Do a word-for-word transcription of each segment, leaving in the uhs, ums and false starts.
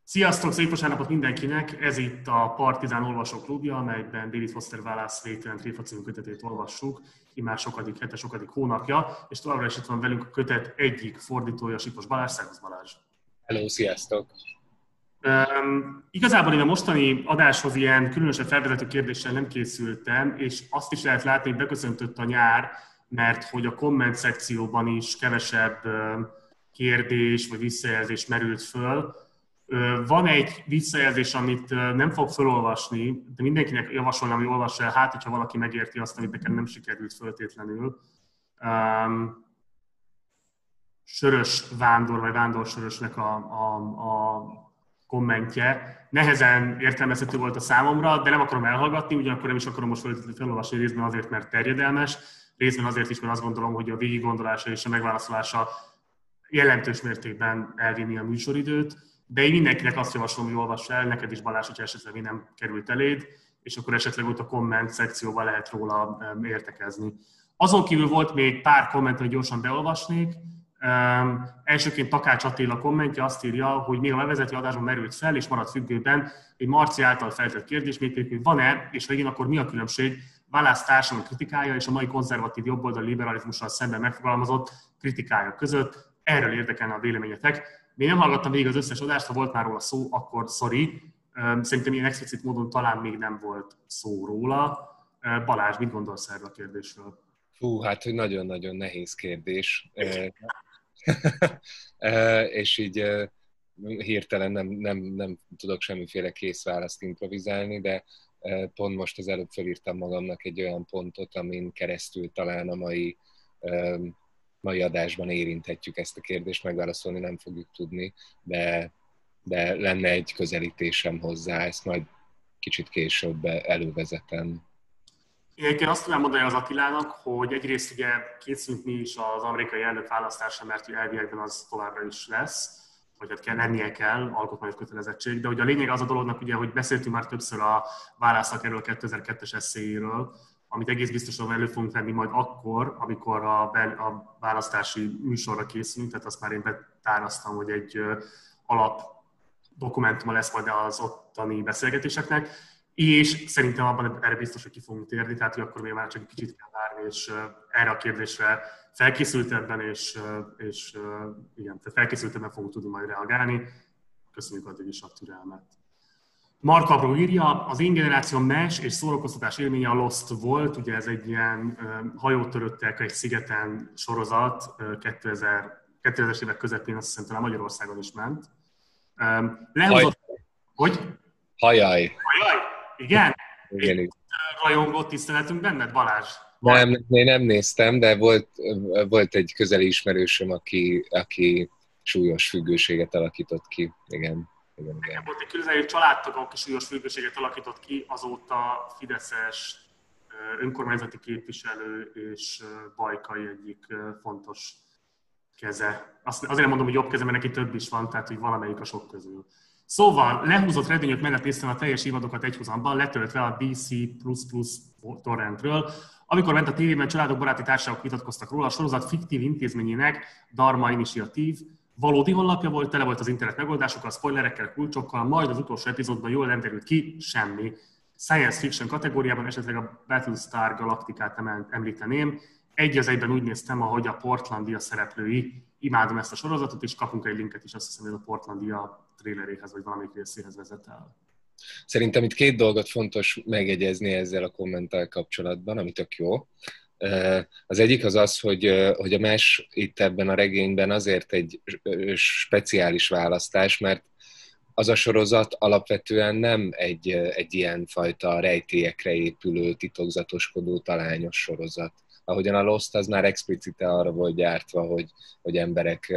Sziasztok, szép vasárnapot mindenkinek! Ez itt a Partizán Olvasó Klubja, amelyben David Foster Wallace Végtelen Tréfa című kötetét olvassuk, immár sokadik hete, sokadik hónapja, és továbbra is itt van velünk a kötet egyik fordítója, Sipos Balázs. Szervusz Balázs! Hello, sziasztok! Um, igazából én a mostani adáshoz ilyen különösen felvezető kérdéssel nem készültem, és azt is lehet látni, hogy beköszöntött a nyár, mert hogy a komment szekcióban is kevesebb um, kérdés vagy visszajelzés merült föl. Van egy visszajelzés, amit nem fog felolvasni, de mindenkinek javasolnám, hogy olvassa el, hát, hogyha valaki megérti azt, amit nekem nem sikerült föltétlenül. Um, Sörös Vándor, vagy Vándor Sörösnek a, a, a kommentje. Nehezen értelmezhető volt a számomra, de nem akarom elhallgatni, ugyanakkor nem is akarom most felolvasni részben azért, mert terjedelmes, részben azért is, mert azt gondolom, hogy a végiggondolása és a megválaszolása jelentős mértékben elvinni a műsoridőt. De én mindenkinek azt javaslom, hogy olvass el, neked is Balázs, hogyha esetleg még nem került eléd, és akkor esetleg ott a komment szekcióban lehet róla értekezni. Azon kívül volt még pár komment, hogy gyorsan beolvasnék. Um, elsőként Takács Attila kommentje azt írja, hogy még a bevezető adásban merült fel, és maradt függőben egy Marci által feltett kérdés, mégpedig, hogy van-e, és ha igen, akkor mi a különbség Wallace társadalmi kritikája és a mai konzervatív jobboldali liberalizmussal szemben megfogalmazott kritikája között. Erről érdekelne a véleményetek. Én nem hallgattam végig az összes adást, ha volt már róla szó, akkor sorry. Szerintem ilyen explicit módon talán még nem volt szó róla. Balázs, mit gondolsz erről a kérdésről? Hú, hát hogy nagyon-nagyon nehéz kérdés. És így hirtelen nem, nem, nem tudok semmiféle kész választ improvizálni, de pont most az előbb felírtam magamnak egy olyan pontot, amin keresztül talán a mai mai adásban érinthetjük ezt a kérdést, megválaszolni nem fogjuk tudni, de, de lenne egy közelítésem hozzá, ezt majd kicsit később elővezetem. Én azt tudnám mondani az Attilának, hogy egyrészt ugye készülünk mi is az amerikai elnök választásra, mert elviekben az továbbra is lesz, vagy hát kell, lennie kell, alkotmányos kötelezettség, de ugye a lényeg az a dolognak, ugye, hogy beszéltünk már többször a válasznak erről a kétezer-kettes eszéjéről, amit egész biztosan elő fogunk venni majd akkor, amikor a, a választási műsorra készülünk, tehát azt már én betáraztam, hogy egy alap dokumentuma lesz majd az ottani beszélgetéseknek, és szerintem abban erre biztos, hogy ki fogunk térni, tehát hogy akkor még már csak egy kicsit kell várni, és erre a kérdésre felkészültebben, és, és igen, tehát felkészültebben fogunk tudni majd reagálni. Köszönjük addig is a türelmet. Mark Abró írja, az én generációm mes és szórakoztatás élménye a Lost volt, ugye ez egy ilyen hajótöröttek egy szigeten sorozat, kétezres évek közepén azt hiszem talán Magyarországon is ment. Lehozott... Hogy? Hajaj. Hajaj? Igen? Igen. Egy rajongó tiszteletünk benned, Balázs? Nem, én nem néztem, de volt, volt egy közeli ismerősöm, aki, aki súlyos függőséget alakított ki. Igen. Igen, igen. Volt egy különböző családtag, aki súlyos függőséget alakított ki, azóta fideszes önkormányzati képviselő és Bajkai egyik fontos keze. Azt, azért nem mondom, hogy jobb keze, mert neki több is van, tehát hogy valamelyik a sok közül. Szóval lehúzott redőnyök mellett néztem a teljes évadokat egyhuzamban, letöltve a dé cé plusz plusz torrentről. Amikor ment a tévében, családok, baráti társaságok vitatkoztak róla, a sorozat fiktív intézményének Dharma Initiatív valódi honlapja volt, tele volt az internet megoldásokkal, spoilerekkel, kulcsokkal, majd az utolsó epizódban jól nem derült ki, semmi. Science fiction kategóriában esetleg a Battlestar Galacticát említeném. Egy az egyben úgy néztem, ahogy a Portlandia szereplői. Imádom ezt a sorozatot, és kapunk egy linket is, azt hiszem, hogy a Portlandia traileréhez, vagy valamelyik részéhez vezet el. Szerintem itt két dolgot fontos megjegyezni ezzel a kommenttel kapcsolatban, ami tök jó. Az egyik az az, hogy, hogy a mes itt ebben a regényben azért egy speciális választás, mert az a sorozat alapvetően nem egy, egy ilyen fajta rejtélyekre épülő, titokzatoskodó, talányos sorozat. Ahogyan a Lost az már explicite arra volt gyártva, hogy, hogy emberek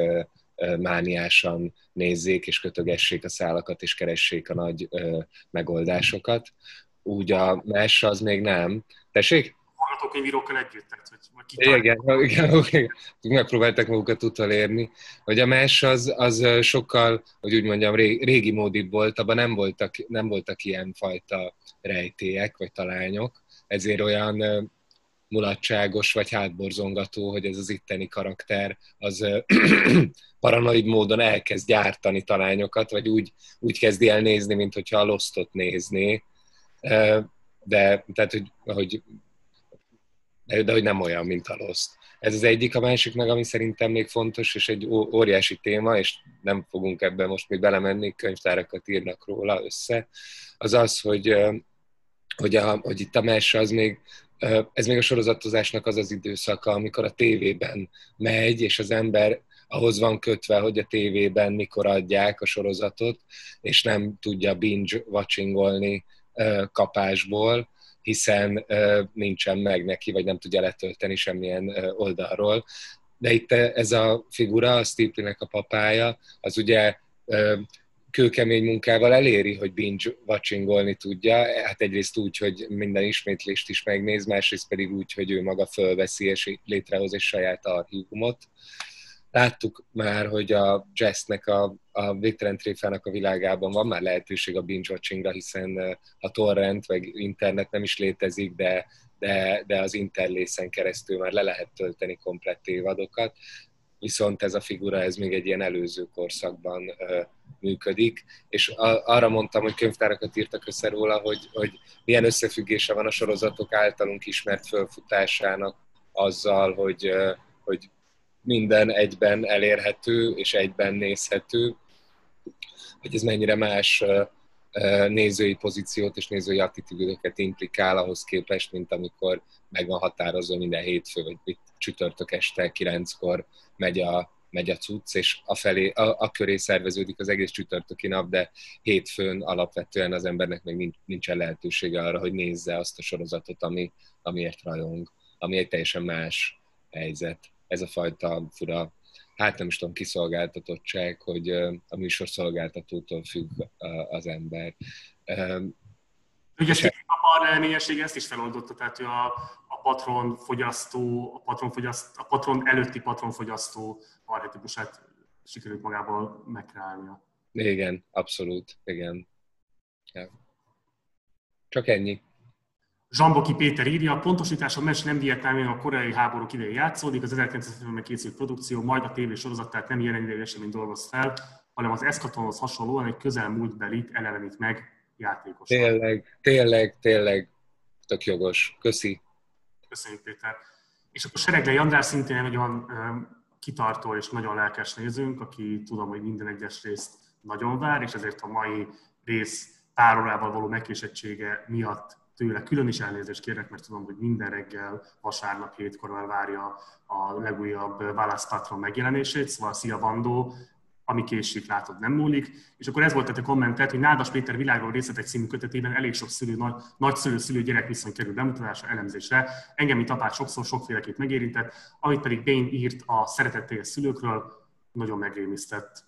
mániásan nézzék és kötögessék a szálakat és keressék a nagy megoldásokat. Úgy a mes az még nem. Tessék? Hallgatókönyvírókkal együtt, tehát, hogy igen, igen, igen, megpróbáltak magukat utolérni, hogy a mes az, az sokkal, hogy úgy mondjam, régi módibb volt, abban nem voltak, nem voltak ilyen fajta rejtélyek vagy talányok, ezért olyan mulatságos vagy hátborzongató, hogy ez az itteni karakter az paranoid módon elkezd gyártani talányokat, vagy úgy, úgy kezdi el nézni, mint hogyha a Lostot nézné. De, tehát, hogy, hogy, de, de hogy nem olyan, mint a Lost. Ez az egyik, a másik meg, ami szerintem még fontos, és egy óriási téma, és nem fogunk ebben most még belemenni, könyvtárakat írnak róla össze, az az, hogy, hogy, a, hogy itt a mese az még, ez még a sorozatozásnak az az időszaka, amikor a tévében megy, és az ember ahhoz van kötve, hogy a tévében mikor adják a sorozatot, és nem tudja binge-watchingolni kapásból, hiszen nincsen meg neki, vagy nem tudja letölteni semmilyen oldalról. De itt ez a figura, a Stipleynek a papája, az ugye kőkemény munkával eléri, hogy binge-watchingolni tudja. Hát egyrészt úgy, hogy minden ismétlést is megnéz, másrészt pedig úgy, hogy ő maga fölveszi és létrehoz egy saját archívumot. Láttuk már, hogy a jazznek, a, a végtelen tréfának a világában van már lehetőség a binge-watchingra, hiszen a torrent vagy internet nem is létezik, de, de, de az interlészen keresztül már le lehet tölteni komplett évadokat. Viszont ez a figura, ez még egy ilyen előző korszakban ö, működik, és a, arra mondtam, hogy könyvtárakat írtak össze róla, hogy, hogy milyen összefüggése van a sorozatok általunk ismert fölfutásának azzal, hogy, ö, hogy minden egyben elérhető és egyben nézhető, hogy ez mennyire más nézői pozíciót és nézői attitűdöket implikál ahhoz képest, mint amikor meg van határozva minden hétfő, vagy csütörtök este kilenckor megy a, megy a cucc, és a, felé, a, a köré szerveződik az egész csütörtöki nap, de hétfőn alapvetően az embernek még nincs, nincsen lehetősége arra, hogy nézze azt a sorozatot, ami, amiért rajong, ami egy teljesen más helyzet. Ez a fajta fura, hát nem is tudom, kiszolgáltatottság, hogy a műsorszolgáltatótól függ az ember. Ugye a papa reményessége ezt is feloldotta, tehát ő a, a patronfogyasztó, a, patronfogyaszt, a patron előtti patronfogyasztó archetípusát sikerült magából megkreálnia. Igen, abszolút, igen. Ja. Csak ennyi. Zsamboki Péter írja, pontosítás, a mes nem Vietnámban a koreai háborúk idején játszódik, az ezerkilencszázhetvenben készült produkció, majd a tévésorozat, tehát nem jelen idejű eseményt dolgoz fel, hanem az Eschatonhoz hasonlóan egy közelmúltbelit elevenít meg játékosan. Tényleg, tényleg, tényleg, tök jogos. Köszi. Köszönjük, Péter. És akkor Sereglei András szintén egy olyan kitartó és nagyon lelkes nézőnk, aki tudom, hogy minden egyes részt nagyon vár, és ezért a mai rész pár való megkésettsége miatt tőle külön is elnézést kérek, mert tudom, hogy minden reggel, vasárnap hétkor már várja a legújabb Válasz Patron megjelenését, szóval szia Bandó, ami késik, látod, nem múlik. És akkor ez volt tehát a kommentet, hogy Nádas Péter világról részletek című kötetében elég sok szülő, nagy, nagyszülő-szülő-gyerek viszony kerül bemutatásra, elemzésre. Engem, mint apát sokszor sokféleképp megérintett, amit pedig Bain írt a szeretetteljes szülőkről, nagyon megrémisztett.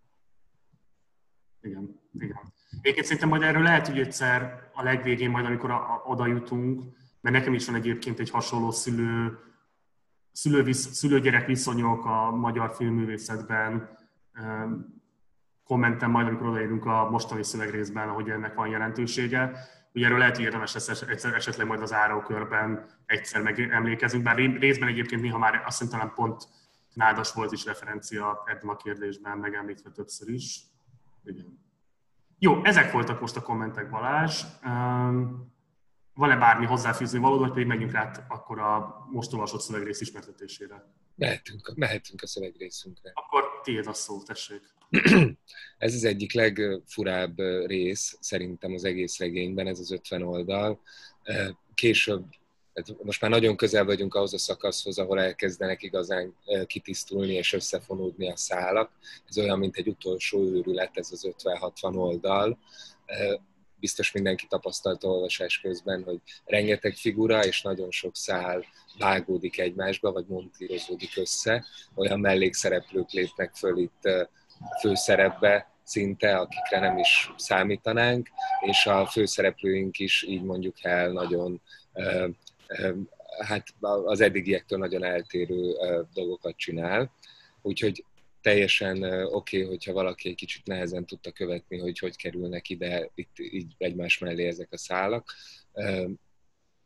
Igen, igen. Egyébként szerintem majd erről lehet, hogy egyszer a legvégén, majd amikor a, a, oda jutunk, mert nekem is van egyébként egy hasonló szülő, szülő, szülő-gyerek viszonyok a magyar filmművészetben. Kommentem majd, amikor odaérünk a mostani szövegrészben, hogy ennek van jelentősége. Ugye erről lehet, hogy érdemes lesz esetleg majd az árókörben egyszer megemlékezünk, bár részben egyébként néha már azt hiszem talán pont Nádas volt is referencia ebben a kérdésben, megemlítve többször is. Igen. Jó, ezek voltak most a kommentek, Balázs. Van-e bármi hozzáfűzni való, vagy pedig menjünk rá akkor a most olvasott szövegrész ismertetésére? Mehetünk, mehetünk a szövegrészünkre. Akkor tiéd a szó, tessék. Ez az egyik legfurább rész szerintem az egész regényben, ez az ötven oldal. Később, most már nagyon közel vagyunk ahhoz a szakaszhoz, ahol elkezdenek igazán kitisztulni és összefonódni a szálak. Ez olyan, mint egy utolsó őrület, ez az ötven-hatvan oldal. Biztos mindenki tapasztalta olvasás közben, hogy rengeteg figura és nagyon sok szál vágódik egymásba, vagy montírozódik össze. Olyan mellékszereplők lépnek föl itt főszerepbe szinte, akikre nem is számítanánk, és a főszereplőink is így mondjuk el nagyon, hát az eddigiektől nagyon eltérő dolgokat csinál. Úgyhogy teljesen oké, okay, hogyha valaki egy kicsit nehezen tudta követni, hogy hogy kerülnek ide itt így egymás mellé ezek a szálak.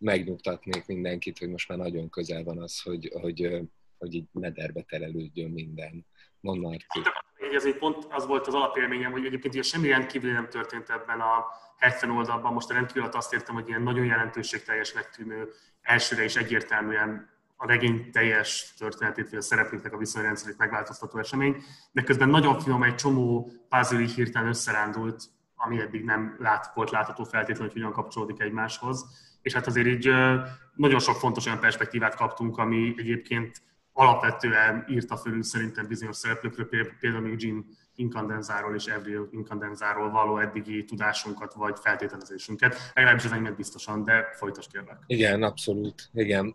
megnyugtatnék mindenkit, hogy most már nagyon közel van az, hogy, hogy, hogy így mederbe terelődjön minden. Mondd, Marci. Ez egy pont az volt az alapélményem, hogy egyébként ugye semmi rendkívül nem történt ebben a hetven oldalban. Most a rendkívül azt értem, hogy ilyen nagyon jelentőségteljesnek tűnő, elsőre is egyértelműen a regény teljes történetét, vagy a szereplőknek a viszonyrendszerét megváltoztató esemény, de közben nagyon finom egy csomó puzzle így hirtelen összerándult, ami eddig nem lát, volt látható feltétlenül, hogy hogyan kapcsolódik egymáshoz. És hát azért így nagyon sok fontos olyan perspektívát kaptunk, ami egyébként alapvetően írta fölül szerintem bizonyos szereplőkről, például még Jim Incandenzáról és Avril Incandenzáról való eddigi tudásunkat vagy feltételezésünket. Legalábbis az enyémet biztosan, de folytasd kérlek. Igen, abszolút. Igen.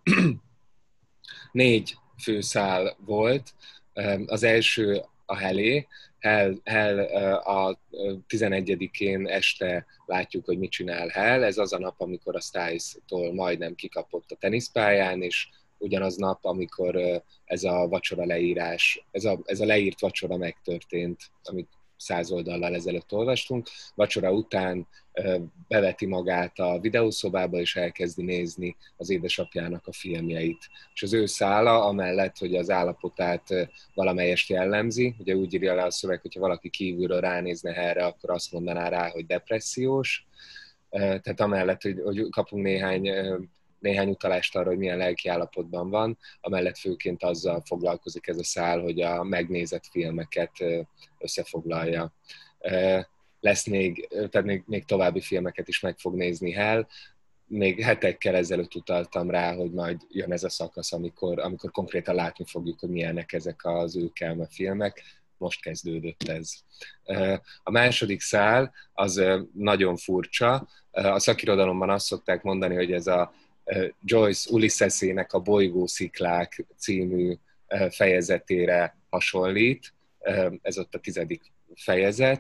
Négy főszál volt. Az első a Hellé. Hell, Hell a tizenegyedikén este látjuk, hogy mit csinál Hell. Ez az a nap, amikor a Styles-tól majdnem kikapott a teniszpályán, és ugyanaz nap, amikor ez a vacsora leírás, ez a, ez a leírt vacsora megtörtént, amit száz oldallal ezelőtt olvastunk. Vacsora után beveti magát a videószobába, és elkezdi nézni az édesapjának a filmjeit. És az ő szála, amellett, hogy az állapotát valamelyest jellemzi, ugye úgy írja le a szöveg, hogyha valaki kívülről ránézne erre, akkor azt mondaná rá, hogy depressziós. Tehát amellett, hogy, hogy kapunk néhány néhány utalást arra, hogy milyen lelki állapotban van, amellett főként azzal foglalkozik ez a szál, hogy a megnézett filmeket összefoglalja. Lesz még, tehát még, még további filmeket is meg fog nézni Hell. Még hetekkel ezelőtt utaltam rá, hogy majd jön ez a szakasz, amikor, amikor konkrétan látni fogjuk, hogy milyenek ezek az ő kelme filmek. Most kezdődött ez. A második szál az nagyon furcsa. A szakirodalomban azt szokták mondani, hogy ez a Joyce Ulyssesének a Bolygósziklák című fejezetére hasonlít. Ez ott a tizedik fejezet.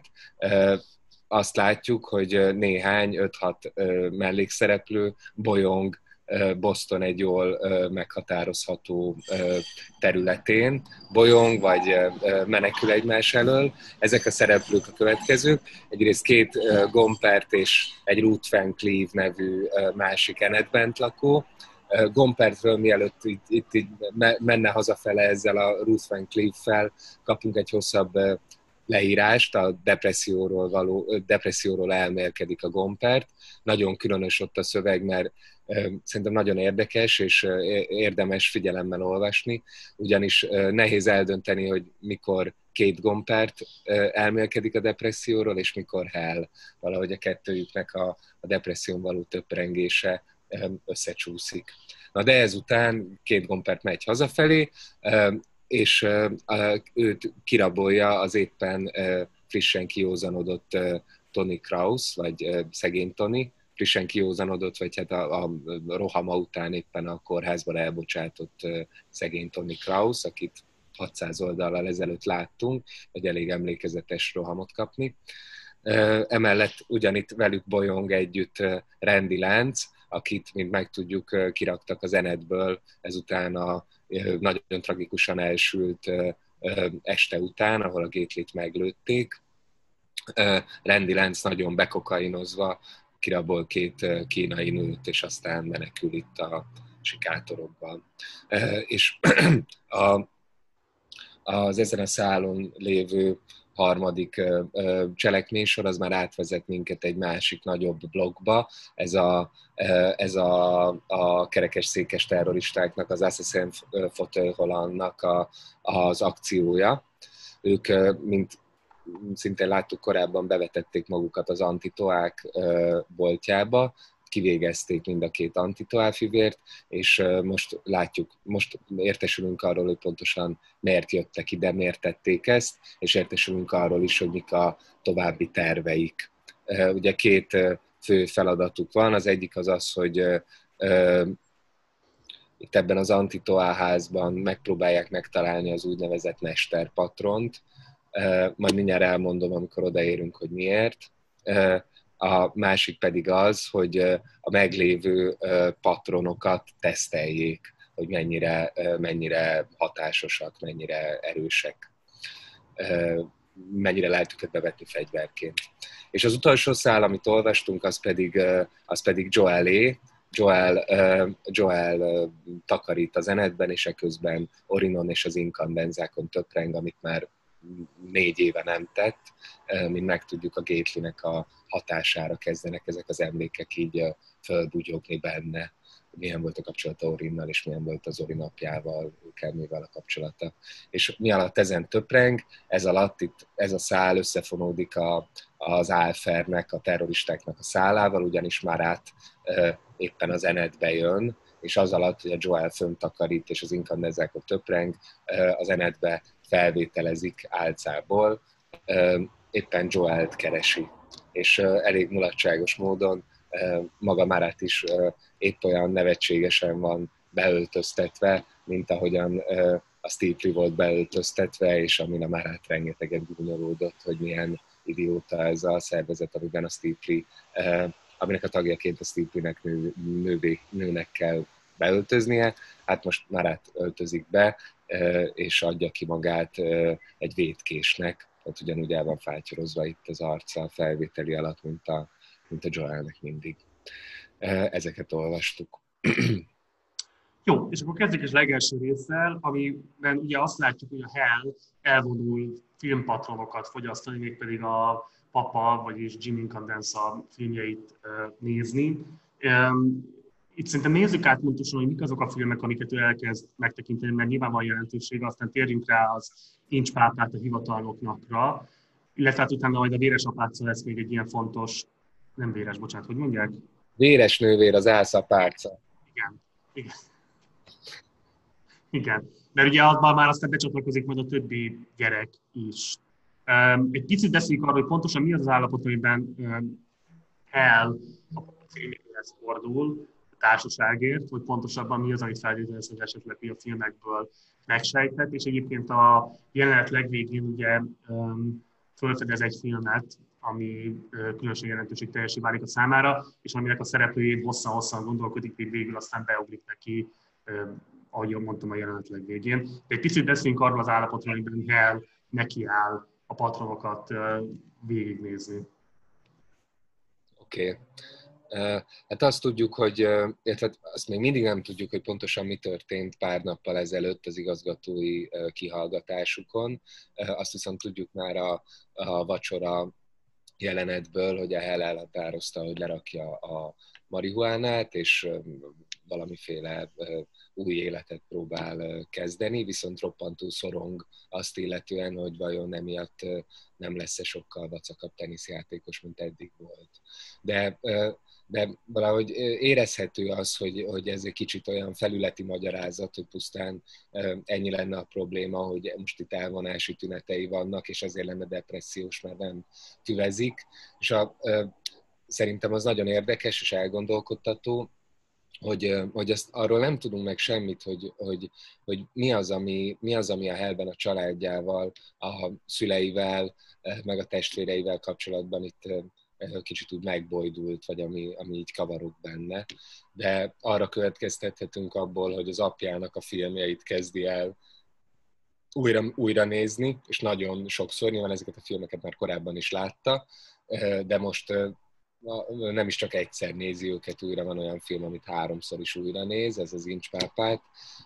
Azt látjuk, hogy néhány öt-hat mellékszereplő bolyong Boston egy jól meghatározható területén, bolyong vagy menekül egymás elől. Ezek a szereplők a következők. Egyrészt két Gompert és egy Ruth Van Cleave nevű másik Enetbent lakó. Gompertről mielőtt itt, itt, itt menne hazafele ezzel a Ruth Van Cleave-fel, kapunk egy hosszabb leírást, a depresszióról, való, depresszióról elmélkedik a Gompert. Nagyon különös ott a szöveg, mert szerintem nagyon érdekes, és érdemes figyelemmel olvasni, ugyanis nehéz eldönteni, hogy mikor két Gompert elmélkedik a depresszióról, és mikor Hell. Valahogy a kettőjüknek a, a depresszión való töprengése összecsúszik. Na de ezután két Gompert megy hazafelé, és őt kirabolja az éppen frissen kiózanodott Tony Kraus, vagy szegény Tony, frissen kiózanodott, vagy hát a, a rohama után éppen a kórházban elbocsátott szegény Tony Kraus, akit hatszáz oldallal ezelőtt láttunk, hogy elég emlékezetes rohamot kapni. Emellett ugyanitt velük bolyong együtt Randy Lance, akit, mint megtudjuk, kiraktak az Enetből ezután a nagyon tragikusan elsült este után, ahol a Gatelyt meglőtték. Randy Lance nagyon bekokainozva kirabol két kínai nőt, és aztán menekül itt a sikátorokban. És a, az ezen a szálon lévő harmadik cselekménysor az már átvezet minket egy másik nagyobb blokkba. Ez a, ez a, a kerekesszékes terroristáknak, az Assassin Fauteuil Hollandnak a, az akciója. Ők, mint szintén láttuk korábban, bevetették magukat az antitoák boltjába, kivégezték mind a két antitoáfivért, és most látjuk, most értesülünk arról, hogy pontosan miért jöttek ide, miért tették ezt, és értesülünk arról is, hogy mik a további terveik. Ugye két fő feladatuk van, az egyik az az, hogy itt ebben az antitoá házban megpróbálják megtalálni az úgynevezett mesterpatront, majd mindjárt elmondom, amikor odaérünk, hogy miért. A másik pedig az, hogy a meglévő patronokat teszteljék, hogy mennyire, mennyire hatásosak, mennyire erősek, mennyire lehet őket bevetni fegyverként. És az utolsó szál, amit olvastunk, az pedig, az pedig Joelé, Joel, Joel takarít az enetben, és eközben Orinon és az inkandenzákon töpreng, amit már négy éve nem tett, mint megtudjuk, a Gatelynek a hatására kezdenek ezek az emlékek így fölbugyogni benne. Milyen volt a kapcsolata Orinnal, és milyen volt az Orin apjával, Kelmével a kapcsolata. És mi alatt ezen töpreng, ez alatt itt ez a szál összefonódik a, az Álfernek, a terroristáknak a szálával, ugyanis már át e, éppen az enetbe jön, és az alatt, hogy a Joel föntakarít, és az inkandenzákon töpreng, e, az enetbe felvételezik álcából, e, éppen Joelt keresi. És e, elég mulatságos módon e, maga Marat is e, épp olyan nevetségesen van beöltöztetve, mint ahogyan a Steeply volt beöltöztetve, és amin a Marat rengeteget gúnyolódott, hogy milyen idióta ez a szervezet, amiben a Steeply, aminek a tagjaként a Steeplynek nő, nővé, nőnek kell beöltöznie. Hát most Marat öltözik be, és adja ki magát egy vétkésnek, tehát ugyanúgy el van fátyorozva itt az arca a felvételi alatt, mint a, mint a Joelnek mindig. Ezeket olvastuk. Jó, és akkor kezdjük is legelső résszel, amiben ugye azt látjuk, hogy a Hell elvonul filmpatronokat fogyasztani, mégpedig a papa, vagyis Jim Incandenza filmjeit nézni. Itt szerintem nézzük át pontosan, hogy mik azok a filmek, amiket ő elkezd megtekinteni, mert nyilván van jelentősége, aztán térjünk rá az Kincs pápát a hivatalnoknakra, illetve hát utána majd a véres apáca lesz még egy ilyen fontos, nem véres, bocsánat, hogy mondják? Véres nővér, az álszapárca. Igen, igen. Igen, mert ugye abban már aztán becsatlakozik majd a többi gyerek is. Egy picit beszéljük arról, hogy pontosan mi az az állapot, amiben Hell a filmjéhez fordul, a társaságért, hogy pontosabban mi az, amit feltételez, hogy esetleg a filmekből megsejtett, és egyébként a jelenet legvégén ugye fölfedez egy filmet, ami különösen jelentőség teljesen válik a számára, és aminek a szereplőjén hosszan-hosszan gondolkodik, még végül aztán beugrik neki, ahogy mondtam, a jelenet legvégén. De egy picit beszéljünk arról az állapotról, amiben Hell nekiáll a patronokat végignézni. Oké. Okay. Hát azt tudjuk, hogy, illetve azt még mindig nem tudjuk, hogy pontosan mi történt pár nappal ezelőtt az igazgatói kihallgatásukon. Azt viszont tudjuk már a, a vacsora jelenetből, hogy a Hell elhatározta, hogy lerakja a marihuánát, és valamiféle új életet próbál kezdeni, viszont roppantúl szorong azt illetően, hogy vajon emiatt nem lesz-e sokkal vacakabb teniszjátékos, mint eddig volt. De, de valahogy érezhető az, hogy, hogy ez egy kicsit olyan felületi magyarázat, hogy pusztán ennyi lenne a probléma, hogy most itt elvonási tünetei vannak, és azért lenne depressziós, mert nem tüvezik. És a, szerintem az nagyon érdekes és elgondolkodtató, hogy, hogy ezt, arról nem tudunk meg semmit, hogy, hogy, hogy mi, az, ami, mi az, ami a Hellben a családjával, a szüleivel, meg a testvéreivel kapcsolatban itt kicsit úgy megbojdult, vagy ami, ami így kavarog benne. De arra következtethetünk abból, hogy az apjának a filmjeit kezdi el újra, újra nézni, és nagyon sokszor, nyilván ezeket a filmeket már korábban is látta, de most nem is csak egyszer nézi őket újra, van olyan film, amit háromszor is újra néz, ez az Incs pápát.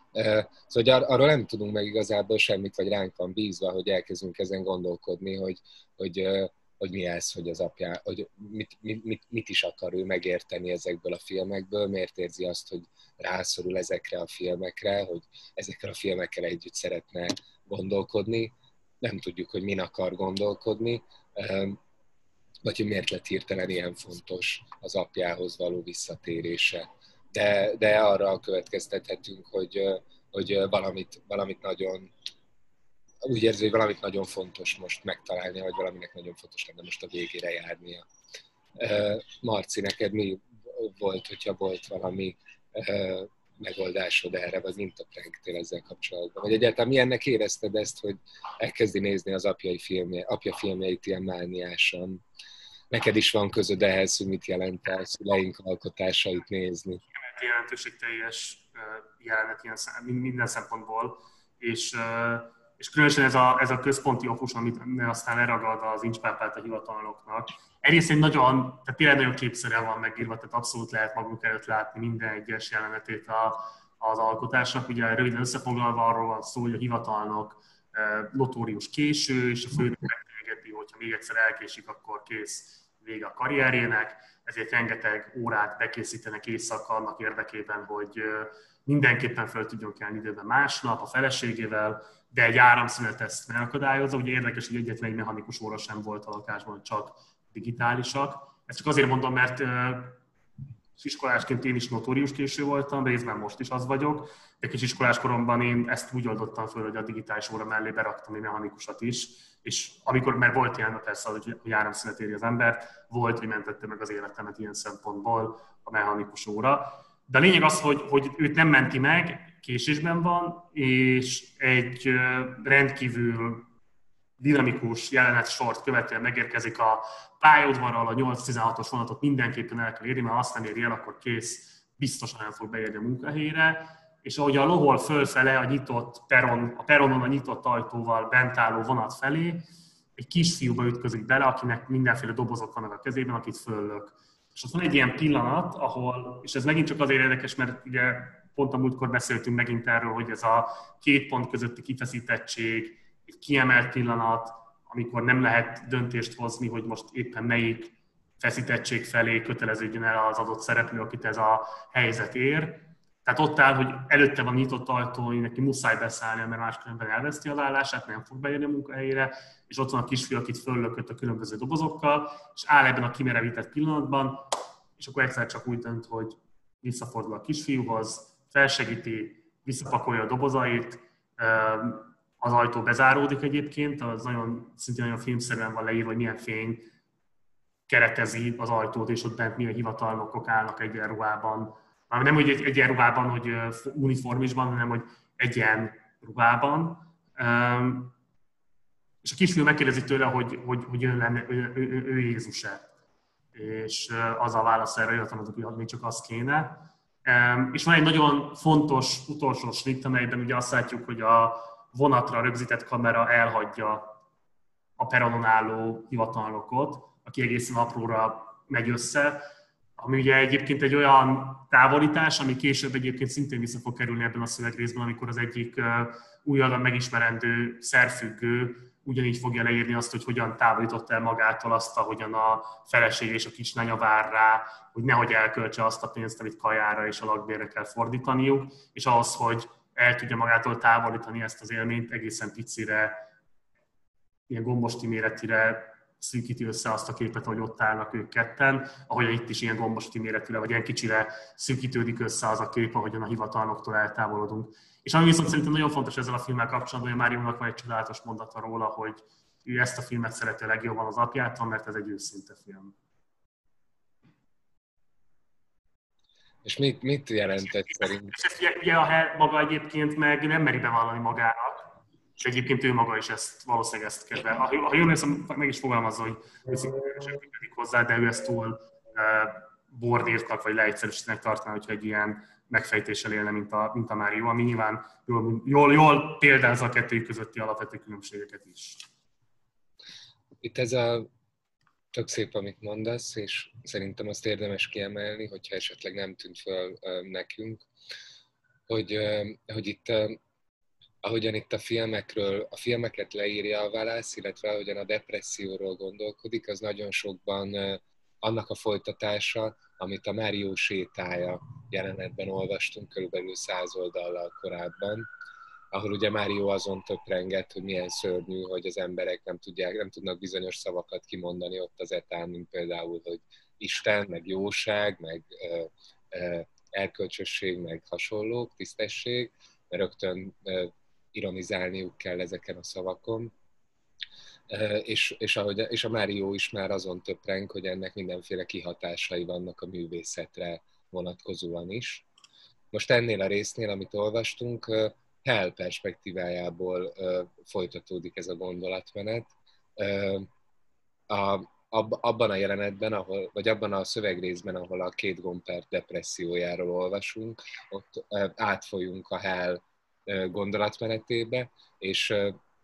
Szóval arról nem tudunk meg igazából semmit, vagy ránk van bízva, hogy elkezdünk ezen gondolkodni, hogy, hogy, hogy mi ez, hogy az apja, hogy mit, mit, mit is akar ő megérteni ezekből a filmekből, miért érzi azt, hogy rászorul ezekre a filmekre, hogy ezekkel a filmekkel együtt szeretne gondolkodni. Nem tudjuk, hogy min akar gondolkodni, vagy hogy miért lett hirtelen ilyen fontos az apjához való visszatérése. De, de arra következtethetünk, hogy, hogy valamit, valamit nagyon, úgy érzi, hogy valamit nagyon fontos most megtalálnia, vagy valaminek nagyon fontos lenne most a végére járnia. Marci, neked mi volt, hogyha volt valami megoldásod erre, vagy mintaprengtél ezzel kapcsolatban? Vagy egyáltalán milyennek érezted ezt, hogy elkezdi nézni az apjai filmje, apja filmjeit ilyen mániásan? Neked is van közöd ehhez, hogy mit jelent a szüleink alkotásait nézni? Jelentőségteljes jelenet ilyen, minden szempontból, és és különösen ez a, ez a központi opus, amit aztán leragad az Incspápát a hivatalnoknak. Egyrészt egy nagyon, tehát tényleg nagyon képszerűen van megírva, tehát abszolút lehet magunk előtt látni minden egyes jelenetét a, az alkotásnak. Ugye röviden összefoglalva arról van szó, hogy a hivatalnok notórius késő, és a főnök megengedi, hogyha még egyszer elkésik, akkor kész, vége a karrierjének, ezért rengeteg órát bekészítenek éjszaka annak érdekében, hogy mindenképpen fel tudjon kelni időben másnap a feleségével, de egy áramszünet ezt megakadályozza. Ugye érdekes, hogy egyetlen egy mechanikus óra sem volt a lakásban, csak digitálisak. Ezt csak azért mondom, mert iskolásként én is notórius késő voltam, részben most is az vagyok, de kis iskolás koromban én ezt úgy oldottam föl, hogy a digitális óra mellé beraktam egy mechanikusat is, és amikor, mert volt ilyen, persze, hogy áramszünet éri az embert, volt, hogy mentette meg az életemet ilyen szempontból a mechanikus óra. De a lényeg az, hogy, hogy őt nem menti meg, késésben van, és egy rendkívül dinamikus jelenet sort követően megérkezik a pályaudvarral, a nyolc tizenhatos vonatot mindenképpen el kell érni, mert ha azt nem éri el, akkor kész, biztosan nem fog beérni a munkahelyére. És ahogy a lohol fölfele a nyitott peron, a peronon a nyitott ajtóval bent álló vonat felé, egy kisfiúba ütközik bele, akinek mindenféle dobozok vannak a kezében, akit föllök. És ott van egy ilyen pillanat, ahol, és ez megint csak azért érdekes, mert ugye pont a múltkor beszéltünk megint erről, hogy ez a két pont közötti kifeszítettség, egy kiemelt pillanat, amikor nem lehet döntést hozni, hogy most éppen melyik feszítettség felé köteleződjön el az adott szereplő, akit ez a helyzet ér. Tehát ott áll, hogy előtte van nyitott ajtó, hogy neki muszáj beszállni, mert máskülönben elveszti az állását, nem fog beérni a munkahelyére, és ott van a kisfiú, akit föllökött a különböző dobozokkal, és áll ebben a kimerevített pillanatban, és akkor egyszer csak úgy dönt, hogy visszafordul a kisfiúhoz, felsegíti, visszapakolja a dobozait, az ajtó bezáródik egyébként, az nagyon, szintén nagyon filmszerűen van leírva, hogy milyen fény keretezi az ajtót, és ott bent milyen hivatalnokok állnak egyenruhában. Már nem, hogy egy egyenruhában, hogy uniformisban, hanem, hogy egyenruhában. És a kisfiú megkérdezi tőle, hogy, hogy, hogy ő, lenne, ő, ő, ő, ő Jézus-e. És az a válasz erre jöttem, hogy még csak az kéne. És van egy nagyon fontos utolsó snitt, amelyben ugye azt látjuk, hogy a vonatra rögzített kamera elhagyja a peronon álló hivatalnokot, aki egészen apróra megy össze, ami ugye egyébként egy olyan távolítás, ami később egyébként szintén vissza fog kerülni ebben a szövegrészben, amikor az egyik uh, újonnan megismerendő szerfüggő ugyanígy fogja leírni azt, hogy hogyan távolította el magától azt, ahogyan a feleség és a kislánya vár rá, hogy nehogy elköltse azt a pénzt, amit kajára és a lakbérre kell fordítaniuk, és ahhoz, hogy el tudja magától távolítani ezt az élményt, egészen picire, ilyen gombosti méretire szűkíti össze azt a képet, hogy ott állnak ők ketten, ahogy itt is ilyen gombosti méretűre, vagy ilyen kicsire szűkítődik össze az a kép, ahogyan a hivatalnoktól eltávolodunk. És ami viszont szerintem nagyon fontos ezzel a filmmel kapcsolatban, hogy Máriónak van egy csodálatos mondata róla, hogy ő ezt a filmet szereti a legjobban az apjától, mert ez egy őszinte film. És mit, mit jelentett szerint? És ezt ugye, ugye a Hell maga egyébként meg nem meri bevallani magának, és egyébként ő maga is ezt valószínűleg ezt kedvel. Ha, ha jól nézem, meg is fogalmazza, hogy őszintén működik hozzá, de ő ezt túl uh, bordírtnak vagy leegyszerűsítenek tartaná, hogyha egy ilyen megfejtéssel élne, mint a, mint a Mário, ami nyilván jól, jól, jól példázza a kettőjük közötti alapvető különbségeket is. Itt ez a tök szép, amit mondasz, és szerintem azt érdemes kiemelni, hogyha esetleg nem tűnt fel nekünk, hogy, hogy itt, ahogyan itt a filmekről, a filmeket leírja a Wallace, illetve ahogyan a depresszióról gondolkodik, az nagyon sokban annak a folytatása, amit a Mário sétája jelenetben olvastunk körülbelül száz oldallal korábban, ahol ugye Mário azon töprengett, hogy milyen szörnyű, hogy az emberek nem tudják, nem tudnak bizonyos szavakat kimondani ott az etán, mint például, hogy Isten, meg jóság, meg ö, ö, erkölcsösség, meg hasonlók, tisztesség, mert rögtön ö, ironizálniuk kell ezeken a szavakon. Ö, és, és, ahogy, és a Mário is már azon töpreng, hogy ennek mindenféle kihatásai vannak a művészetre vonatkozóan is. Most ennél a résznél, amit olvastunk, Hell perspektívájából uh, folytatódik ez a gondolatmenet. Uh, a, ab, abban a jelenetben, ahol, vagy abban a szövegrészben, ahol a két Gomper depressziójáról olvasunk, ott uh, átfolyunk a Hell uh, gondolatmenetébe, és uh,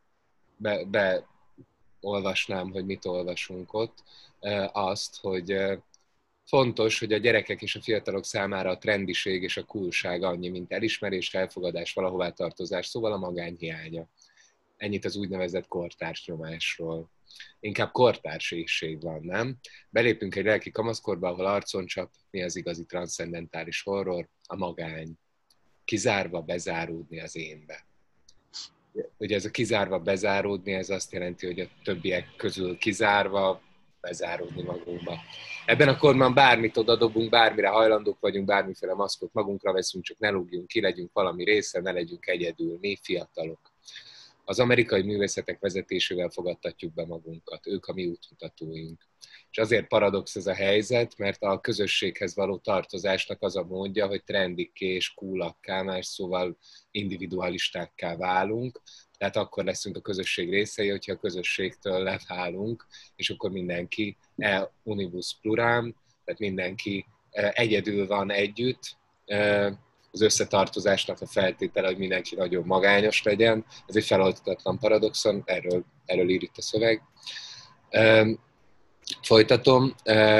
be, beolvasnám, hogy mit olvasunk ott, azt, hogy fontos, hogy a gyerekek és a fiatalok számára a trendiség és a coolság annyi, mint elismerés, elfogadás, valahová tartozás, szóval a magány hiánya. Ennyit az úgynevezett kortárs nyomásról. Inkább kortárs éhség van, nem? Belépünk egy lelki kamaszkorba, ahol arcon csap, mi az igazi transzcendentális horror, a magány. Kizárva bezáródni az énbe. Ugye ez a kizárva bezáródni, ez azt jelenti, hogy a többiek közül kizárva bezáródni magunkba. Ebben a korban bármit odadobunk, bármire hajlandók vagyunk, bármiféle maszkot magunkra veszünk, csak ne lógjunk ki, legyünk valami része, ne legyünk egyedül, mi fiatalok. Az amerikai művészetek vezetésével fogadtatjuk be magunkat, ők a mi útmutatóink. És azért paradox ez a helyzet, mert a közösséghez való tartozásnak az a módja, hogy trendikké és coolakká, más szóval individualistákká válunk, tehát akkor leszünk a közösség részei, hogyha a közösségtől leválunk, és akkor mindenki e unibus pluram, tehát mindenki egyedül van együtt, az összetartozásnak a feltétele, hogy mindenki nagyon magányos legyen. Ez egy feloldhatatlan paradoxon, erről, erről ír itt a szöveg. Folytatom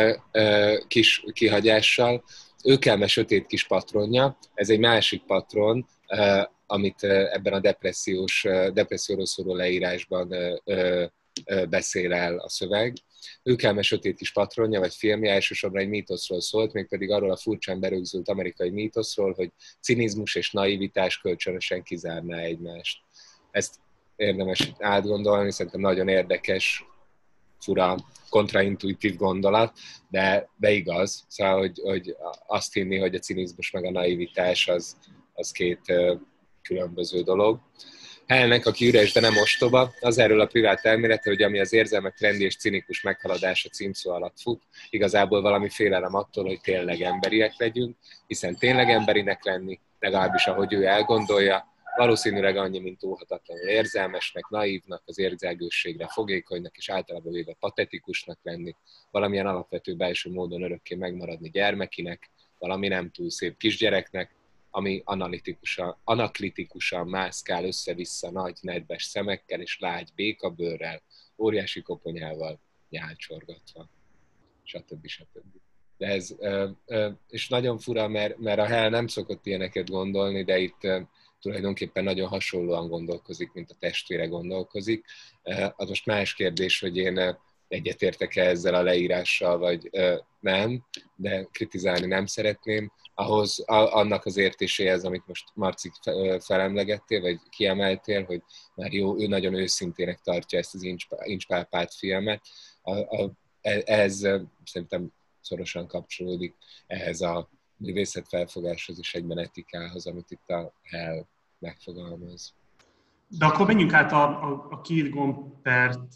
kis kihagyással. Őkelme sötét kis patronja, ez egy másik patron, amit ebben a depressziós, depresszióról szóló leírásban beszél el a szöveg. Őkelme sötét kis patronja, vagy filmje elsősorban egy mítoszról szólt, mégpedig arról a furcsán berögzült amerikai mítoszról, hogy cinizmus és naivitás kölcsönösen kizárná egymást. Ezt érdemes átgondolni, szerintem nagyon érdekes, fura, kontraintuitív gondolat, de, de igaz. Szóval, hogy, hogy azt hinni, hogy a cinizmus meg a naivitás az, az két különböző dolog. Hellnek, aki üres, de nem ostoba, az erről a privát elmélete, hogy ami az érzelmek trendi és cinikus meghaladása címszó alatt fut, igazából valami félelem attól, hogy tényleg emberiek legyünk, hiszen tényleg emberinek lenni, legalábbis ahogy ő elgondolja, valószínűleg annyi, mint óhatatlanul érzelmesnek, naívnak, az érzelgősségre fogékonynak és általában véve patetikusnak lenni, valamilyen alapvető belső módon örökké megmaradni gyermekinek, valami nem túl szép kisgyereknek, ami analitikusan, anaklitikusan mászkál össze-vissza nagy, nedves szemekkel és lágy békabőrrel, óriási koponyával, nyálcsorgatva, stb. stb. De ez, és nagyon fura, mert, mert a Hell nem szokott ilyeneket gondolni, de itt tulajdonképpen nagyon hasonlóan gondolkozik, mint a testvére gondolkozik. Az most más kérdés, hogy én egyetértek-e ezzel a leírással, vagy nem, de kritizálni nem szeretném. Ahhoz annak az értéséhez, amit most Marci felemlegettél, vagy kiemeltél, hogy már jó, ő nagyon őszintének tartja ezt az Incspálpát filmet. Ez szerintem szorosan kapcsolódik ehhez a művészetfelfogáshoz és egyben etikához, amit itt a Hell megfogalmaz. De akkor menjünk át a, a, a két Gompert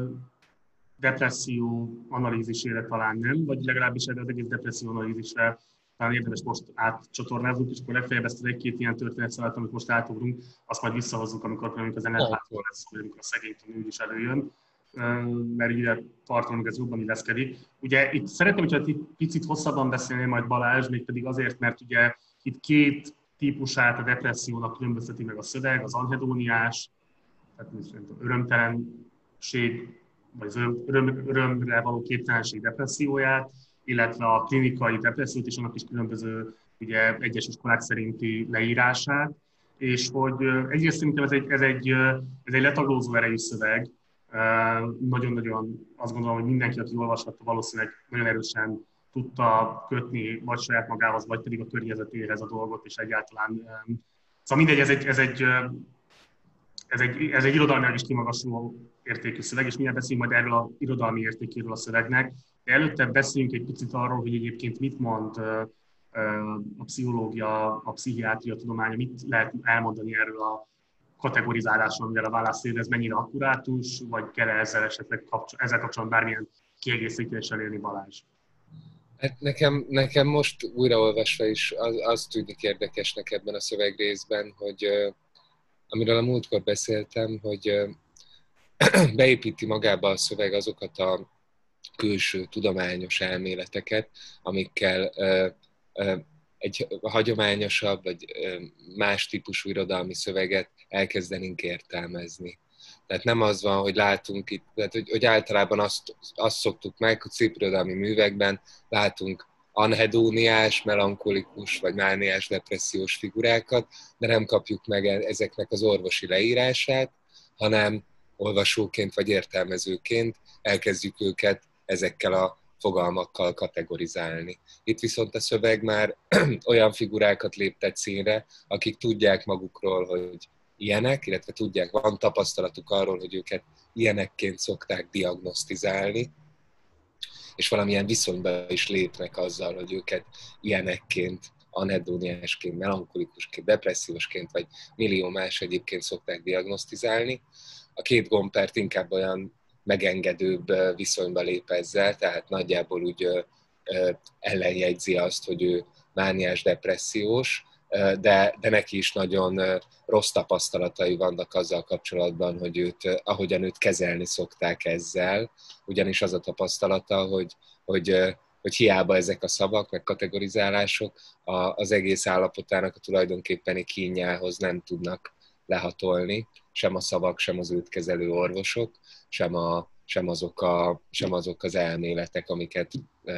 depresszió analízisére talán nem, vagy legalábbis az egész depresszió analízisre talán érdemes most átcsatornáznunk, és akkor legfeljebb ezt az egy-két ilyen történetszalat, amit most átugrunk, azt majd visszahozzuk, amikor például az ennetlátról lesz, vagy amikor a szegénytől nő is előjön, mert ide tartalmunk ez jobban illeszkedik. Ugye itt szeretném, hogyha egy picit hosszabban beszélnél majd Balázs, mégpedig azért, mert ugye itt két típusát a depressziónak különbözteti meg a szöveg, az anhedóniás, tehát örömtelenség, vagy az öröm, örömre való képtelenség depresszióját, illetve a klinikai depressziót és annak is különböző ugye, egyes iskolák szerinti leírását, és hogy egyrészt szerintem ez egy, ez egy, ez egy letaglózó erejű szöveg, nagyon-nagyon azt gondolom, hogy mindenki, aki olvashatta, valószínűleg nagyon erősen tudta kötni vagy saját magához, vagy pedig a környezetéhez a dolgot, és egyáltalán. Szóval mindegy, ez egy, ez egy, ez egy, ez egy irodalmilag is kimagasló értékű szöveg, és mindjárt beszélünk majd erről az irodalmi értékéről a szövegnek. De előtte beszéljünk egy picit arról, hogy egyébként mit mond a pszichológia, a pszichiátria tudománya, mit lehet elmondani erről a kategorizálásról, amivel a válasz ér, ez mennyire akkurátus, vagy kell ezzel esetleg kapcsol- ezzel kapcsolatban bármilyen kiegészítéssel élni, Balázs? Hát nekem, nekem most újraolvasva is az, az tűnik érdekesnek ebben a szövegrészben, hogy amiről a múltkor beszéltem, hogy beépíti magába a szöveg azokat a külső tudományos elméleteket, amikkel egy hagyományosabb, vagy más típusú irodalmi szöveget elkezdenénk értelmezni. Tehát nem az van, hogy látunk itt, tehát hogy, hogy általában azt, azt szoktuk meg, hogy szépirodalmi művekben látunk anhedóniás, melankolikus vagy mániás depressziós figurákat, de nem kapjuk meg ezeknek az orvosi leírását, hanem olvasóként vagy értelmezőként elkezdjük őket ezekkel a fogalmakkal kategorizálni. Itt viszont a szöveg már olyan figurákat léptet színre, akik tudják magukról, hogy ilyenek, illetve tudják, van tapasztalatuk arról, hogy őket ilyenekként szokták diagnosztizálni, és valamilyen viszonyba is lépnek azzal, hogy őket ilyenekként, anhedóniásként, melankolikusként, depressziósként, vagy millió más egyébként szokták diagnosztizálni. A két Gompert inkább olyan megengedőbb viszonyba lép ezzel, tehát nagyjából úgy ellenjegyzi azt, hogy ő mániás depressziós, de, de neki is nagyon rossz tapasztalatai vannak azzal kapcsolatban, hogy őt, ahogyan őt kezelni szokták ezzel, ugyanis az a tapasztalata, hogy, hogy, hogy hiába ezek a szavak, meg kategorizálások az egész állapotának a tulajdonképpeni kínjához nem tudnak lehatolni, sem a szavak, sem az őt kezelő orvosok, sem, a, sem, azok, a, sem azok az elméletek, amiket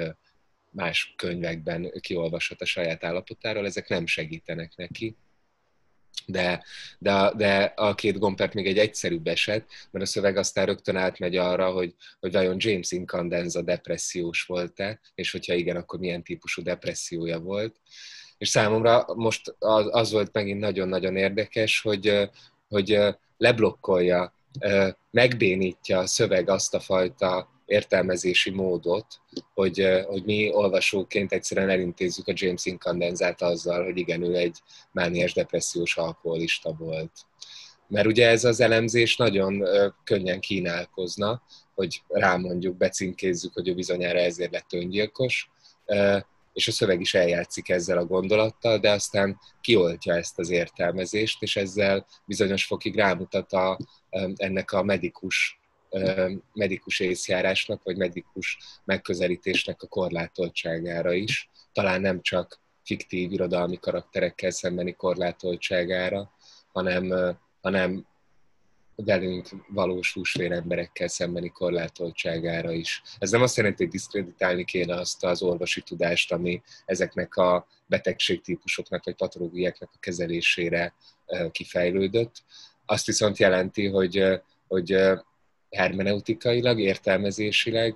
más könyvekben kiolvashat a saját állapotáról, ezek nem segítenek neki. De, de, de a két Gompert még egy egyszerűbb eset, mert a szöveg aztán rögtön átmegy arra, hogy, hogy vajon James Incandenza depressziós volt-e, és hogyha igen, akkor milyen típusú depressziója volt. És számomra most az, az volt megint nagyon-nagyon érdekes, hogy, hogy leblokkolja, megbénítja a szöveg azt a fajta értelmezési módot, hogy, hogy mi olvasóként egyszerűen elintézzük a James Incandenzát azzal, hogy igen, ő egy mániás depressziós alkoholista volt. Mert ugye ez az elemzés nagyon könnyen kínálkozna, hogy rámondjuk, becímkézzük, hogy ő bizonyára ezért lett öngyilkos, és a szöveg is eljátszik ezzel a gondolattal, de aztán kioltja ezt az értelmezést, és ezzel bizonyos fokig rámutat a, ennek a medikus medikus észjárásnak, vagy medikus megközelítésnek a korlátoltságára is. Talán nem csak fiktív irodalmi karakterekkel szembeni korlátoltságára, hanem, hanem velünk valós húsvér emberekkel szembeni korlátoltságára is. Ez nem azt jelenti, hogy diszkreditálni kéne azt az orvosi tudást, ami ezeknek a betegségtípusoknak vagy patológiáknak a kezelésére kifejlődött. Azt viszont jelenti, hogy, hogy hermeneutikailag, értelmezésileg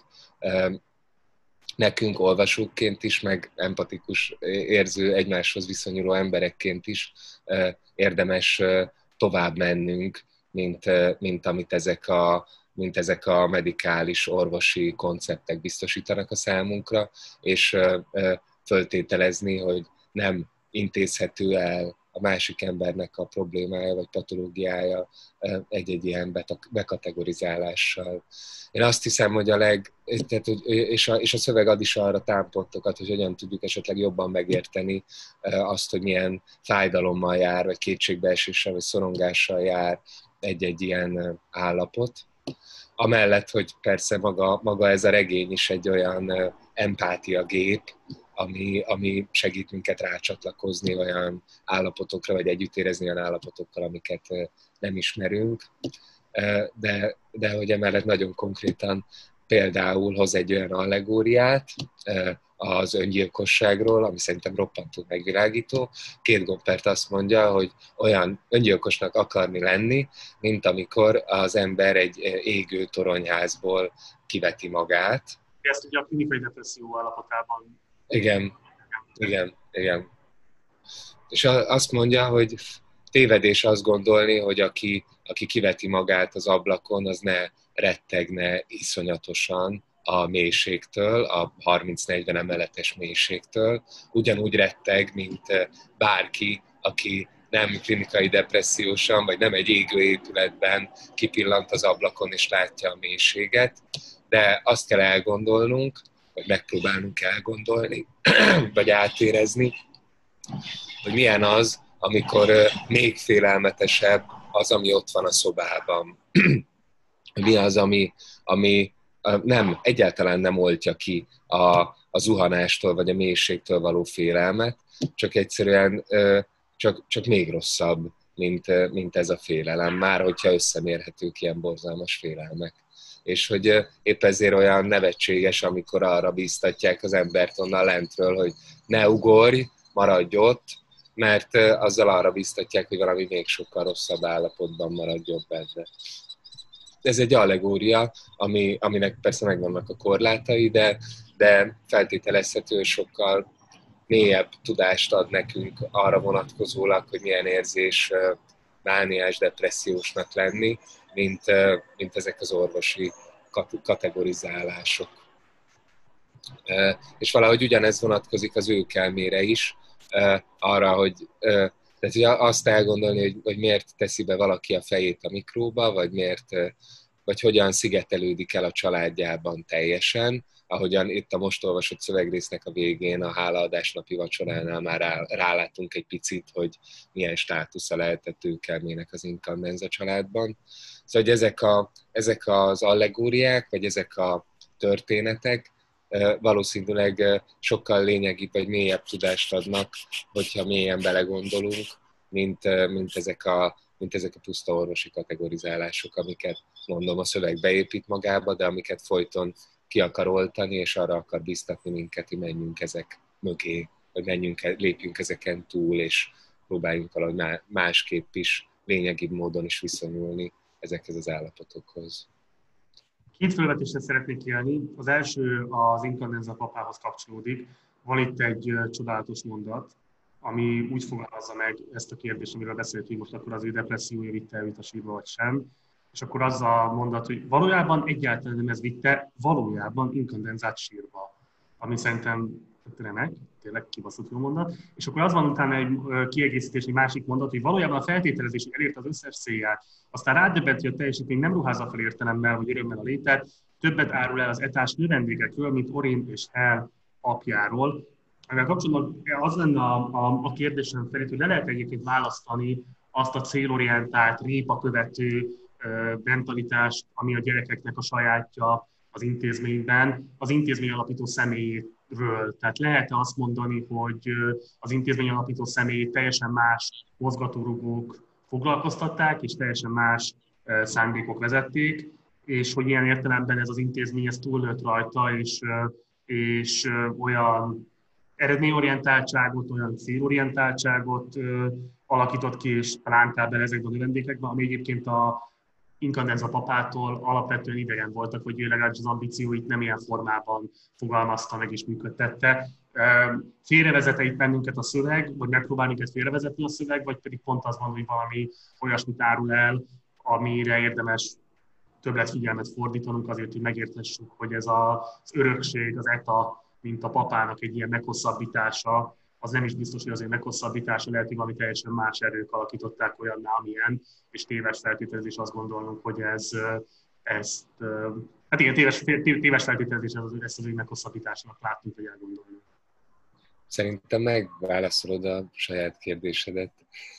nekünk olvasókként is, meg empatikus, érző, egymáshoz viszonyuló emberekként is érdemes tovább mennünk, mint, mint amit ezek a, mint ezek a medikális, orvosi konceptek biztosítanak a számunkra, és föltételezni, hogy nem intézhető el a másik embernek a problémája vagy patológiája egy-egy ilyen bekategorizálással. Én azt hiszem, hogy a leg... Tehát, és, a, és a szöveg ad is arra támpontokat, hogy hogyan tudjuk esetleg jobban megérteni azt, hogy milyen fájdalommal jár, vagy kétségbeeséssel, vagy szorongással jár egy-egy ilyen állapot. Amellett, hogy persze maga, maga ez a regény is egy olyan empátiagép, ami, ami segít minket rácsatlakozni olyan állapotokra, vagy együtt érezni olyan állapotokkal, amiket nem ismerünk. De, de hogy emellett nagyon konkrétan például hoz egy olyan allegóriát az öngyilkosságról, ami szerintem roppantul megvilágító. Két Gompert azt mondja, hogy olyan öngyilkosnak akarni lenni, mint amikor az ember egy égő toronyházból kiveti magát. Ezt ugye a klinikai depresszió állapotában. Igen, igen, igen. És azt mondja, hogy tévedés azt gondolni, hogy aki, aki kiveti magát az ablakon, az ne rettegne iszonyatosan a mélységtől, a harminc-negyven emeletes mélységtől. Ugyanúgy retteg, mint bárki, aki nem klinikai depressziósan, vagy nem egy égő épületben kipillant az ablakon és látja a mélységet. De azt kell elgondolnunk, vagy megpróbálnunk elgondolni, vagy átérezni, hogy milyen az, amikor még félelmetesebb az, ami ott van a szobában. Mi az, ami, ami nem, egyáltalán nem oltja ki a, a zuhanástól, vagy a mélységtől való félelmet, csak egyszerűen csak, csak még rosszabb, mint, mint ez a félelem, már hogyha összemérhetők ilyen borzalmas félelmek. És hogy épp ezért olyan nevetséges, amikor arra bíztatják az embert onnan lentről, hogy ne ugorj, maradj ott, mert azzal arra bíztatják, hogy valami még sokkal rosszabb állapotban maradjon benne. Ez egy allegória, ami, aminek persze megvannak a korlátai, de, de feltételezhető, sokkal mélyebb tudást ad nekünk arra vonatkozólag, hogy milyen érzés mániás, depressziósnak lenni, mint, mint ezek az orvosi kategorizálások. És valahogy ugyanez vonatkozik az ők elmére is, arra, hogy, tehát, hogy azt elgondolni, hogy, hogy miért teszi be valaki a fejét a mikróba, vagy, miért, vagy hogyan szigetelődik el a családjában teljesen, ahogyan itt a most olvasott szövegrésznek a végén a hálaadás napi vacsoránál már rá, rálátunk egy picit, hogy milyen státusza lehetett őkelmének az Incandenza családban. Szóval, hogy ezek, a, ezek az allegóriák, vagy ezek a történetek valószínűleg sokkal lényegibb, vagy mélyebb tudást adnak, hogyha mélyen belegondolunk, mint, mint, ezek, a, mint ezek a puszta orvosi kategorizálások, amiket mondom, a szöveg beépít magába, de amiket folyton ki akar oltani, és arra akar biztatni minket, hogy menjünk ezek mögé, vagy menjünk, lépjünk ezeken túl, és próbáljunk valahogy másképp is, lényegibb módon is viszonyulni ezekhez az állapotokhoz. Két felvetésre szeretnék élni. Az első az Incandenza papához kapcsolódik. Van itt egy csodálatos mondat, ami úgy fogalmazza meg ezt a kérdést, amiről beszéltünk most, akkor az ő depressziója vitte őt a sírba, vagy sem. És akkor az a mondat, hogy valójában egyáltalán nem ez vitte, valójában Incandenzát sírba. Ami szerintem remek, tényleg kibaszott jó mondat. És akkor az van utána egy kiegészítés, egy másik mondat, hogy valójában a feltételezés elérte az összes célját. Aztán rádöbbent, hogy a teljesítmény nem ruházza fel értelemmel, vagy örömmel a létet, többet árul el az etás növendékekről, mint Orin és Hel apjáról. Ezzel kapcsolatban az lenne a, a, a kérdésem felé, hogy le lehet egyébként választani azt a célorientált, répa követő mentalitást, ami a gyerekeknek a sajátja az intézményben, az intézmény alapító személyéről. Tehát lehet-e azt mondani, hogy az intézmény alapító személyét teljesen más mozgatórugók foglalkoztatták, és teljesen más szándékok vezették, és hogy ilyen értelemben ez az intézmény ez túllőtt rajta, és, és olyan eredményorientáltságot, olyan célorientáltságot alakított ki, és rántál bele ezekben a növendékekben, ami egyébként a Incandenza papától alapvetően idegen voltak, hogy ő legalábbis az ambícióit nem ilyen formában fogalmazta meg és működtette. Félrevezete itt bennünket a szöveg, vagy megpróbál minket félrevezetni a szöveg, vagy pedig pont az van, hogy valami olyasmit árul el, amire érdemes többletfigyelmet fordítanunk azért, hogy megértessük, hogy ez az örökség, az eta, mint a papának egy ilyen meghosszabbítása, az nem is biztos, hogy az egy meghosszabbítása, lehet, hogy valami teljesen más erők alakították olyanná, amilyen, és téves feltételezés azt gondolnunk, hogy ez, ezt, hát igen, téves, téves feltételezés az, ezt az egy meghosszabbításnak láttunk, hogy elgondolni. Szerintem megválaszolod a saját kérdésedet.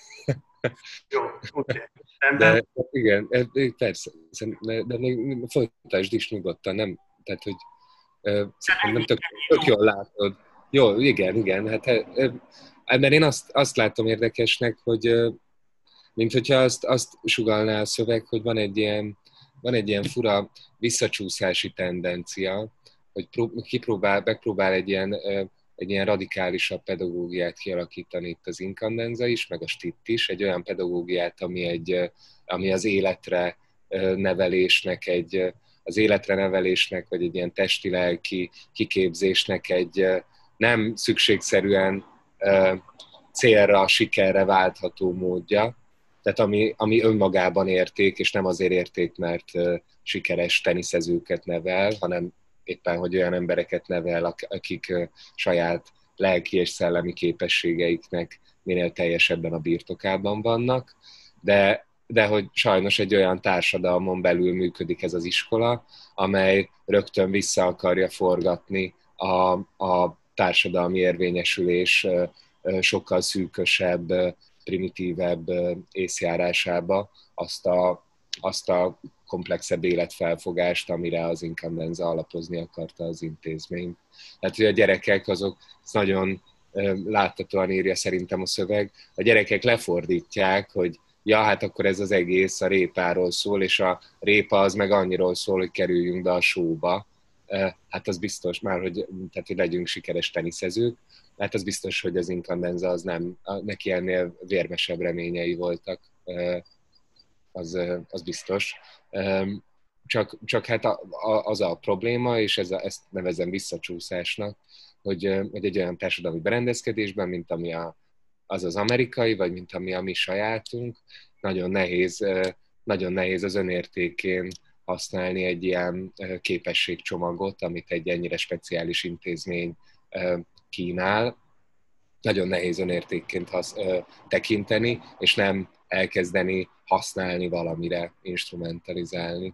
Jó, oké. Okay. De igen, persze, de még folytasd is nyugodtan, nem, tehát, hogy nem tök, tök jól látod. Jó, igen, igen. Hát, mert én azt, azt látom érdekesnek, hogy mint hogyha azt, azt sugallná a szöveg, hogy van egy ilyen, van egy ilyen fura visszacsúszási tendencia, hogy prób- kipróbál, megpróbál egy ilyen, egy ilyen radikálisabb pedagógiát kialakítani itt az Incandenza is, meg a Stitt is, egy olyan pedagógiát, ami, egy, ami az életre nevelésnek egy, az életre nevelésnek, vagy egy ilyen testi-lelki kiképzésnek egy nem szükségszerűen uh, célra, sikerre váltható módja, tehát ami, ami önmagában érték, és nem azért érték, mert uh, sikeres teniszezőket nevel, hanem éppen, hogy olyan embereket nevel, akik uh, saját lelki és szellemi képességeiknek minél teljesebben a birtokában vannak, de, de hogy sajnos egy olyan társadalmon belül működik ez az iskola, amely rögtön vissza akarja forgatni a, a társadalmi érvényesülés sokkal szűkösebb, primitívebb észjárásába azt a, azt a komplexebb életfelfogást, amire az Incandenza alapozni akarta az intézményt. Tehát, hogy a gyerekek azok, ez nagyon láthatóan írja szerintem a szöveg, a gyerekek lefordítják, hogy ja, hát akkor ez az egész a répáról szól, és a répa az meg annyiról szól, hogy kerüljünk be a showba. Hát az biztos már, hogy, tehát, hogy legyünk sikeres teniszezők, hát az biztos, hogy az Incandenza az nem, neki ennél vérmesebb reményei voltak, az, az biztos. Csak, csak hát a, a, az a probléma, és ez a, ezt nevezem visszacsúszásnak, hogy, hogy egy olyan társadalmi berendezkedésben, mint ami a, az az amerikai, vagy mint ami a mi sajátunk, nagyon nehéz, nagyon nehéz az önértékén használni egy ilyen képességcsomagot, amit egy ennyire speciális intézmény kínál. Nagyon nehéz önértékként hasz, tekinteni, és nem elkezdeni használni valamire, instrumentalizálni.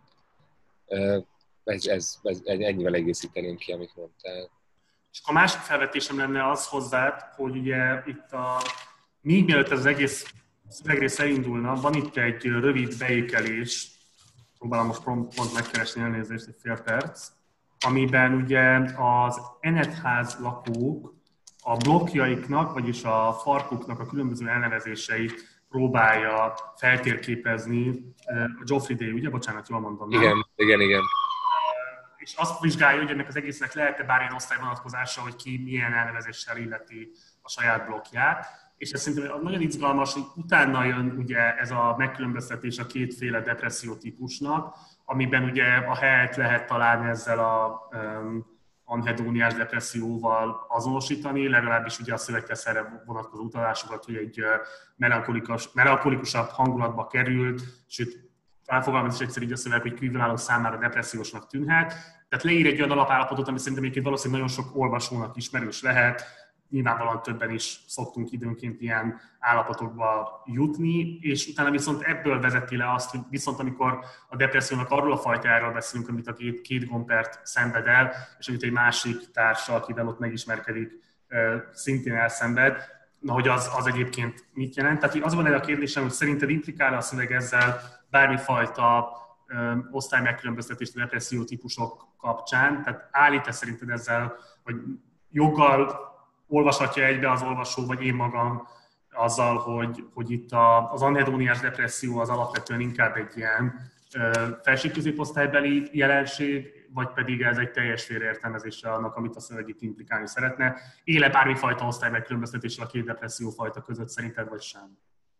Ez, ez, ez, ennyivel egészíteném ki, amit mondtál. És a másik felvetésem lenne az hozzá, hogy ugye itt a, még mielőtt ez az egész szövegrész elindulna, van itt egy rövid beékelés, próbálom most pont, pont megkeresni, elnézést, egy fél perc, amiben ugye az Enetház lakók a blokkjaiknak, vagyis a farkuknak a különböző elnevezéseit próbálja feltérképezni a Geoffrey Day, ugye? Bocsánat, jól mondom. Igen, nem? igen, igen. És azt vizsgálja, hogy ennek az egésznek lehet-e bármilyen osztályvonatkozása, hogy ki milyen elnevezéssel illeti a saját blokkját. És ez szerintem nagyon izgalmas, hogy utána jön ugye ez a megkülönböztetés a kétféle depresszió típusnak, amiben ugye a helyet lehet találni ezzel a um, anhedóniás depresszióval azonosítani, legalábbis ugye a szöveg tesz erre vonatkozó utalásokat, hogy egy melankolikus, melankolikusabb hangulatba került, sőt, felfogalmaz is egyszer így a szöveg, hogy kívülálló számára depressziósnak tűnhet. Tehát leír egy olyan alapállapotot, ami szerintem egyébként valószínűleg nagyon sok olvasónak ismerős lehet, nyilvánvalóan többen is szoktunk időnként ilyen állapotokba jutni, és utána viszont ebből vezeti le azt, hogy viszont amikor a depressziónak arról a fajtájáról beszélünk, amit a két, két Gompert szenved el, és amit egy másik társa, akivel ott megismerkedik, szintén elszenved, na, hogy az, az egyébként mit jelent. Tehát az van egy a kérdésem, hogy szerinted implikál a szöveg ezzel bármifajta osztály megkülönböztetést a depresszió típusok kapcsán, tehát állít-e szerinted ezzel, hogy joggal olvashatja egybe az olvasó, vagy én magam azzal, hogy, hogy itt a, az anhedóniás depresszió az alapvetően inkább egy ilyen felső-középosztálybeli jelenség, vagy pedig ez egy teljes félreértelmezése annak, amit a szöveg itt implikálni szeretne. Éle bármifajta osztály megkülönböztetéssel a két depressziófajta között szerinted, vagy sem?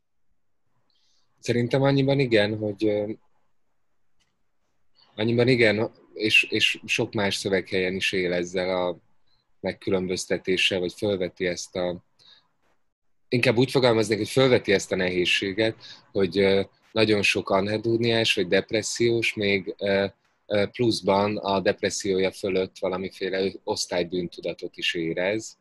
Szerintem annyiban igen, hogy annyiban igen, és, és sok más szöveghelyen is él ezzel a megkülönböztetéssel, vagy fölveti ezt a... Inkább úgy fogalmaznék, hogy fölveti ezt a nehézséget, hogy nagyon sok anhedóniás, vagy depressziós még pluszban a depressziója fölött valamiféle osztálybűntudatot is érez,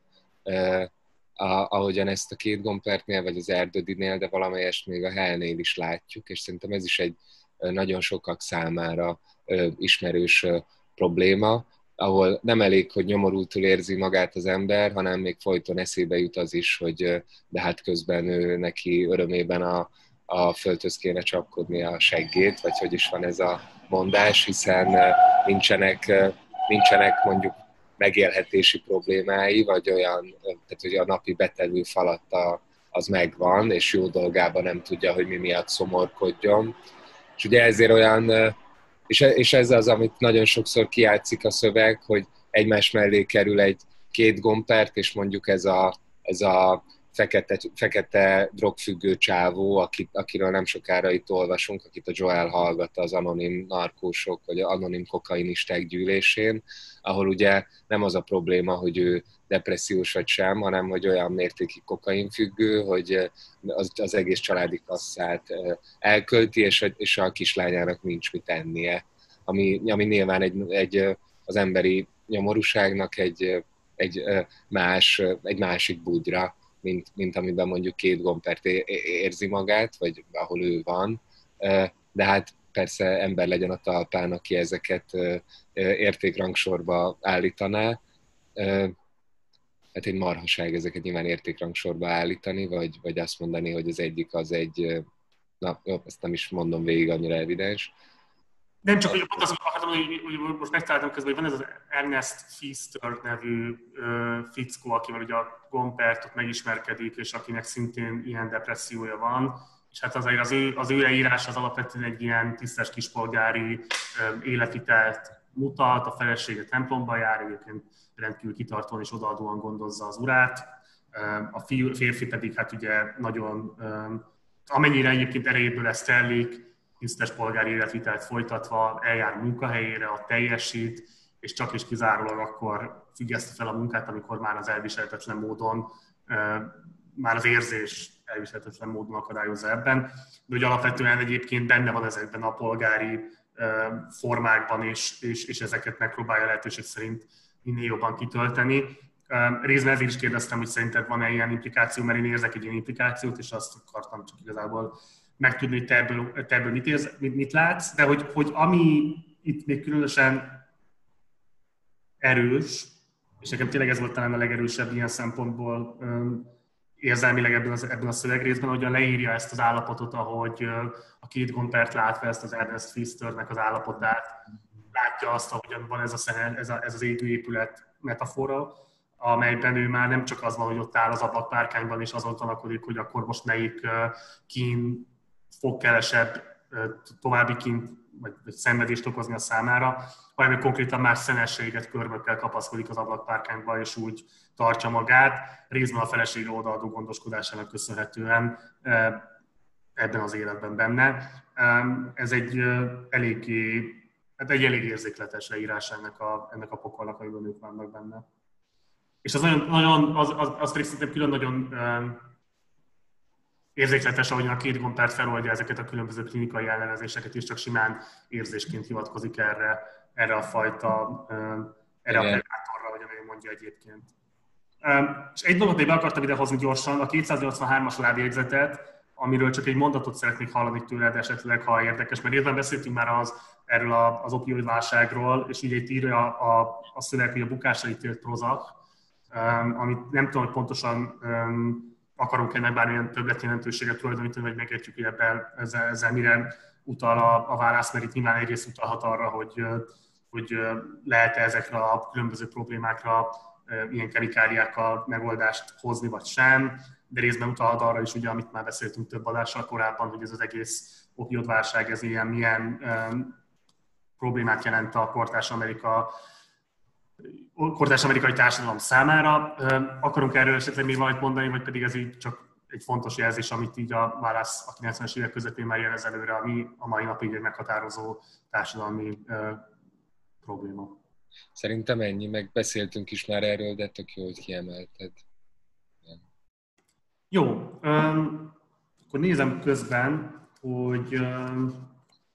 ahogyan ezt a két Gompertnél, vagy az Erdődinél, de valamelyest még a Hellnél is látjuk, és szerintem ez is egy nagyon sokak számára ismerős probléma, ahol nem elég, hogy nyomorultul érzi magát az ember, hanem még folyton eszébe jut az is, hogy de hát közben ő neki örömében a, a földhöz kéne csapkodni a seggét, vagy hogy is van ez a mondás, hiszen nincsenek, nincsenek mondjuk megélhetési problémái, vagy olyan, tehát hogy a napi betelő falatta az megvan, és jó dolgában nem tudja, hogy mi miatt szomorkodjon. És ugye ezért olyan, és, és ez az, amit nagyon sokszor kijátszik a szöveg, hogy egymás mellé kerül egy két Gompert, és mondjuk ez a, ez a fekete, fekete drogfüggő csávó, akit, akiről nem sokára itt olvasunk, akit a Joel hallgat az anonim narkósok, vagy az anonim kokainisták gyűlésén, ahol ugye nem az a probléma, hogy ő depressziós vagy sem, hanem hogy olyan mértékig kokainfüggő, hogy az, az egész családi kasszát elkölti, és a, és a kislányának nincs mit ennie. Ami, ami nyilván egy, egy, az emberi nyomorúságnak egy, egy, más, egy másik bugyra, mint, mint amiben mondjuk két Gompert érzi magát, vagy ahol ő van. De hát persze ember legyen a talpán, aki ezeket értékrangsorba állítaná. Hát egy marhaság ezeket nyilván értékrangsorba állítani, vagy, vagy azt mondani, hogy az egyik az egy, na jó, ezt nem is mondom végig, annyira evidens. Nem csak, hogy pont azt akartam, hogy, hogy most megtaláltam közben, hogy van ez az Ernest Pfister nevű ö, fickó, akivel ugye a Gompert ott megismerkedik, és akinek szintén ilyen depressziója van, és hát azért az ő, az ő leírás az alapvetően egy ilyen tisztes kispolgári életvitelt mutat, a felesége templomba jár, egyébként rendkívül kitartóan és odaadóan gondozza az urát, a fiú, férfi pedig hát ugye nagyon, amennyire egyébként erejéből ezt tellik, tisztes polgári életvitelt folytatva eljár a munkahelyére, ott teljesít, és csak is kizárólag akkor függeszti fel a munkát, amikor már az elviselhetetlen módon, már az érzés elviselhetetlen módon akadályozza ebben. De hogy alapvetően egyébként benne van ezekben a polgári formákban, és, és, és ezeket megpróbálja lehetőség szerint minél jobban kitölteni. Részben ezért is kérdeztem, hogy szerinted van-e ilyen implikáció, mert én érzek egy ilyen implikációt, és azt akartam csak igazából megtudni, hogy te ebből, te ebből mit, érz, mit, mit látsz, de hogy, hogy ami itt még különösen erős, és nekem tényleg ez volt talán a legerősebb ilyen szempontból érzelmileg ebben, az, ebben a szövegrészben, hogyan leírja ezt az állapotot, ahogy a két Gompert látva ezt az Ernest Pfisternek az állapotát, látja azt, ahogyan van ez, a szene, ez, a, ez az égő épület metafora, amelyben ő már nem csak az van, hogy ott áll az ablakpárkányban, és azon tanakodik, hogy akkor most melyik kín fog kevesebb további kint, vagy, vagy szenvedést okozni a számára, hanem konkrétan már szenességet körmökkel kapaszkodik az ablakpárkányba, és úgy tartja magát, részben a feleségre odaadó gondoskodásának köszönhetően ebben az életben benne. Ez egy eléggé, hát egy elég érzékletes leírás ennek a, ennek a pokolnak, amiben ők vannak benne. És az nagyon, nagyon az, az, az pedig szerintem külön nagyon érzékletes, ahogyan a két Gompert feloldja ezeket a különböző klinikai ellenezéseket, és csak simán érzésként hivatkozik erre, erre a fajta, erre a predátorra, ahogyan ő mondja egyébként. És egy dolgot még be akartam idehozni gyorsan, a kétszáznyolcvanhármas lábjegyzetet, amiről csak egy mondatot szeretnék hallani tőled esetleg, ha érdekes, mert részben beszéltünk már az, erről az opioid válságról, és ugye itt írja a, a, a szöveg, hogy a bukásra ítélt Prozac, amit nem tudom, hogy pontosan akarunk ennek bármilyen többletjelentőséget tulajdonítani, vagy megértjük, hogy ebben, ezzel, ezzel mire utal a, a válasz, mert itt nyilván egyrészt utalhat arra, hogy, hogy lehet-e ezekre a különböző problémákra ilyen kemikáliákkal megoldást hozni, vagy sem, de részben utalhat arra is, ugye, amit már beszéltünk több adással korábban, hogy ez az egész opioidválság, ez ilyen milyen um, problémát jelent a kortárs Amerika kortárs amerikai társadalom számára. Akarunk erről esetleg még valamit mondani, vagy pedig ez így csak egy fontos jelzés, amit így a válasz a kilencvenes évek közepén már jelez előre, ami a mai napig egy meghatározó társadalmi uh, probléma. Szerintem ennyi, meg beszéltünk is már erről, de tök jó, hogy kiemelted. Jó, um, akkor nézem közben, hogy um,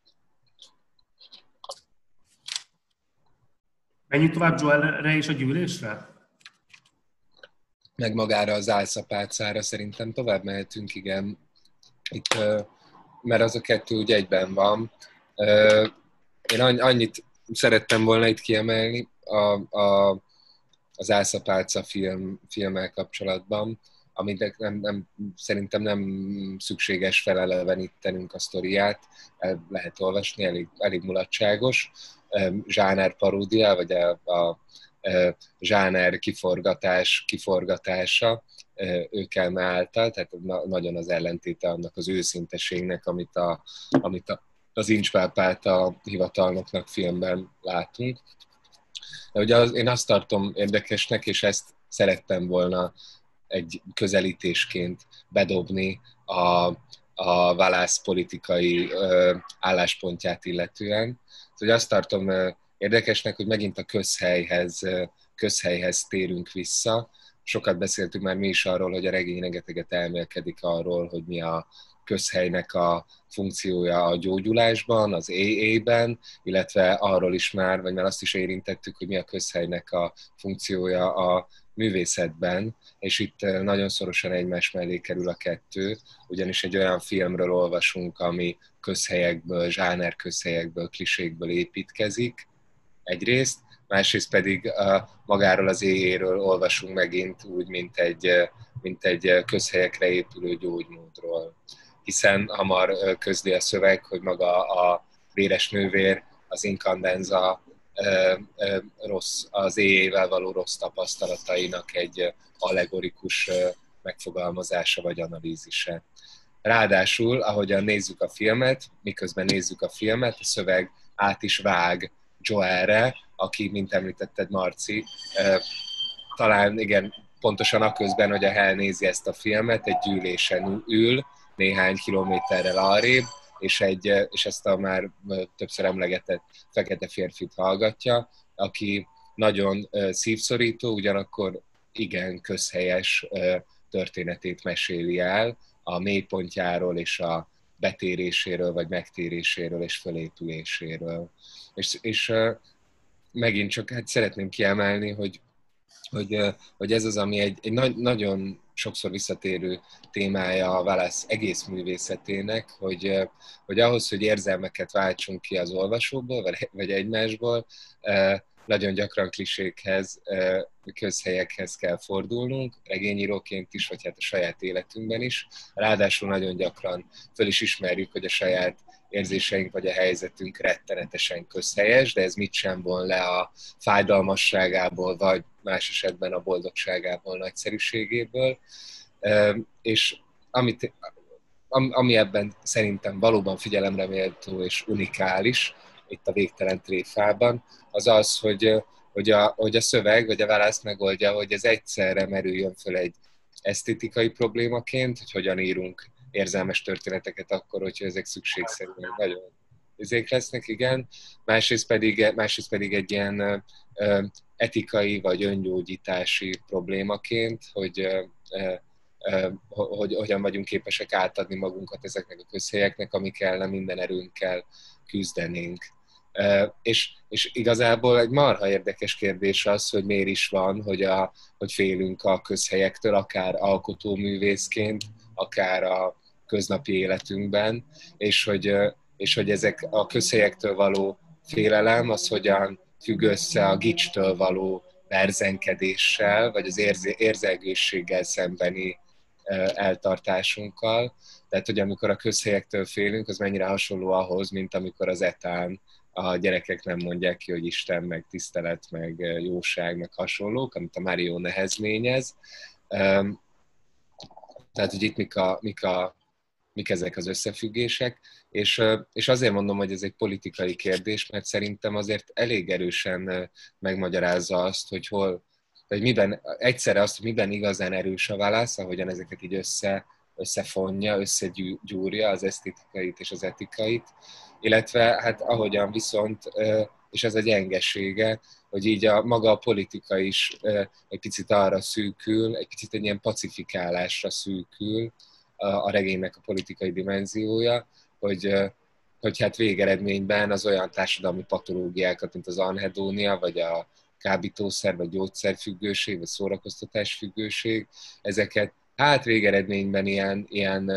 menjünk tovább Joelre és a gyűlésre? Meg magára az álszapálcára szerintem tovább mehetünk, igen. Itt, mert az a kettő úgy egyben van. Én annyit szerettem volna itt kiemelni a, a, az álszapálca film, filmmel kapcsolatban, amit nem, nem, szerintem nem szükséges felelevenítenünk a sztoriát, el lehet olvasni, elég, elég mulatságos. Zsáner paródia, vagy a, a, a zsáner kiforgatás, kiforgatása őkelme által, tehát nagyon az ellentéte annak az őszinteségnek, amit, a, amit a, az Incspápát a hivatalnoknak filmben látunk. De ugye az, én azt tartom érdekesnek, és ezt szerettem volna egy közelítésként bedobni a, a Wallace politikai ö, álláspontját illetően. Hogy azt tartom érdekesnek, hogy megint a közhelyhez, közhelyhez térünk vissza. Sokat beszéltünk már mi is arról, hogy a regény rengeteget elmélkedik arról, hogy mi a közhelynek a funkciója a gyógyulásban, az á á-ben, illetve arról is már, vagy már azt is érintettük, hogy mi a közhelynek a funkciója a művészetben, és itt nagyon szorosan egymás mellé kerül a kettő, ugyanis egy olyan filmről olvasunk, ami közhelyekből, zsáner közhelyekből, klisékből építkezik egyrészt, másrészt pedig magáról az á á-ről olvasunk megint úgy, mint egy, mint egy közhelyekre épülő gyógymódról. Hiszen hamar közli a szöveg, hogy maga a véres nővér, az inkandenza rossz, az á á-vel való rossz tapasztalatainak egy allegorikus megfogalmazása vagy analízise. Ráadásul, ahogyan nézzük a filmet, miközben nézzük a filmet, a szöveg át is vág Joelre, aki, mint említetted, Marci, talán igen, pontosan aközben, hogy a Hell nézi ezt a filmet, egy gyűlésen ül, néhány kilométerrel arrébb, és, egy, és ezt a már többször emlegetett fekete férfit hallgatja, aki nagyon szívszorító, ugyanakkor igen közhelyes történetét meséli el, a mélypontjáról és a betéréséről, vagy megtéréséről és fölépüléséről. És, és megint csak hát szeretném kiemelni, hogy, hogy, hogy ez az, ami egy, egy nagy, nagyon sokszor visszatérő témája a Wallace egész művészetének, hogy, hogy ahhoz, hogy érzelmeket váltsunk ki az olvasóból, vagy, vagy egymásból, nagyon gyakran klisékhez, közhelyekhez kell fordulnunk, regényíróként is, vagy hát a saját életünkben is. Ráadásul nagyon gyakran föl is ismerjük, hogy a saját érzéseink vagy a helyzetünk rettenetesen közhelyes, de ez mit sem von le a fájdalmasságából, vagy más esetben a boldogságából, nagyszerűségéből. És amit, ami ebben szerintem valóban figyelemre méltó és unikális, itt a Végtelen tréfában, az az, hogy, hogy, a, hogy a szöveg, vagy a Wallace megoldja, hogy ez egyszerre merüljön föl egy esztétikai problémaként, hogy hogyan írunk érzelmes történeteket akkor, hogyha ezek szükségszerűen nagyon izék lesznek, igen. Másrészt pedig, másrészt pedig egy ilyen ö, etikai vagy öngyógyítási problémaként, hogy ö, ö, hogy hogyan vagyunk képesek átadni magunkat ezeknek a közhelyeknek, amik ellen minden erőnkkel küzdenénk. Uh, és, és igazából egy marha érdekes kérdés az, hogy miért is van, hogy, a, hogy félünk a közhelyektől, akár alkotóművészként, akár a köznapi életünkben, és hogy, és hogy ezek a közhelyektől való félelem, az hogyan függ össze a gicstől való berzenkedéssel, vagy az érze, érzelgősséggel szembeni uh, eltartásunkkal. Tehát, hogy amikor a közhelyektől félünk, az mennyire hasonló ahhoz, mint amikor az etán a gyerekek nem mondják ki, hogy Isten, meg tisztelet, meg jóság, meg hasonlók, amit a Mario nehezményez. Tehát, hogy itt mik, a, mik, a, mik ezek az összefüggések. És, és azért mondom, hogy ez egy politikai kérdés, mert szerintem azért elég erősen megmagyarázza azt, hogy hol, hogy miben, egyszerre azt, hogy miben igazán erős a Wallace, ahogyan ezeket így össze, összefonja, összegyúrja az esztétikait és az etikait, illetve hát ahogyan viszont, és ez a gyengesége, hogy így a maga a politika is egy picit arra szűkül, egy picit egy ilyen pacifikálásra szűkül a regénynek a politikai dimenziója, hogy, hogy hát végeredményben az olyan társadalmi patológiákat, mint az anhedónia, vagy a kábítószer, vagy gyógyszerfüggőség, vagy szórakoztatásfüggőség, ezeket hát végeredményben ilyen, ilyen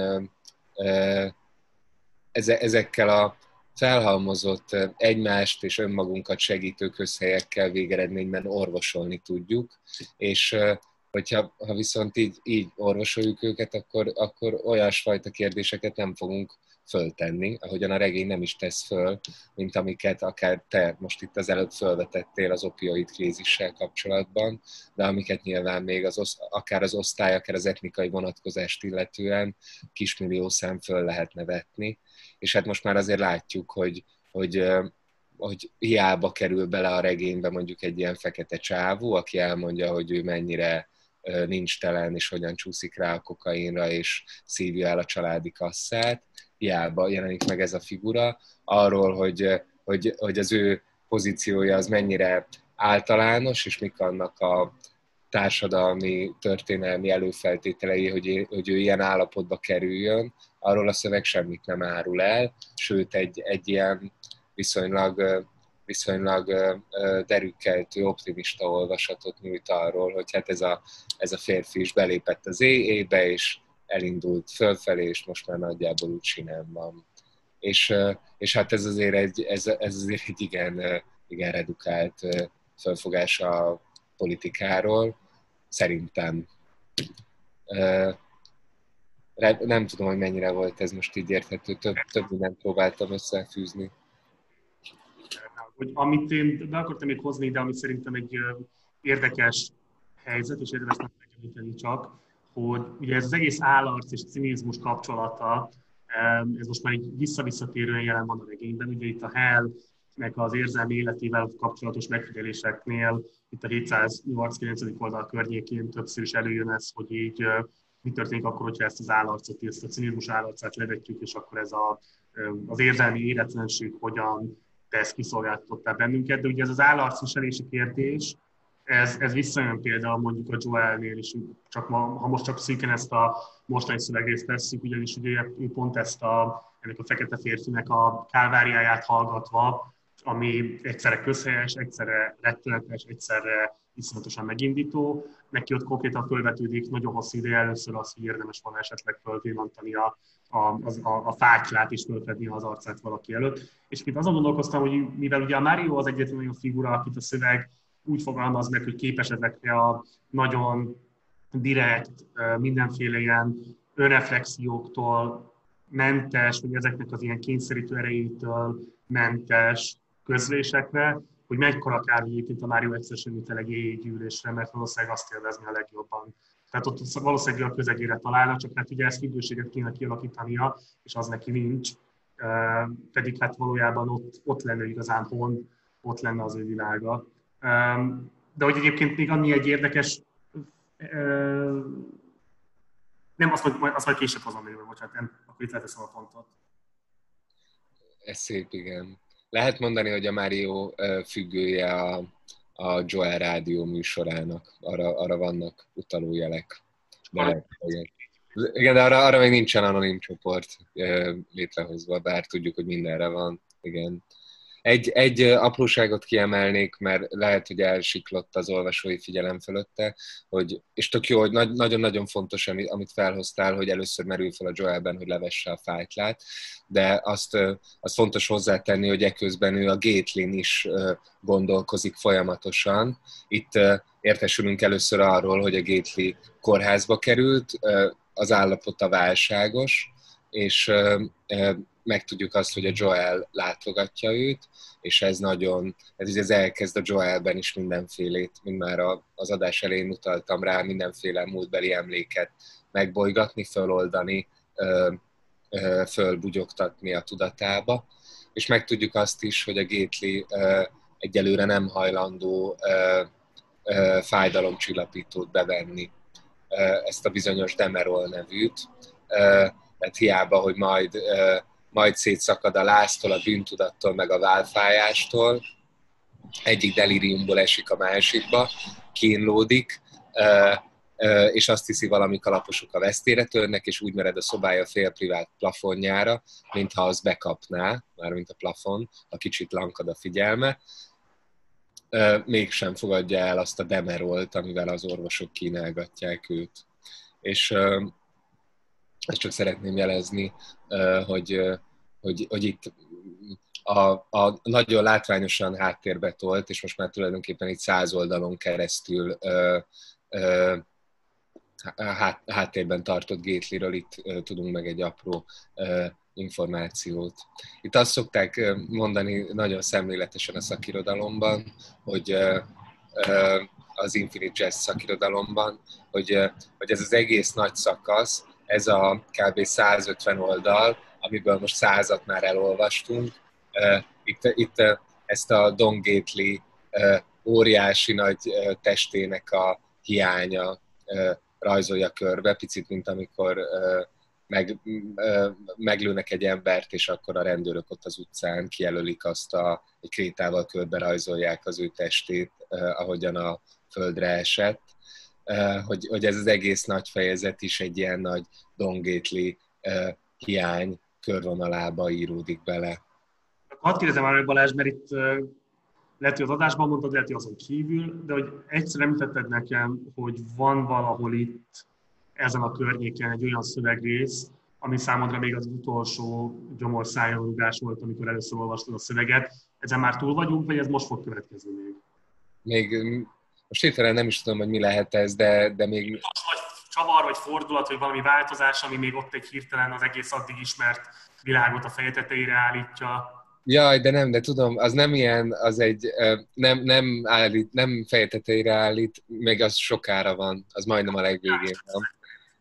ezekkel a felhalmozott egymást és önmagunkat segítő közhelyekkel végeredményben orvosolni tudjuk, és hogyha ha viszont így, így orvosoljuk őket, akkor, akkor olyasfajta kérdéseket nem fogunk föltenni, ahogyan a regény nem is tesz föl, mint amiket akár te most itt az előbb fölvetettél az opioid krízissel kapcsolatban, de amiket nyilván még az, akár az osztály, akár az etnikai vonatkozást illetően kismillió szám föl lehetne vetni. És hát most már azért látjuk, hogy, hogy, hogy hiába kerül bele a regénybe mondjuk egy ilyen fekete csávó, aki elmondja, hogy ő mennyire nincs telen, és hogyan csúszik rá a kokainra, és szívja el a családi kasszát, hiába jelenik meg ez a figura, arról, hogy, hogy, hogy az ő pozíciója az mennyire általános, és mik annak a társadalmi, történelmi előfeltételei, hogy, hogy ő ilyen állapotba kerüljön, arról a szöveg semmit nem árul el, sőt egy, egy ilyen viszonylag, viszonylag derűkeltő, optimista olvasatot nyújt arról, hogy hát ez a, ez a férfi is belépett az éjbe, és elindult fölfelé, és most már nagyjából úgy sinem van. És, és hát ez azért egy, ez, ez azért egy igen, igen redukált felfogás a politikáról, szerintem. Nem tudom, hogy mennyire volt ez most így érthető, több, több mindent próbáltam összefűzni. Hogy amit én be akartam még hozni, de ami szerintem egy érdekes helyzet, és érdemes megemlíteni csak, hogy ugye ez az egész állarc és cinizmus kapcsolata, ez most már így visszavisszatérően jelen van a regényben. Ugye itt a Hell-nek az érzelmi életével kapcsolatos megfigyeléseknél, itt a hétszáznyolcvankilencedik oldal környékén többször is előjön ez, hogy így mi történik akkor, hogyha ezt az állarcot, ezt a cinizmus állarcát levetjük, és akkor ez a, az érzelmi életlenség hogyan tesz kiszolgáltatottá bennünket. De ugye ez az állarcviselési kérdés, Ez, ez visszajön például mondjuk a Joelnél is, csak ma, ha most csak szűken ezt a mostani szövegrészt tesszük, ugyanis ugye ő pont ezt a, ennek a fekete férfinek a kálváriáját hallgatva, ami egyszerre közhelyes, egyszerre rettenetes, egyszerre iszonyatosan megindító. Neki ott konkrétan fölvetődik nagyon hosszú ideje először az, hogy érdemes volna esetleg fölvillantani a, a, a, a fáklát és fölfedni az arcát valaki előtt. És itt azon gondolkoztam, hogy mivel ugye a Mario az egyetlen olyan figura, akit a szöveg úgy fogalmaz meg, hogy képes ezekre a nagyon direkt, mindenféle ilyen önreflexióktól mentes, vagy ezeknek az ilyen kényszerítő erejétől mentes közlésekre, hogy mekkora kár egyébként a Mario egyszerűen ült el egy éjgyűlésre, mert valószínűleg azt élvezni a legjobban. Tehát ott valószínűleg a közegére találna, csak hát ugye ezt függőséget kéne kialakítania, és az neki nincs. Pedig hát valójában ott, ott lenne igazán hon, ott lenne az ő világa. De hogy egyébként még annyi egy érdekes, nem, azt majd, azt majd később hozom még, bocsánat, nem, akkor itt leteszem a pontot. Ez szép, igen. Lehet mondani, hogy a Mario függője a, a Joel rádió műsorának, arra, arra vannak utalójelek. De, igen, de arra, arra még nincsen anonim csoport létrehozva, bár tudjuk, hogy mindenre van, igen. Egy, egy apróságot kiemelnék, mert lehet, hogy elsiklott az olvasói figyelem fölötte, hogy, és tök jó, hogy nagyon-nagyon fontos, amit felhoztál, hogy először merül fel a Joelben, hogy levesse a fájtlát, de azt, azt fontos hozzátenni, hogy eközben ő a Gately-n is gondolkozik folyamatosan. Itt értesülünk először arról, hogy a Gately kórházba került, az állapota válságos, és megtudjuk azt, hogy a Joel látogatja őt, és ez nagyon, ez, ez elkezd a Joelben is mindenfélét, mint már az adás elején utaltam rá, mindenféle múltbeli emléket megbolygatni, föloldani, fölbugyogtatni a tudatába, és megtudjuk azt is, hogy a Gately egyelőre nem hajlandó fájdalomcsillapítót bevenni, ezt a bizonyos Demerol nevűt, tehát hiába, hogy majd majd szétszakad a láztól, a bűntudattól, meg a válfájástól, egyik delíriumból esik a másikba, kínlódik, és azt hiszi, valami kalaposok a vesztére törnek, és úgy mered a szobája félprivát plafonjára, mintha az bekapná, mármint a plafon, a kicsit lankad a figyelme, mégsem fogadja el azt a Demerolt, amivel az orvosok kínálgatják őt. És ezt csak szeretném jelezni, hogy, hogy, hogy itt a, a nagyon látványosan háttérbe tolt, és most már tulajdonképpen itt száz oldalon keresztül ö, ö, hát, háttérben tartott Gatelyről itt ö, tudunk meg egy apró ö, információt. Itt azt szokták mondani nagyon szemléletesen a szakirodalomban, hogy ö, ö, az Infinite Jest szakirodalomban, hogy, ö, hogy ez az egész nagy szakasz, ez a kb. százötven oldal, amiből most százat már elolvastunk. Itt, itt ezt a Don Gately óriási nagy testének a hiánya rajzolja körbe, picit, mint amikor meg, meglőnek egy embert, és akkor a rendőrök ott az utcán kijelölik azt, a, egy krétával körbe rajzolják az ő testét, ahogyan a földre esett. Hogy, hogy ez az egész nagy fejezet is egy ilyen nagy Don Gately uh, hiány körvonalába íródik bele. Hadd kérdezem már meg, Balázs, mert itt uh, lehet, hogy az adásban mondtad, lehet, hogy azon kívül, de hogy egyszer említetted nekem, hogy van valahol itt ezen a környéken egy olyan szövegrész, ami számodra még az utolsó gyomorszájrugás volt, amikor először olvastad a szöveget. Ezen már túl vagyunk, vagy ez most fog következni még? Még... Most hirtelen nem is tudom, hogy mi lehet ez, de, de még... Vagy csavar, vagy fordulat, vagy valami változás, ami még ott egy hirtelen az egész addig ismert világot a feje tetejére állítja. Jaj, de nem, de tudom, az nem ilyen, az egy, nem, nem, állít, nem feje tetejére állít, meg az sokára van, az majdnem a legvégén van.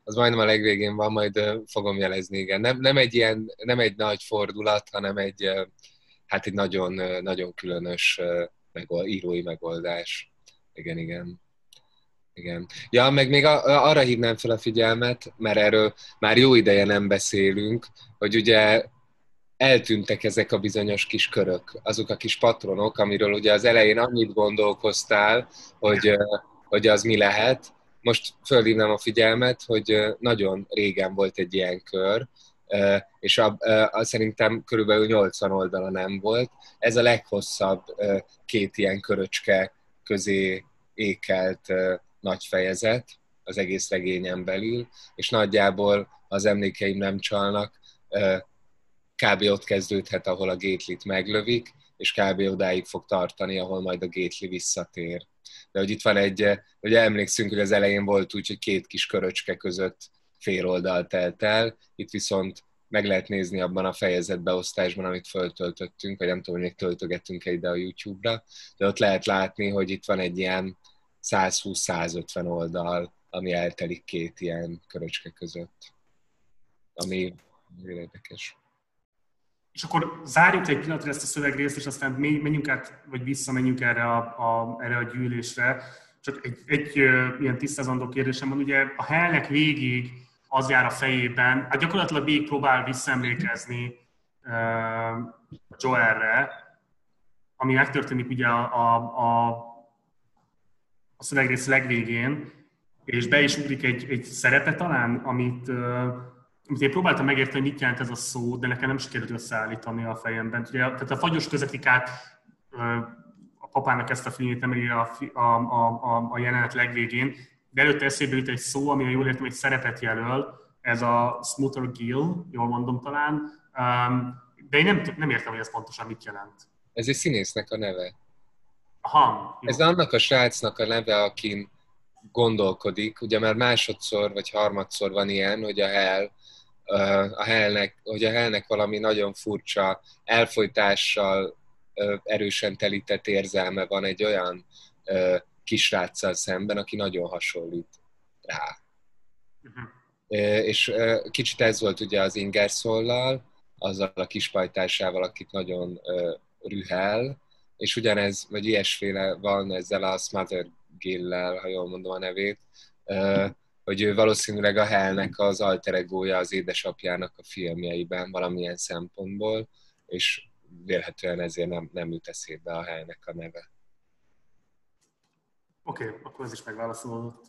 az majdnem a legvégén van, majd fogom jelezni, igen. Nem, nem, egy ilyen, nem egy nagy fordulat, hanem egy, hát egy nagyon, nagyon különös megold, írói megoldás. Igen, igen. Igen. Ja, meg még a, arra hívnám fel a figyelmet, mert erről már jó ideje nem beszélünk, hogy ugye eltűntek ezek a bizonyos kis körök, azok a kis patronok, amiről ugye az elején annyit gondolkoztál, hogy, hogy az mi lehet. Most fölhívnám a figyelmet, hogy nagyon régen volt egy ilyen kör, és a, a, szerintem körülbelül nyolcvan oldala nem volt. Ez a leghosszabb két ilyen köröcske közé ékelt nagy fejezet az egész regényen belül, és nagyjából az emlékeim nem csalnak, kb. Ott kezdődhet, ahol a Gatelyt meglövik, és kb. Odáig fog tartani, ahol majd a Gately visszatér. De hogy itt van egy, ugye emlékszünk, hogy az elején volt úgy, hogy két kis köröcske között fél oldal telt el, itt viszont meg lehet nézni abban a fejezetbeosztásban, amit föltöltöttünk, vagy nem tudom, hogy még töltögettünk ide a YouTube-ra, de ott lehet látni, hogy itt van egy ilyen százhúsz-százötven oldal, ami eltelik két ilyen köröcske között, ami érdekes. És akkor zárjuk egy pillanatra ezt a szövegrészt, és aztán menjünk át, vagy visszamenjünk erre a, a, erre a gyűlésre. Csak egy, egy ilyen tisztázandó kérdésem van, ugye a Hellnek végig az jár a fejében, hát gyakorlatilag végig próbál visszaemlékezni uh, Joelre, ami megtörténik ugye a, a, a, a szövegrész legvégén, és be is ugrik egy, egy szerepe talán, amit, uh, amit én próbáltam megérteni, hogy mit jelent ez a szó, de nekem nem sikerült összeállítani a fejemben. Ugye, tehát a fagyos közetikát, uh, a papának ezt a filmét emeli a, a, a, a jelenet legvégén, de előtte eszébe jut egy szó, ami, ha jól értem, egy szerepet jelöl, ez a Smoother Gill, jól mondom talán, um, de én nem, nem értem, hogy ez pontosan mit jelent. Ez egy színésznek a neve. Aha, jó. Ez annak a srácnak a neve, akin gondolkodik, ugye már másodszor vagy harmadszor van ilyen, hogy a Hell, a Hellnek, hogy a Hellnek valami nagyon furcsa elfojtással erősen telített érzelme van egy olyan kisráccal szemben, aki nagyon hasonlít rá. Uh-huh. És kicsit ez volt ugye az Ingersoll-lal, azzal a kispajtásával, akit nagyon rühel, és ugyanez, vagy ilyesféle van ezzel a Smoother Gill-lel, ha jól mondom a nevét, hogy ő valószínűleg a Hellnek az alter egója az édesapjának a filmjeiben valamilyen szempontból, és vélhetően ezért nem, nem jut eszébe a Hellnek a neve. Oké, okay, akkor ez is megválaszolódott.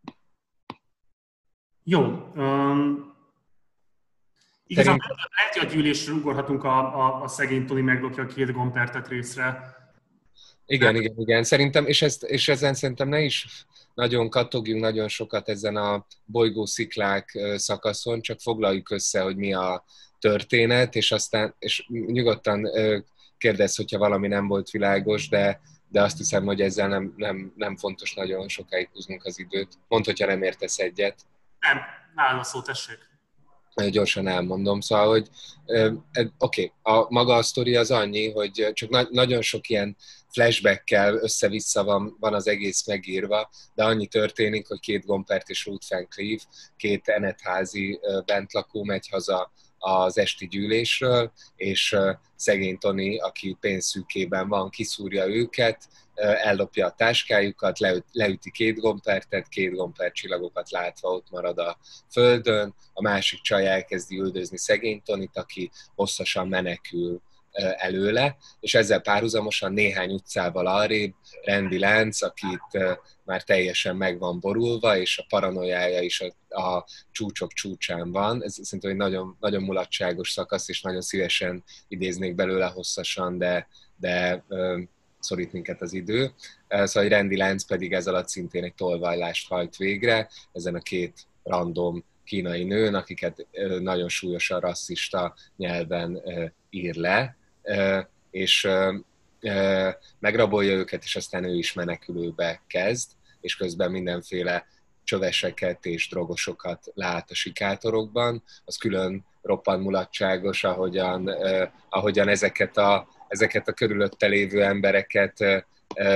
Jó. Um, igazán Szerint... lehet, hogy a gyűlésről ugorhatunk a, a, a szegény Tony meglopja a két gompertet részre. Igen, De... igen, igen. Szerintem, és, ezt, és ezen szerintem ne is nagyon kattogjunk nagyon sokat ezen a bolygósziklák szakaszon, csak foglaljuk össze, hogy mi a történet, és aztán és nyugodtan kérdezz, hogyha valami nem volt világos, de de azt hiszem, hogy ezzel nem, nem, nem fontos nagyon sokáig húznunk az időt. Mondd, hogyha nem értesz egyet. Nem, nála szó, tessék. Gyorsan elmondom. Szóval, hogy oké, okay, a maga a sztori az annyi, hogy csak na- nagyon sok ilyen flashbackkel össze-vissza van, van az egész megírva, de annyi történik, hogy két Gompert és Ruth Van Cleave, két enetházi bentlakó megy haza az esti gyűlésről, és szegény Tony, aki pénzszűkében van, kiszúrja őket, ellopja a táskájukat, leüti két gompertet, két gompert csillagokat látva ott marad a földön, a másik csaj elkezdi üldözni szegény Tonyt, aki hosszasan menekül előle, és ezzel párhuzamosan néhány utcával arrébb Randy Lance, akit már teljesen meg van borulva, és a paranoiája is a, a csúcsok csúcsán van. Ez szerintem egy nagyon, nagyon mulatságos szakasz, és nagyon szívesen idéznék belőle hosszasan, de, de ö, szorít minket az idő. Szóval Randy Lance pedig ez alatt szintén egy tolvajlást hajt végre, ezen a két random kínai nőn, akiket nagyon súlyosan rasszista nyelven ír le, és megrabolja őket, és aztán ő is menekülőbe kezd, és közben mindenféle csöveseket és drogosokat lát a sikátorokban. Az külön roppant mulatságos, ahogyan, ahogyan ezeket, a, ezeket a körülötte lévő embereket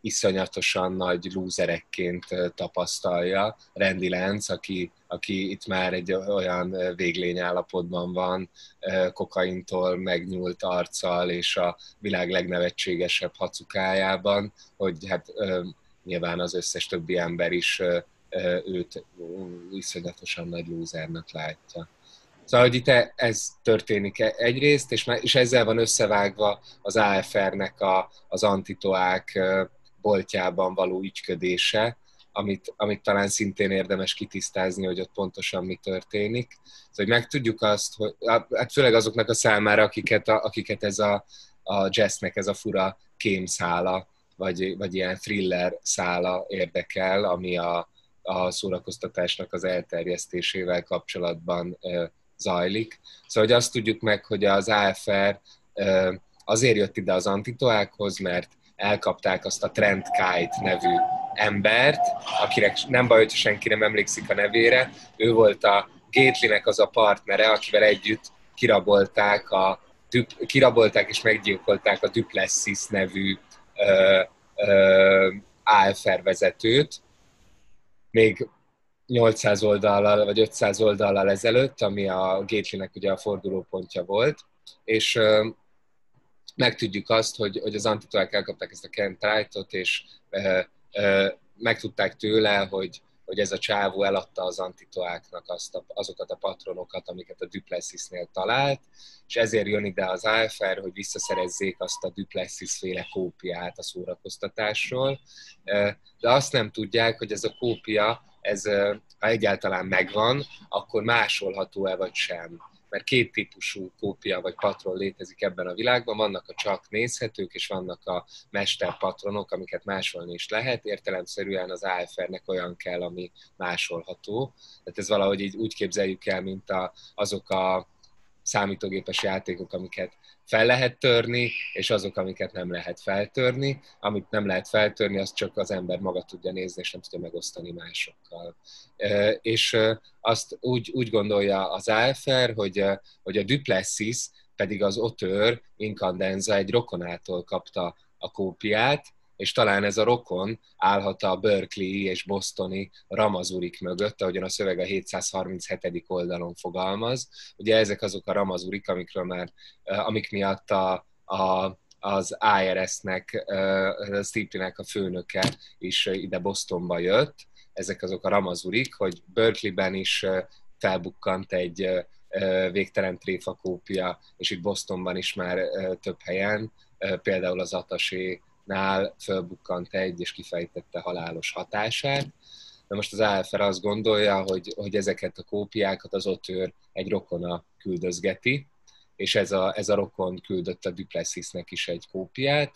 iszonyatosan nagy lúzerekként tapasztalja. Randy Lance, aki, aki itt már egy olyan véglényállapotban van, kokaintól megnyúlt arccal és a világ legnevetségesebb hacukájában, hogy hát nyilván az összes többi ember is őt iszonyatosan nagy lúzernek látja. Szóval, hogy itt ez történik egyrészt, és, és ezzel van összevágva az á ef er-nek a, az antitoák boltjában való ügyködése, amit, amit talán szintén érdemes kitisztázni, hogy ott pontosan mi történik. Szóval, hogy megtudjuk azt, hogy hát főleg azoknak a számára, akiket, a, akiket ez a, a jazznek ez a fura kémszála, vagy, vagy ilyen thriller szála érdekel, ami a, a szórakoztatásnak az elterjesztésével kapcsolatban zajlik. Szóval, hogy azt tudjuk meg, hogy az á ef er azért jött ide az antitoákhoz, mert elkapták azt a Trent Kite nevű embert, akire nem baj, hogyha senki nem emlékszik a nevére. Ő volt a Gatelynek az a partnere, akivel együtt kirabolták, a, kirabolták és meggyilkolták a Duplessis nevű ö, ö, á ef er vezetőt. Még nyolcszáz oldallal vagy ötszáz oldallal ezelőtt, ami a Gatelynek ugye a fordulópontja volt, és ö, megtudjuk azt, hogy, hogy az antitoák elkapták ezt a Ken Tritot, és ö, ö, megtudták tőle, hogy, hogy ez a csávó eladta az antitoáknak azt a, azokat a patronokat, amiket a Duplessisnél talált, és ezért jön ide az á ef er, hogy visszaszerezzék azt a Duplessis-féle kópiát a szórakoztatásról. De azt nem tudják, hogy ez a kópia, ez, ha egyáltalán megvan, akkor másolható-e vagy sem. Mert két típusú kópia vagy patron létezik ebben a világban, vannak a csak nézhetők, és vannak a mesterpatronok, amiket másolni is lehet. Értelemszerűen az á ef er-nek olyan kell, ami másolható. Tehát ez valahogy így úgy képzeljük el, mint a, azok a számítógépes játékok, amiket fel lehet törni, és azok, amiket nem lehet feltörni. Amit nem lehet feltörni, azt csak az ember maga tudja nézni, és nem tudja megosztani másokkal. És azt úgy, úgy gondolja az á ef er, hogy, hogy a Duplessis pedig az auteur Incandenza egy rokonától kapta a kópiát, és talán ez a rokon állhat a Berkeley és bostoni ramazurik mögött, ahogyan a szöveg a hétszázharminchetedik oldalon fogalmaz. Ugye ezek azok a ramazurik, amikről már, amik miatt a, a, az i er es-nek, a Stipleynek a főnöke is ide Bostonba jött. Ezek azok a ramazurik, hogy Berkeleyben is felbukkant egy végtelen tréfa kópia, és itt Bostonban is már több helyen, például az Atasé nál fölbukkant egy, és kifejtette halálos hatását. De most az á ef er azt gondolja, hogy, hogy ezeket a kópiákat az auteur egy rokona küldözgeti, és ez a, ez a rokon küldött a Duplessisnek is egy kópiát,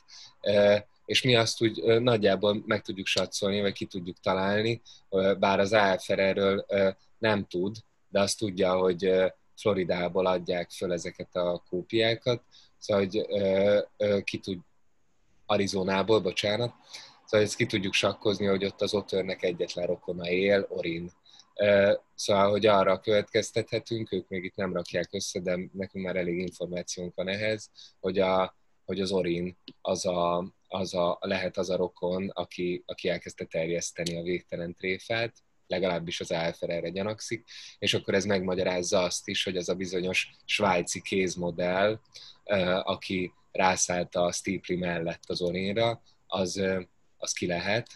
és mi azt úgy nagyjából meg tudjuk satszolni, vagy ki tudjuk találni, bár az á ef er erről nem tud, de azt tudja, hogy Floridából adják föl ezeket a kópiákat, szóval hogy ki tud Arizonából, bocsánat. Szóval ezt ki tudjuk sakkozni, hogy ott az auteurnek egyetlen rokona él, Orin. Szóval, hogy arra következtethetünk, ők még itt nem rakják össze, de nekünk már elég információnk van ehhez, hogy, a, hogy az Orin az a, az a, lehet az a rokon, aki, aki elkezdte terjeszteni a végtelen tréfát, legalábbis az á ef er erre gyanakszik, és akkor ez megmagyarázza azt is, hogy az a bizonyos svájci kézmodell, aki rászállt a Stipley mellett az Orinra, az, az ki lehet.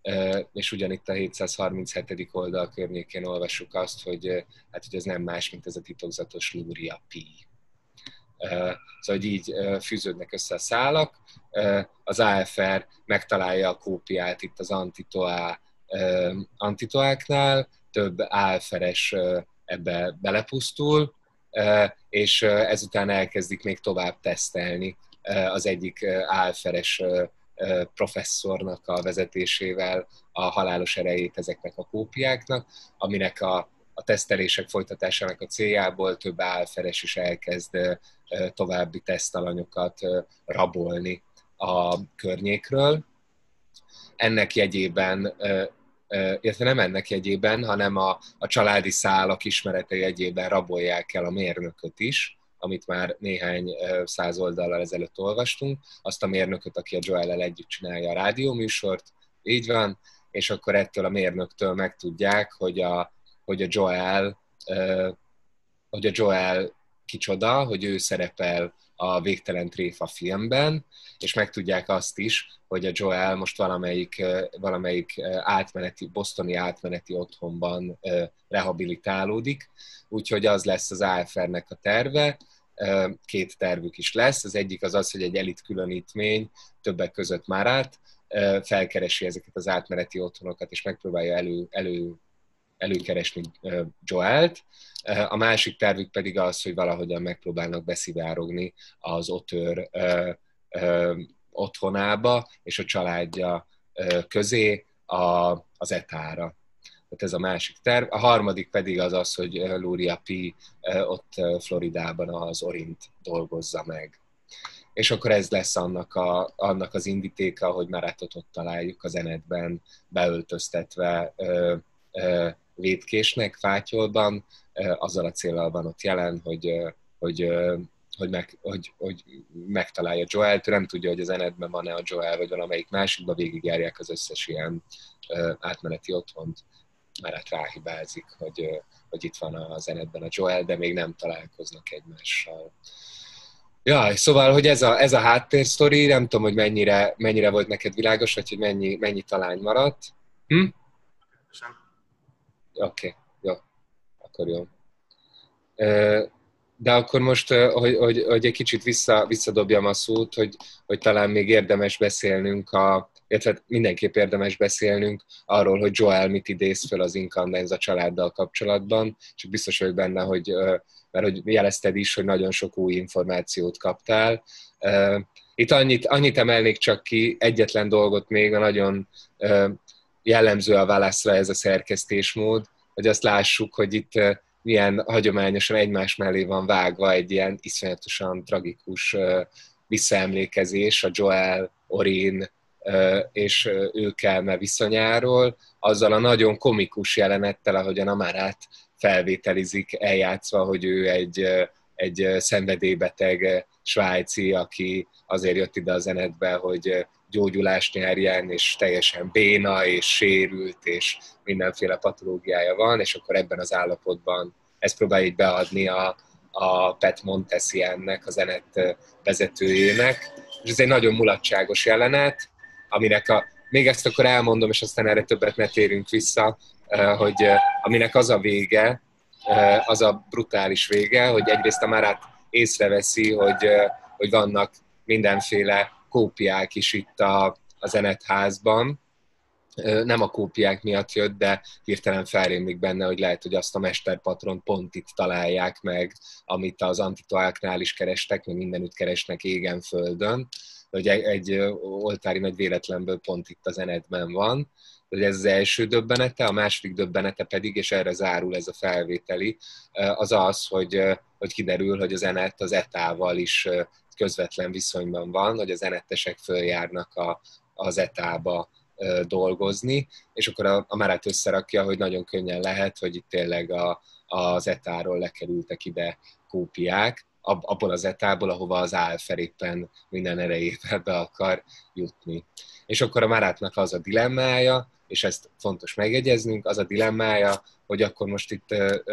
És ugyanitt a hétszázharminchetedik oldal környékén olvassuk azt, hogy, hát, hogy ez nem más, mint ez a titokzatos Luria Pi. Szóval, hogy így fűződnek össze a szálak. Az á ef er megtalálja a kópiát itt az antitoá, antitoáknál, több á ef er-es ebbe belepusztul, és ezután elkezdik még tovább tesztelni az egyik á ef er-es professzornak a vezetésével a halálos erejét ezeknek a kópiáknak, aminek a, a tesztelések folytatásának a céljából több á ef er-es is elkezd további tesztalanyokat rabolni a környékről. Ennek jegyében, illetve nem ennek jegyében, hanem a, a családi szálak ismerete jegyében rabolják el a mérnököt is, amit már néhány száz oldallal ezelőtt olvastunk, azt a mérnököt, aki a Joel-el együtt csinálja a rádióműsort, így van, és akkor ettől a mérnöktől megtudják, hogy a, hogy a Joel, hogy a Joel kicsoda, hogy ő szerepel a Végtelen tréfa filmben, és megtudják azt is, hogy a Joel most valamelyik, valamelyik átmeneti, bostoni átmeneti otthonban rehabilitálódik, úgyhogy az lesz az á ef er-nek a terve. Két tervük is lesz, az egyik az az, hogy egy elit különítmény, többek között Marat, felkeresi ezeket az átmeneti otthonokat, és megpróbálja elő, elő, előkeresni Joelt. A másik tervük pedig az, hogy valahogyan megpróbálnak beszivárogni az Otőr otthonába és a családja közé a, az etára. Tehát ez a másik terv. A harmadik pedig az az, hogy Luria P. ott Floridában az Orint dolgozza meg. És akkor ez lesz annak, a, annak az indítéka, hogy Maratot ott találjuk a zenetben, beöltöztetve ö, ö, vétkésnek, fátyolban, ö, azzal a céllal van ott jelen, hogy, ö, hogy, ö, hogy, meg, hogy, hogy megtalálja Joelt. Ő nem tudja, hogy a zenetben van-e a Joel, vagy valamelyik másikba, végigjárják az összes ilyen ö, átmeneti otthont. Marat ráhibázik, hogy, hogy itt van a zenetben a Joel, de még nem találkoznak egymással. Jaj, szóval, hogy ez a, ez a háttérsztori, nem tudom, hogy mennyire, mennyire volt neked világos, vagy hogy mennyi, mennyi talány maradt. Hm? Sem. Oké, okay, jó. Akkor jó. De akkor most, hogy, hogy, hogy egy kicsit vissza, visszadobjam a szót, hogy, hogy talán még érdemes beszélnünk, a, illetve mindenképp érdemes beszélnünk arról, hogy Joel mit idéz föl az Incandenza családdal kapcsolatban, csak biztos vagyok benne, hogy, mert hogy jelezted is, hogy nagyon sok új információt kaptál. Itt annyit, annyit emelnék csak ki, egyetlen dolgot még, a nagyon jellemző a válaszra ez a szerkesztésmód, hogy azt lássuk, hogy itt milyen hagyományosan egymás mellé van vágva egy ilyen iszonyatosan tragikus visszaemlékezés a Joel, Orin és őkelme viszonyáról, azzal a nagyon komikus jelenettel, ahogyan a Marat felvételizik, eljátszva, hogy ő egy, egy szenvedélybeteg svájci, aki azért jött ide a zenetbe, hogy gyógyulást nyerjen, és teljesen béna, és sérült, és mindenféle patológiája van, és akkor ebben az állapotban ezt próbálja beadni a, a Pat Montesiennek, a zenet vezetőjének. És ez egy nagyon mulatságos jelenet, aminek a, még ezt akkor elmondom, és aztán erre többet ne térünk vissza, hogy aminek az a vége, az a brutális vége, hogy egyrészt a Marat észreveszi, hogy, hogy vannak mindenféle kópiák is itt a, a zenetházban. Nem a kópiák miatt jött, de hirtelen felrémlik benne, hogy lehet, hogy azt a mesterpatront pont itt találják meg, amit az Antitoáknál is kerestek, meg mindenütt keresnek égen földön, hogy egy, egy oltári nagy véletlenből pont itt a zenetben van. Hogy ez az első döbbenete, a második döbbenete pedig, és erre zárul ez a felvételi, az az, hogy, hogy kiderül, hogy a zenet az etával is közvetlen viszonyban van, hogy a zenettesek följárnak a, az etába dolgozni, és akkor a, a Marat összerakja, hogy nagyon könnyen lehet, hogy itt tényleg a, az etáról lekerültek ide kópiák, ab, abból az etából, ahova az Álfer éppen minden erejével be akar jutni. És akkor a Maratnak az a dilemmája, és ezt fontos megjegyeznünk, az a dilemmája, hogy akkor most itt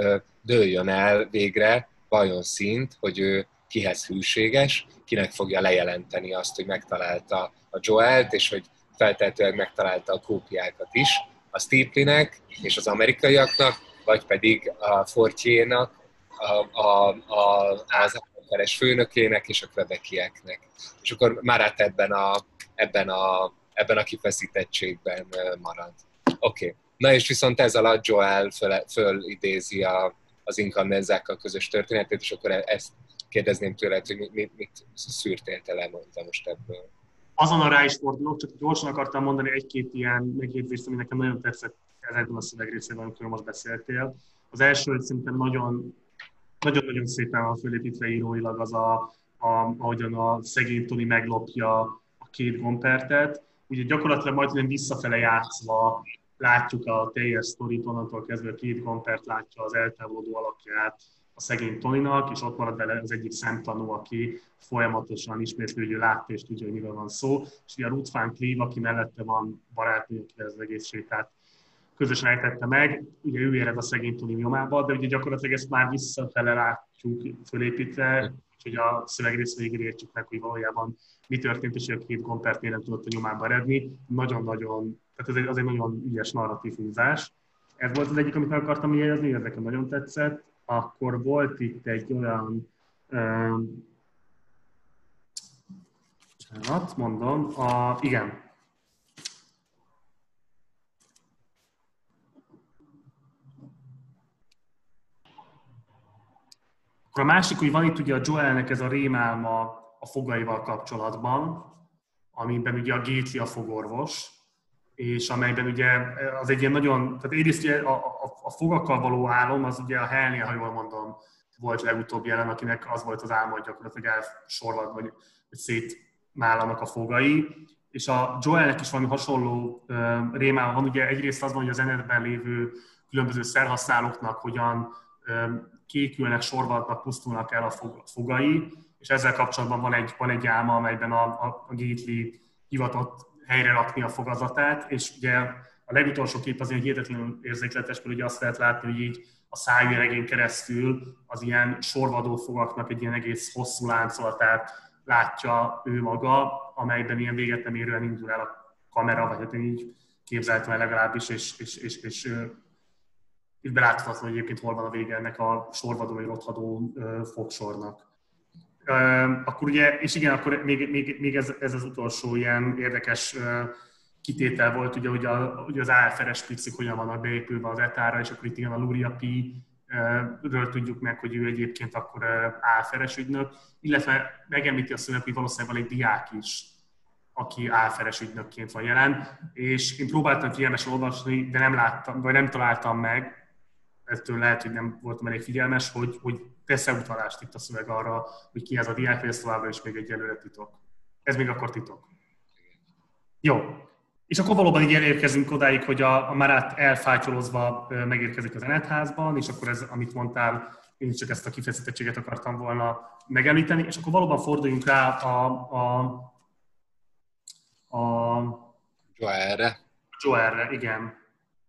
dőljön el végre vajon szint, hogy ő kihez hűséges, kinek fogja lejelenteni azt, hogy megtalálta a Joelt, és hogy feltehetőleg megtalálta a kópiákat is, a Stipleynek és az amerikaiaknak, vagy pedig a Fortier-nak, a, a, a, az államkeres főnökének és a Quebecieknek. És akkor Marat ebben a, ebben a, ebben a kifeszítettségben marad. Oké. Okay. Na és viszont ez alatt Joel föl, fölidézi a, az Incandenzákkal közös történetét, és akkor ezt kérdezném tőled, hogy mit, mit szűrtél te le most ebből. Azonnal rá is fordulok, csak gyorsan akartam mondani egy-két ilyen megjegyzést, ami nekem nagyon tetszett ezekben a szövegrészében, amikor most beszéltél. Az első, hogy szerintem nagyon, nagyon-nagyon szépen van fölépítve íróilag az, a, a, ahogyan a szegény Tony meglopja a két gompertet. Ugye gyakorlatilag majdnem visszafele játszva látjuk a teljes sztorit, onnantól kezdve a két gompert látja az eltávolodó alakját, a szegény Tonynak, és ott marad vele az egyik szemtanú, aki folyamatosan ismétlődő látta, és tudja, hogy miről van szó. És ugye a Ruth Van Cleave, aki mellette van barátnő, akivel az egész sétát közösen ejtette meg, ugye ő éred a szegény Tony nyomába, de ugye gyakorlatilag ezt már visszafele látjuk fölépítve, úgyhogy a szövegrész végén értjük meg, hogy valójában mi történt, és hogy a két gombert nem tudott a nyomába eredni. Nagyon-nagyon, tehát ez egy, az egy nagyon ügyes narratív húzás. Ez volt az egyik, amit meg akartam jelezni, ez nekem nagyon tetszett. Akkor volt itt egy olyan, um, csinálat, mondom, a, igen, akkor a másik, hogy van itt ugye a Joelnek ez a rémálma a fogaival kapcsolatban, amiben ugye a Gately a fogorvos, és amelyben ugye az egy ilyen nagyon, tehát egyrészt ugye a, a, a fogakkal való álom, az ugye a Hellnél, ha jól mondom, volt legutóbb jelen, akinek az volt az álma, hogy gyakorlatilag elsorvad, vagy hogy szétmálanak a fogai. És a Joelnek is valami hasonló uh, rémálma van, ugye egyrészt az van, hogy a zenetben lévő különböző szerhasználóknak hogyan um, kékülnek, sorvadnak, pusztulnak el a fogai, és ezzel kapcsolatban van egy, van egy álma, amelyben a, a, a Gately hivatott helyre rakni a fogazatát, és ugye a legutolsó kép az ilyen hihetetlenül érzékletes, mert ugye azt lehet látni, hogy így a szájüregén keresztül az ilyen sorvadó fogaknak egy ilyen egész hosszú láncolatát látja ő maga, amelyben ilyen véget nem érően indul el a kamera, vagy hát én így képzeltem el legalábbis, és, és, és, és, és beláthatatlan, hogy egyébként hol van a vége ennek a sorvadó vagy rothadó fogsornak. Uh, akkor ugye, és igen, akkor még, még, még ez, ez az utolsó ilyen érdekes uh, kitétel volt, ugye, hogy, a, ugye az á ef er-es picik hogyan vannak beépülve az etára, és akkor itt igen a Luria P-ről tudjuk meg, hogy ő egyébként akkor uh, á ef er-es ügynök, illetve megemlíti a szöveg, hogy valószínűleg van egy diák is, aki á ef er-es ügynökként van jelen, és én próbáltam figyelmesen olvasni, de nem láttam, vagy nem találtam meg, ettől lehet, hogy nem voltam elég figyelmes, hogy, hogy tesz-e utalást itt a szöveg arra, hogy ki ez a diák, vagy ez továbbra is még egyelőre titok. Ez még akkor titok. Jó. És akkor valóban így elérkezünk odáig, hogy a, a Marat elfátyolozva megérkezik az Enetházban, és akkor ez, amit mondtál, én is csak ezt a kifejezettséget akartam volna megemlíteni, és akkor valóban forduljunk rá a, a, a Joelre. Joelre, igen.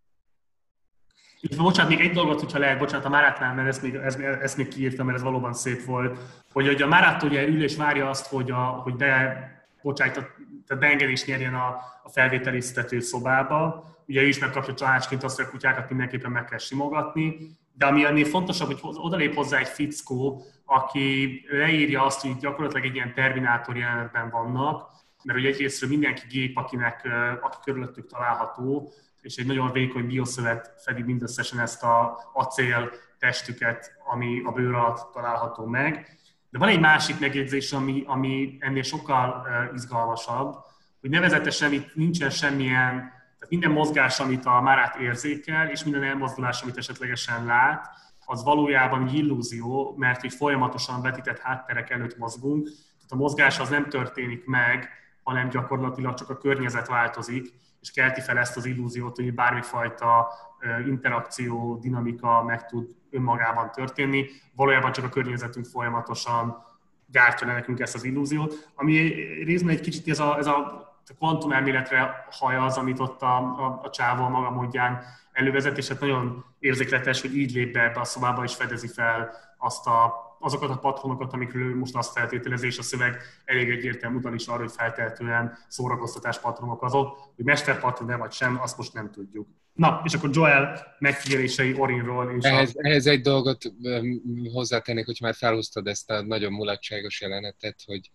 Itt, bocsánat, még egy dolgot, hogyha lehet, bocsánat, a Maratnál, mert ezt még, ezt, ezt még kiírtam, mert ez valóban szép volt, hogy, hogy a Marat ugye ül és várja azt, hogy, a, hogy be, bocsájt, tehát beengedést nyerjen a, a felvételiztető szobába. Ugye ő is megkapja családként azt, hogy a kutyákat mindenképpen meg kell simogatni, de ami ennél fontosabb, hogy odalép hozzá egy fickó, aki leírja azt, hogy gyakorlatilag egy ilyen Terminátor jelenetben vannak, mert ugye egyrésztről mindenki gép, akinek, aki körülöttük található, és egy nagyon vékony bioszövet fedi mindösszesen ezt az acél testüket, ami a bőr alatt található meg. De van egy másik megjegyzés, ami, ami ennél sokkal uh, izgalmasabb, hogy nevezetesen itt nincsen semmilyen, tehát minden mozgás, amit a Marat érzékel, és minden elmozdulás, amit esetlegesen lát, az valójában egy illúzió, mert hogy folyamatosan vetített hátterek előtt mozgunk, tehát a mozgás az nem történik meg, hanem gyakorlatilag csak a környezet változik, és kelti fel ezt az illúziót, hogy bármifajta interakció, dinamika meg tud önmagában történni. Valójában csak a környezetünk folyamatosan gyártja le nekünk ezt az illúziót, ami részben egy kicsit ez a, ez a kvantumelméletre haja az, amit ott a, a, a csávó a maga módján elővezet, és hát nagyon érzékletes, hogy így lép be ebbe a szobába, és fedezi fel azt a, azokat a patronokat, amikről most azt feltételezi, és a szöveg elég egyértelmű utal is arra, hogy feltehetően szórakoztatás patronok azok, hogy mesterpatron-e vagy sem, azt most nem tudjuk. Na, és akkor Joel megfigyelései Orinról. És ehhez, a... ehhez egy dolgot hozzátennék, hogy már felhoztad ezt a nagyon mulatságos jelenetet, hogy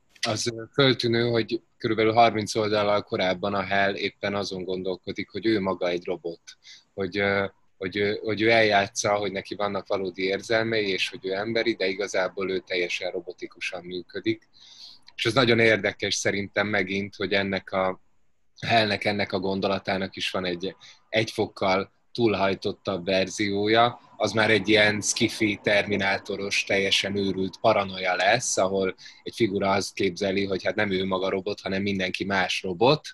az föltűnő, hogy körülbelül harminc oldallal korábban a Hell éppen azon gondolkodik, hogy ő maga egy robot, hogy, hogy, hogy ő eljátsza, hogy neki vannak valódi érzelmei, és hogy ő emberi, de igazából ő teljesen robotikusan működik. És ez nagyon érdekes szerintem megint, hogy ennek a Hellnek, ennek a gondolatának is van egy egy fokkal túlhajtottabb verziója, az már egy ilyen skifi, terminátoros, teljesen őrült paranoia lesz, ahol egy figura azt képzeli, hogy hát nem ő maga robot, hanem mindenki más robot,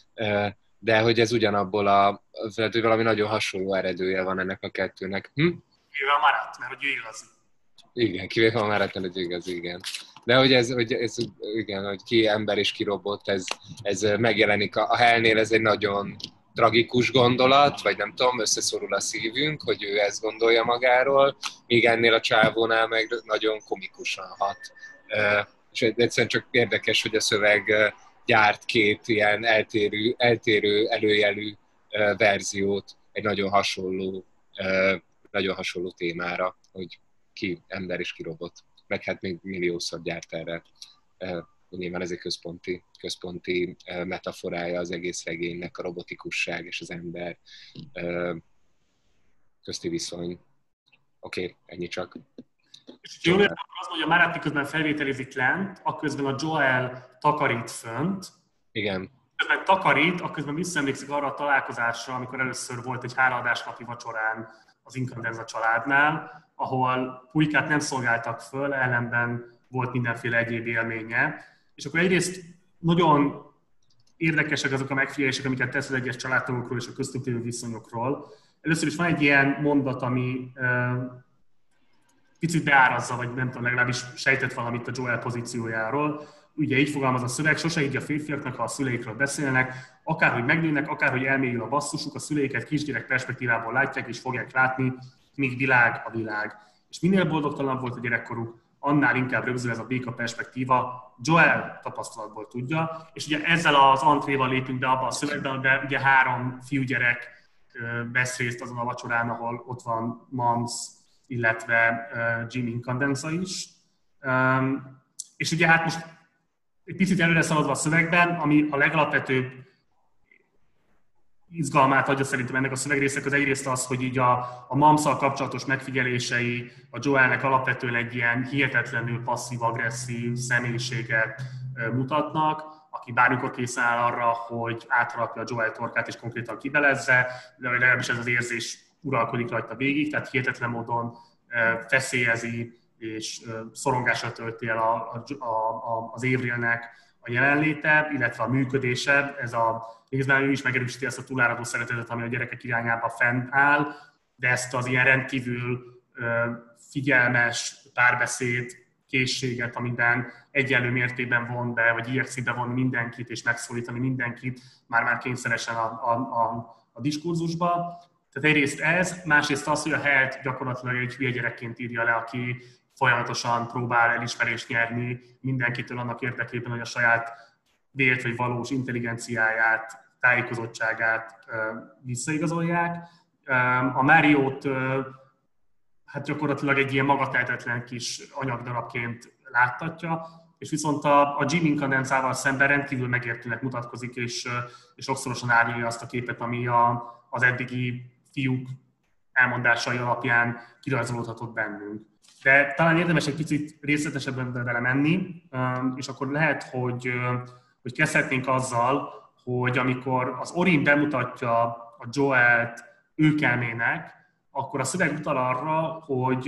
de hogy ez ugyanabból a, valami nagyon hasonló eredője van ennek a kettőnek. Hm? Mivel maradt, mert hogy ő igazi. Igen, kivéve ha már egy igaz, igen. De hogy ez, hogy ez, igen, hogy ki ember és ki robot, ez, ez megjelenik a, a Hellnél, ez egy nagyon tragikus gondolat, vagy nem tudom, összeszorul a szívünk, hogy ő ezt gondolja magáról, míg ennél a csávónál meg nagyon komikusan hat. És egyszerűen csak érdekes, hogy a szöveg gyárt két ilyen eltérő, eltérő előjelű verziót egy nagyon hasonló, nagyon hasonló témára, hogy ki ember és ki robot. Meg hát még milliószor gyárt erre. Nyilván ez egy központi, központi metaforája az egész regénynek, a robotikusság és az ember közti viszony. Oké, okay, ennyi csak. És jól értem, akkor az, hogy a Marathi közben felvételizik lent, akközben a Joel takarít fönt. Igen. Közben takarít, akközben visszaemlékszik arra a találkozásra, amikor először volt egy hálaadás napi vacsorán az Incandenza családnál, ahol Pulykát nem szolgáltak föl, ellenben volt mindenféle egyéb élménye. És akkor egyrészt nagyon érdekesek azok a megfigyelések, amiket tesz az egyes családtagokról és a köztük lévő viszonyokról. Először is van egy ilyen mondat, ami uh, picit beárazza, vagy nem tudom, legalábbis sejtett valamit a Joel pozíciójáról. Ugye így fogalmaz a szöveg, sose így a férfiaknak, ha a szüleikről beszélnek, akárhogy megnőnek, akárhogy elmélyül a basszusuk, a szüleiket kisgyerek perspektívából látják és fogják látni, míg világ a világ. És minél boldogtalan volt a gyerekkoruk, annál inkább rögzül ez a béka perspektíva, Joel tapasztalatból tudja, és ugye ezzel az antréval lépünk be abba a szövegben, de ugye három fiúgyerek vesz részt azon a vacsorán, ahol ott van Mams, illetve Jim Incandenza is. És ugye hát most egy picit előre szaladva a szövegben, ami a legalapvetőbb izgalmát adja szerintem ennek a szövegrésznek, az egyrészt az, hogy így a, a Mamszal kapcsolatos megfigyelései a Joelnek alapvetően egy ilyen hihetetlenül passzív-agresszív személyiséget mutatnak, aki bármikor készen áll arra, hogy átharapja a Joel torkát és konkrétan kibelezze, de legalábbis ez az érzés uralkodik rajta végig, tehát hihetetlen módon feszélyezi és szorongásra tölti el a, a, a, az Avrilnek a jelenléte, illetve a működése. Ez a, igazán ő is megerősíti ezt a túláradó szeretetet, ami a gyerekek irányába fent áll, de ezt az ilyen rendkívül figyelmes párbeszéd készséget, amiben egyenlő mértékben von be, vagy igyekszik bevonni mindenkit, és megszólítani mindenkit, már-már kényszeresen a, a, a, a diskurzusba. Tehát egyrészt ez, másrészt az, hogy a Hellt gyakorlatilag egy hülye gyerekként írja le, aki folyamatosan próbál elismerést nyerni mindenkitől annak érdekében, hogy a saját vélt vagy valós intelligenciáját, tájékozottságát visszaigazolják. A Mariót hát gyakorlatilag egy ilyen magatehetetlen kis anyagdarabként láttatja, és viszont a, a Jim Incandenzával szemben rendkívül megértőnek mutatkozik, és, és sokszorosan árnyalja azt a képet, ami a, az eddigi fiúk elmondásai alapján kirajzolódhatott bennünk. De talán érdemes egy picit részletesebben vele menni, és akkor lehet, hogy, hogy kezdhetnénk azzal, hogy amikor az Orin bemutatja a Joelt őkelmének, akkor a szöveg utal arra, hogy,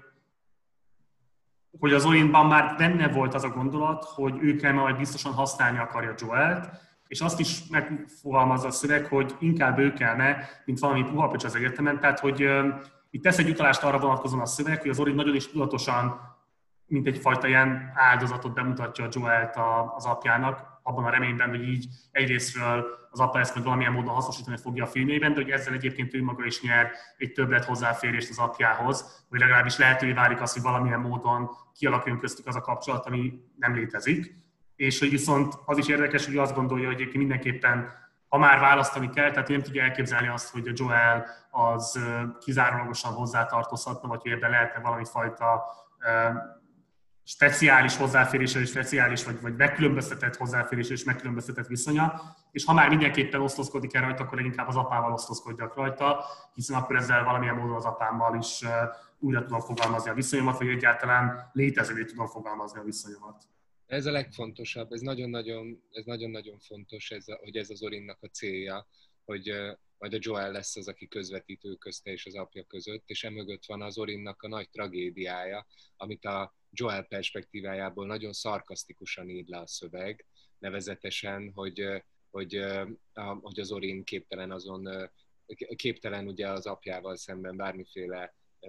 hogy az Orinban már benne volt az a gondolat, hogy őkelme majd biztosan használni akarja Joelt, és azt is megfogalmazza a szöveg, hogy inkább őkelme, mint valami puha pöcs az egyetemen, tehát hogy itt tesz egy utalást arra vonatkozóan a szöveg, hogy az Orin nagyon is tudatosan, mint egyfajta ilyen áldozatot bemutatja a Joelt az apjának, abban a reményben, hogy így egyrésztről az apa ezt majd valamilyen módon hasznosítani fogja a filmjében, de hogy ezzel egyébként ő maga is nyer egy többlet hozzáférést az apjához, vagy legalábbis lehetővé válik az, hogy valamilyen módon kialakuljon köztük az a kapcsolat, ami nem létezik. És hogy viszont az is érdekes, hogy azt gondolja, hogy egyébként mindenképpen, ha már választani kell, tehát nem tudja elképzelni azt, hogy a Joel az kizárólagosan hozzátartozhatna, vagy hogy ebben lehetne valami fajta speciális hozzáférésre és speciális, vagy, vagy megkülönböztetett hozzáférésre és megkülönböztetett viszonya, és ha már mindenképpen osztozkodik el rajta, akkor inkább az apával osztozkodjak rajta, hiszen akkor ezzel valamilyen módon az apámmal is újra tudom fogalmazni a viszonyomat, vagy egyáltalán létezővé tudom fogalmazni a viszonyomat. Ez a legfontosabb, ez nagyon-nagyon, ez nagyon-nagyon fontos, ez a, hogy ez az Orinnak a célja, hogy uh, majd a Joel lesz az, aki közvetítő közte és az apja között, és emögött van az Orinnak a nagy tragédiája, amit a Joel perspektívájából nagyon szarkasztikusan ír le a szöveg, nevezetesen, hogy, hogy, hogy az Orin képtelen azon, képtelen ugye az apjával szemben bármiféle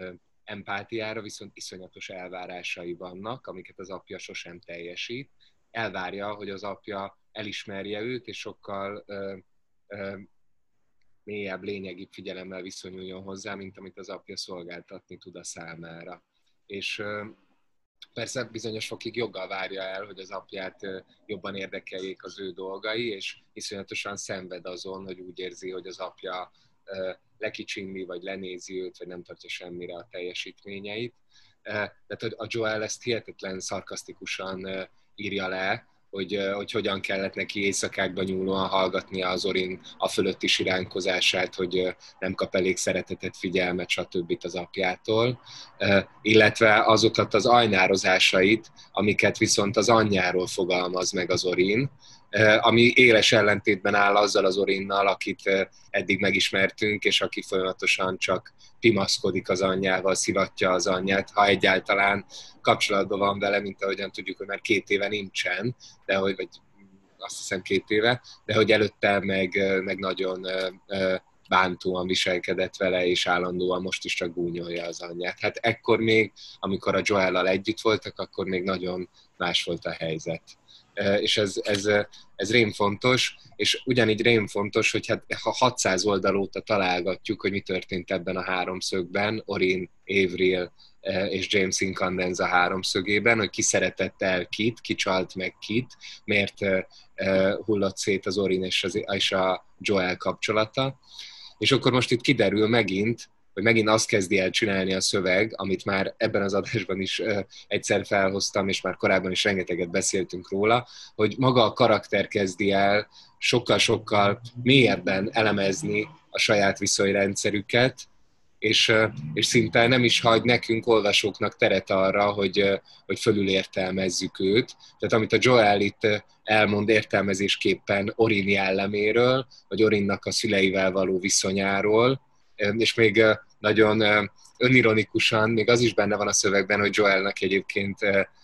empátiára viszont iszonyatos elvárásai vannak, amiket az apja sosem teljesít. Elvárja, hogy az apja elismerje őt, és sokkal ö, ö, mélyebb, lényegibb figyelemmel viszonyuljon hozzá, mint amit az apja szolgáltatni tud a számára. És ö, persze bizonyos fokig joggal várja el, hogy az apját ö, jobban érdekeljék az ő dolgai, és iszonyatosan szenved azon, hogy úgy érzi, hogy az apja ö, lekicsinli, vagy lenézi őt, vagy nem tartja semmire a teljesítményeit. Tehát a Joel ezt hihetetlen szarkasztikusan írja le, hogy, hogy hogyan kellett neki éjszakákban nyúlóan hallgatnia az Orin a fölötti siránkozását, hogy nem kap elég szeretetet, figyelmet, stb. Az apjától, illetve azokat az ajnározásait, amiket viszont az anyjáról fogalmaz meg az Orin, ami éles ellentétben áll azzal az Orinnal, akit eddig megismertünk, és aki folyamatosan csak pimaszkodik az anyjával, szivatja az anyját, ha egyáltalán kapcsolatban van vele, mint ahogyan tudjuk, hogy már két éve nincsen, de hogy, vagy azt hiszem két éve, de hogy előtte meg, meg nagyon bántóan viselkedett vele, és állandóan most is csak gúnyolja az anyját. Hát ekkor még, amikor a Joellal együtt voltak, akkor még nagyon más volt a helyzet. És ez, ez, ez rémfontos, és ugyanígy rémfontos, hogy hát, ha hatszáz oldal óta találgatjuk, hogy mi történt ebben a háromszögben, Orin, Avril és James Incandenza háromszögében, hogy ki szeretett el kit, ki csalt meg kit, miért hullott szét az Orin és, az, és a Joel kapcsolata. És akkor most itt kiderül megint, hogy megint azt kezdi el csinálni a szöveg, amit már ebben az adásban is uh, egyszer felhoztam, és már korábban is rengeteget beszéltünk róla, hogy maga a karakter kezdi el sokkal-sokkal mélyebben elemezni a saját viszonyrendszerüket, és, uh, és szinte nem is hagy nekünk, olvasóknak teret arra, hogy, uh, hogy fölülértelmezzük őt. Tehát amit a Joel itt uh, elmond értelmezésképpen Orin jelleméről, vagy Orinnak a szüleivel való viszonyáról, és még nagyon önironikusan, még az is benne van a szövegben, hogy Joelnak egyébként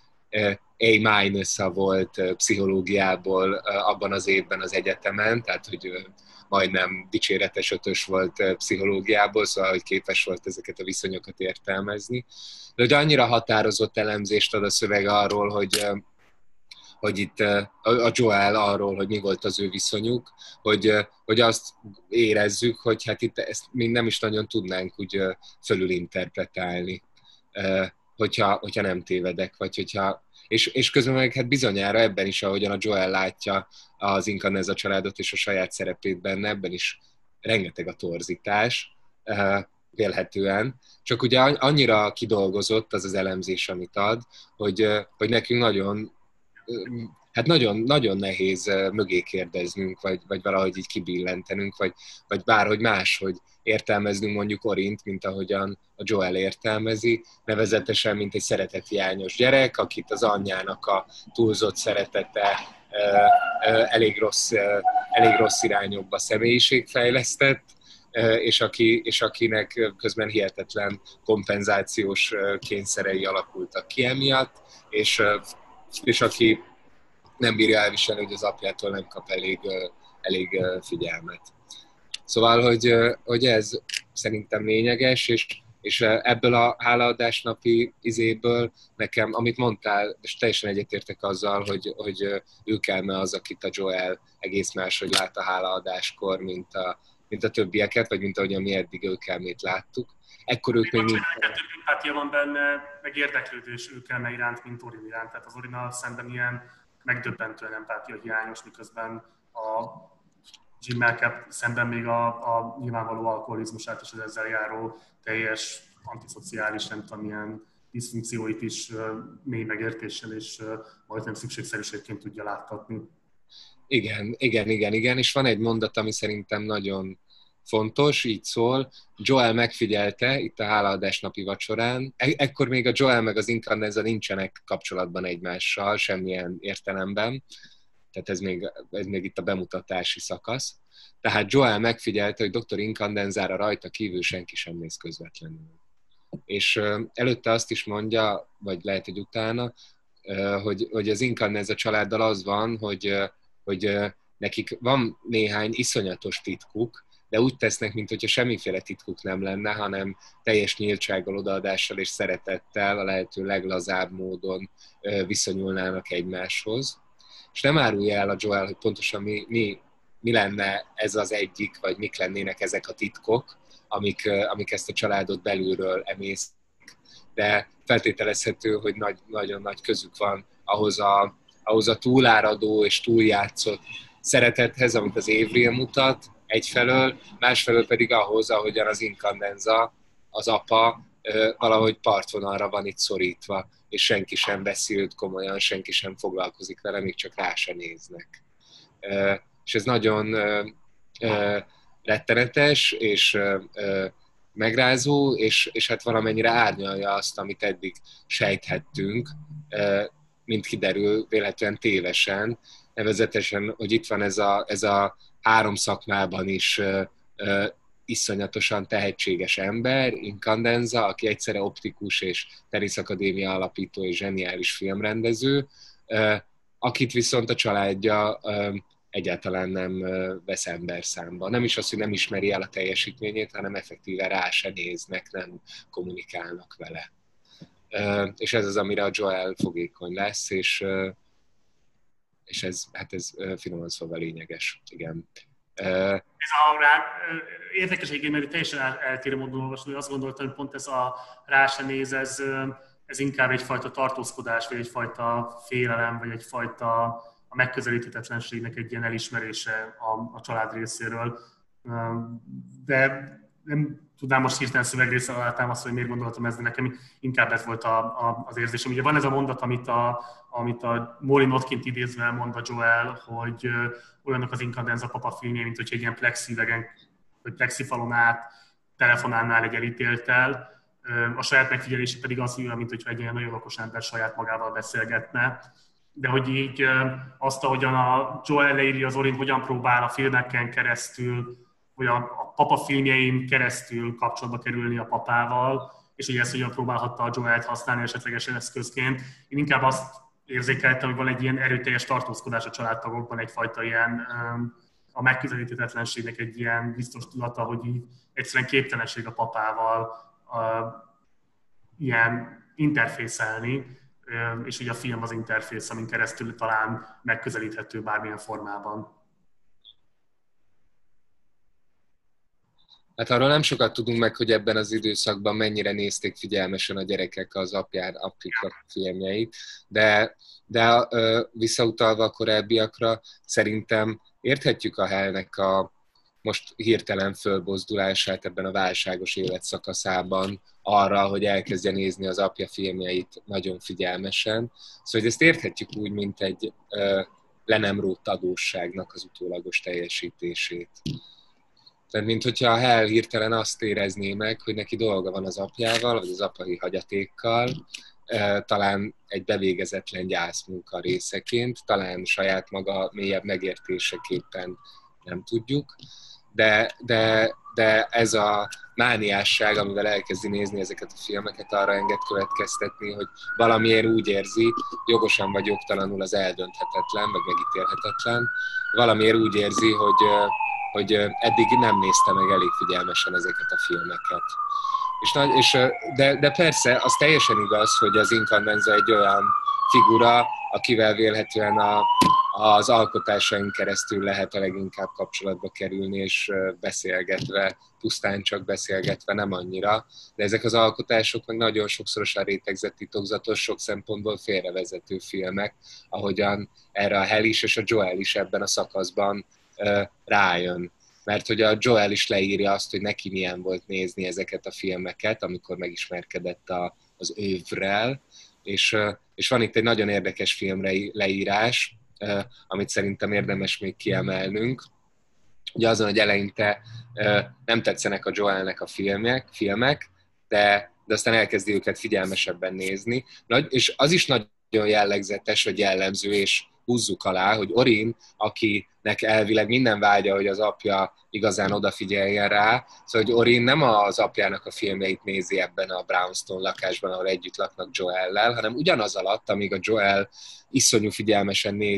A-a volt pszichológiából abban az évben az egyetemen, tehát hogy majdnem dicséretes ötös volt pszichológiából, szóval hogy képes volt ezeket a viszonyokat értelmezni. De hogy annyira határozott elemzést ad a szöveg arról, hogy hogy itt a Joel arról, hogy mi volt az ő viszonyuk, hogy, hogy azt érezzük, hogy hát itt ezt még nem is nagyon tudnánk úgy fölülinterpretálni, hogyha, hogyha nem tévedek, vagy hogyha... És, és közben meg hát bizonyára ebben is, ahogyan a Joel látja az Incandenza családot és a saját szerepét benne, ebben is rengeteg a torzítás, vélhetően. Csak ugye annyira kidolgozott az az elemzés, amit ad, hogy, hogy nekünk nagyon hát nagyon, nagyon nehéz mögé kérdeznünk, vagy, vagy valahogy így kibillentenünk, vagy, vagy bárhogy máshogy értelmeznünk mondjuk Orint, mint ahogyan a Joel értelmezi, nevezetesen, mint egy szeretethiányos gyerek, akit az anyjának a túlzott szeretete elég rossz, elég rossz irányokba személyiségfejlesztett, és, aki, és akinek közben hihetetlen kompenzációs kényszerei alakultak ki emiatt, és és aki nem bírja elviselni, hogy az apjától nem kap elég, elég figyelmet. Szóval, hogy, hogy ez szerintem lényeges, és, és ebből a hálaadásnapi izéből nekem, amit mondtál, és teljesen egyetértek azzal, hogy, hogy Őkelme az, akit a Joel egész máshogy lát a hálaadáskor, mint a, mint a többieket, vagy mint ahogyan mi eddig Őkelmét láttuk. Ekkor ők még mind... Több empátia van benne, meg érdeklődés Őkelme iránt, mint Orin iránt. Tehát az Orinnal szemben ilyen megdöbbentően empátia hiányos, miközben a Jimmel szemben még a, a nyilvánvaló alkoholizmusát és az ezzel járó teljes antiszociális, nem tudom, ilyen diszfunkcióit is mély megértéssel és majdnem szükségszerűségként tudja láttatni. Igen, igen, igen, igen, és van egy mondat, ami szerintem nagyon fontos, így szól. Joel megfigyelte itt a hálaadás napi vacsorán. E- ekkor még a Joel meg az Incandenza nincsenek kapcsolatban egymással, semmilyen értelemben. Tehát ez még, ez még itt a bemutatási szakasz. Tehát Joel megfigyelte, hogy doktor Incandenzára rajta kívül senki sem néz közvetlenül. És uh, előtte azt is mondja, vagy lehet, hogy utána, uh, hogy, hogy az Incandenza családdal az van, hogy, uh, hogy uh, nekik van néhány iszonyatos titkuk, de úgy tesznek, mintha semmiféle titkuk nem lenne, hanem teljes nyíltsággal, odaadással és szeretettel a lehető leglazább módon viszonyulnának egymáshoz. És nem árulja el a Joel, hogy pontosan mi, mi, mi lenne ez az egyik, vagy mik lennének ezek a titkok, amik, amik ezt a családot belülről emésztik, de feltételezhető, hogy nagy, nagyon nagy közük van ahhoz a, ahhoz a túláradó és túljátszott szeretethez, amit az Avril mutat egyfelől, másfelől pedig ahhoz, ahogyan az Incandenza, az apa valahogy partvonalra van itt szorítva, és senki sem veszi őt komolyan, senki sem foglalkozik vele, még csak rá se néznek. És ez nagyon rettenetes, és megrázó, és, és hát valamennyire árnyalja azt, amit eddig sejthettünk, mint kiderül, véletlenül tévesen, nevezetesen, hogy itt van ez a, ez a három szakmában is iszonyatosan tehetséges ember, Incandenza, aki egyszerre optikus és teniszakadémia alapító és zseniális filmrendező, akit viszont a családja egyáltalán nem vesz emberszámba. Nem is az, hogy nem ismeri el a teljesítményét, hanem effektíve rá se néznek, nem kommunikálnak vele. És ez az, amire a Joel fogékony lesz, és, és ez, hát ez finoman szóval lényeges, igen. Ez a rá, érdekes egyébként, mert teljesen el, eltérő módon olvasni, hogy azt gondoltam, hogy pont ez a rá se néz, ez, ez inkább egyfajta tartózkodás, vagy egyfajta félelem, vagy egyfajta a megközelíthetetlenségnek egy ilyen elismerése a, a család részéről. De nem tudnám most hirtelen szövegrészre alá támasztani, hogy miért gondoltam ezt, de nekem inkább ez volt a, a, az érzésem. Ugye van ez a mondat, amit a, amit a Molly Notkint idézve mond a Joel, hogy olyanok az Incandenza papa filmje, mint hogy egy ilyen plexivegen, vagy plexifalon át telefonálnál egy elítélttel. A saját megfigyelése pedig az, mint hogyha egy ilyen nagyon okos ember saját magával beszélgetne. De hogy így azt, ahogyan a Joel leírja az Orin, hogyan próbál a filmeken keresztül, vagy a, a papa filmjein keresztül kapcsolatba kerülni a papával, és hogy ezt hogyan próbálhatta a Joelt használni esetlegesen eszközként. Én inkább azt érzékeltem, hogy van egy ilyen erőteljes tartózkodás a családtagokban, egyfajta ilyen a megközelíthetetlenségnek egy ilyen biztos tudata, hogy így egyszerűen képtelenség a papával a, ilyen interfészelni, és ugye a film az interfész, amin keresztül talán megközelíthető bármilyen formában. Hát arról nem sokat tudunk meg, hogy ebben az időszakban mennyire nézték figyelmesen a gyerekek az apján, apjuk filmjeit, de, de visszautalva a korábbiakra, szerintem érthetjük a Hellnek a most hirtelen fölbozdulását ebben a válságos életszakaszában arra, hogy elkezdje nézni az apja filmjeit nagyon figyelmesen. Szóval hogy ezt érthetjük úgy, mint egy ö, le nem rótt adósságnak az utólagos teljesítését. Tehát, mint hogyha a Hell hirtelen azt érezné meg, hogy neki dolga van az apjával, vagy az apai hagyatékkal, talán egy bevégezetlen gyászmunka részeként, talán saját maga mélyebb megértéseképpen, nem tudjuk, de, de, de ez a mániásság, amivel elkezdi nézni ezeket a filmeket, arra enged következtetni, hogy valamiért úgy érzi, jogosan vagy jogtalanul az eldönthetetlen, vagy megítélhetetlen, valamiért úgy érzi, hogy, hogy eddig nem nézte meg elég figyelmesen ezeket a filmeket. És, és, de, de persze, az teljesen igaz, hogy az Incandenza egy olyan figura, akivel vélhetően a, az alkotásaink keresztül lehet a leginkább kapcsolatba kerülni, és beszélgetve, pusztán csak beszélgetve, nem annyira. De ezek az alkotások meg nagyon sokszorosan rétegzett, titokzatos, sok szempontból félrevezető filmek, ahogyan erre a Hell is és a Joel is ebben a szakaszban rájön. Mert hogy a Joel is leírja azt, hogy neki milyen volt nézni ezeket a filmeket, amikor megismerkedett a, az övvrel, és, és van itt egy nagyon érdekes filmre leírás, amit szerintem érdemes még kiemelnünk. Ugye azon, hogy eleinte nem tetszenek a Joelnek a filmek, filmek de, de aztán elkezdi őket figyelmesebben nézni. És az is nagyon jellegzetes, vagy jellemző, és húzzuk alá, hogy Orin, akinek elvileg minden vágya, hogy az apja igazán odafigyeljen rá, szóval, hogy Orin nem az apjának a filmjeit nézi ebben a Brownstone lakásban, ahol együtt laknak Joellel, hanem ugyanaz alatt, amíg a Joel iszonyú figyelmesen nézi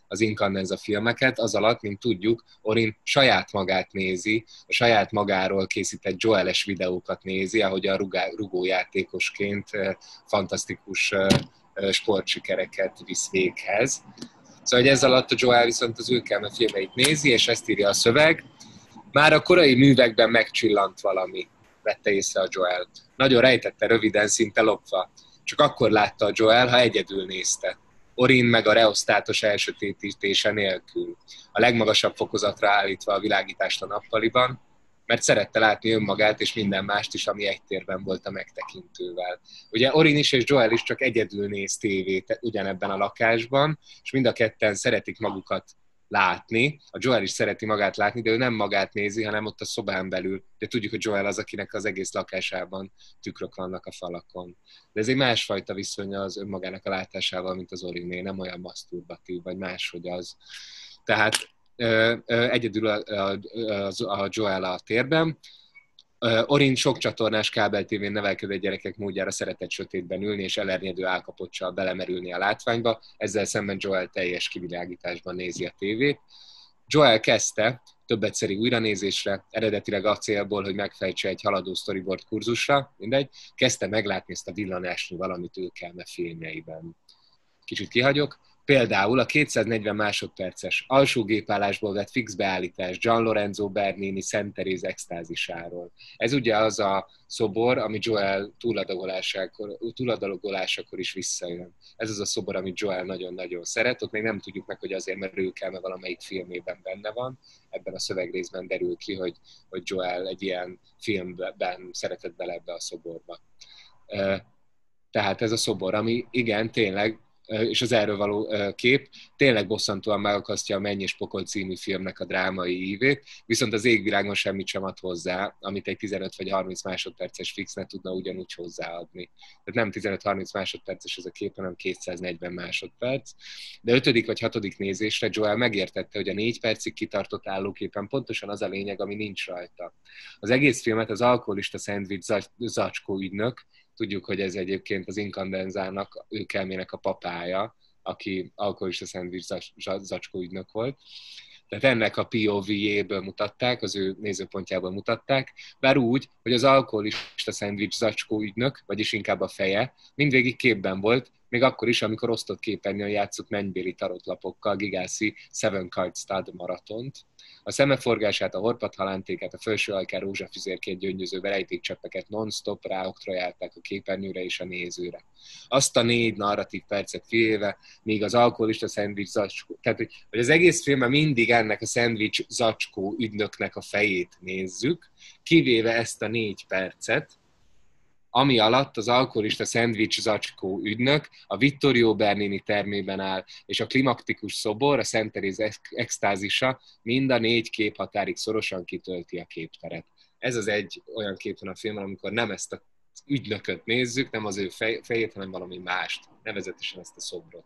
az Incandenza filmeket, az alatt, mint tudjuk, Orin saját magát nézi, a saját magáról készített Joel-es videókat nézi, ahogy a rugójátékosként fantasztikus sportsikereket visz véghez. Szóval, hogy ez alatt a Joel viszont az őkelme filmeit nézi, és ezt írja a szöveg. Már a korai művekben megcsillant valami, vette észre a Joel. Nagyon rejtette, röviden, szinte lopva. Csak akkor látta a Joel, ha egyedül nézte. Orin meg a reosztátos elsötétítése nélkül. A legmagasabb fokozatra állítva a világítást a nappaliban, mert szerette látni önmagát és minden mást is, ami egy térben volt a megtekintővel. Ugye Orin is és Joel is csak egyedül néz tévét ugyanebben a lakásban, és mind a ketten szeretik magukat látni. A Joel is szereti magát látni, de ő nem magát nézi, hanem ott a szobán belül. De tudjuk, hogy Joel az, akinek az egész lakásában tükrök vannak a falakon. De ez egy másfajta viszonya az önmagának a látásával, mint az Oriné, nem olyan maszturbatív, vagy máshogy az. Tehát ö, ö, egyedül a, a, a Joel a térben. Orin sok csatornás kábeltévén nevelkedett gyerekek módjára szeretett sötétben ülni, és elernyedő állkapottssal belemerülni a látványba, ezzel szemben Joel teljes kivilágításban nézi a tévét. Joel kezdte több egyszeri újranézésre, eredetileg a célból, hogy megfejtse egy haladó storyboard kurzusra, mindegy, kezdte meglátni ezt a villanásnyi valamit őkelme filmjeiben. Kicsit kihagyok. Például a kétszáznegyven másodperces alsó gépállásból vett fix beállítás Gian Lorenzo Bernini Szent Teréz extázisáról. Ez ugye az a szobor, ami Joel túladagolásakor, túladagolásakor is visszajön. Ez az a szobor, amit Joel nagyon-nagyon szeret, ott még nem tudjuk meg, hogy azért, mert őkelme valamelyik filmében benne van. Ebben a szövegrészben derül ki, hogy, hogy Joel egy ilyen filmben szeretett bele ebbe a szoborba. Tehát ez a szobor, ami igen, tényleg, és az erről való kép tényleg bosszantóan megakasztja a Menny és Pokol című filmnek a drámai ívét, viszont az égvilágon semmit sem ad hozzá, amit egy tizenöt vagy harminc másodperces fix ne tudna ugyanúgy hozzáadni. Tehát nem tizenöt-harminc másodperces ez a kép, hanem kétszáznegyven másodperc. De ötödik vagy hatodik nézésre Joel megértette, hogy a négy percig kitartott állóképen pontosan az a lényeg, ami nincs rajta. Az egész filmet az alkoholista szendvics zacskó ügynök, tudjuk, hogy ez egyébként az Incandenzának, őkelmének a papája, aki alkoholista szendvics zacskó ügynök volt. Tehát ennek a pé o vé-jéből mutatták, az ő nézőpontjából mutatták, bár úgy, hogy az alkoholista szendvics zacskó ügynök, vagyis inkább a feje, mindvégig képben volt, még akkor is, amikor osztott képernyőn játszott mennybéli tarotlapokkal Gigászi Seven Card Stud maratont. A szemeforgását, a horpat halántékát, a felső ajkán rózsafüzérként gyöngyöző verejtékcseppeket non-stop ráoktrojálták a képernyőre és a nézőre. Azt a négy narratív percet félve, míg az alkoholista szendvics zacskó, tehát hogy az egész filmben mindig ennek a szendvics zacskó ügynöknek a fejét nézzük, kivéve ezt a négy percet, ami alatt az alkoholista szendvics zacskó ügynök a Vittorio Bernini termében áll, és a klimaktikus szobor, a Szent Teréz extázisa mind a négy képhatárig szorosan kitölti a képteret. Ez az egy olyan kép van a filmben, amikor nem ezt az ügynököt nézzük, nem az ő fejét, hanem valami mást, nevezetesen ezt a szobrot.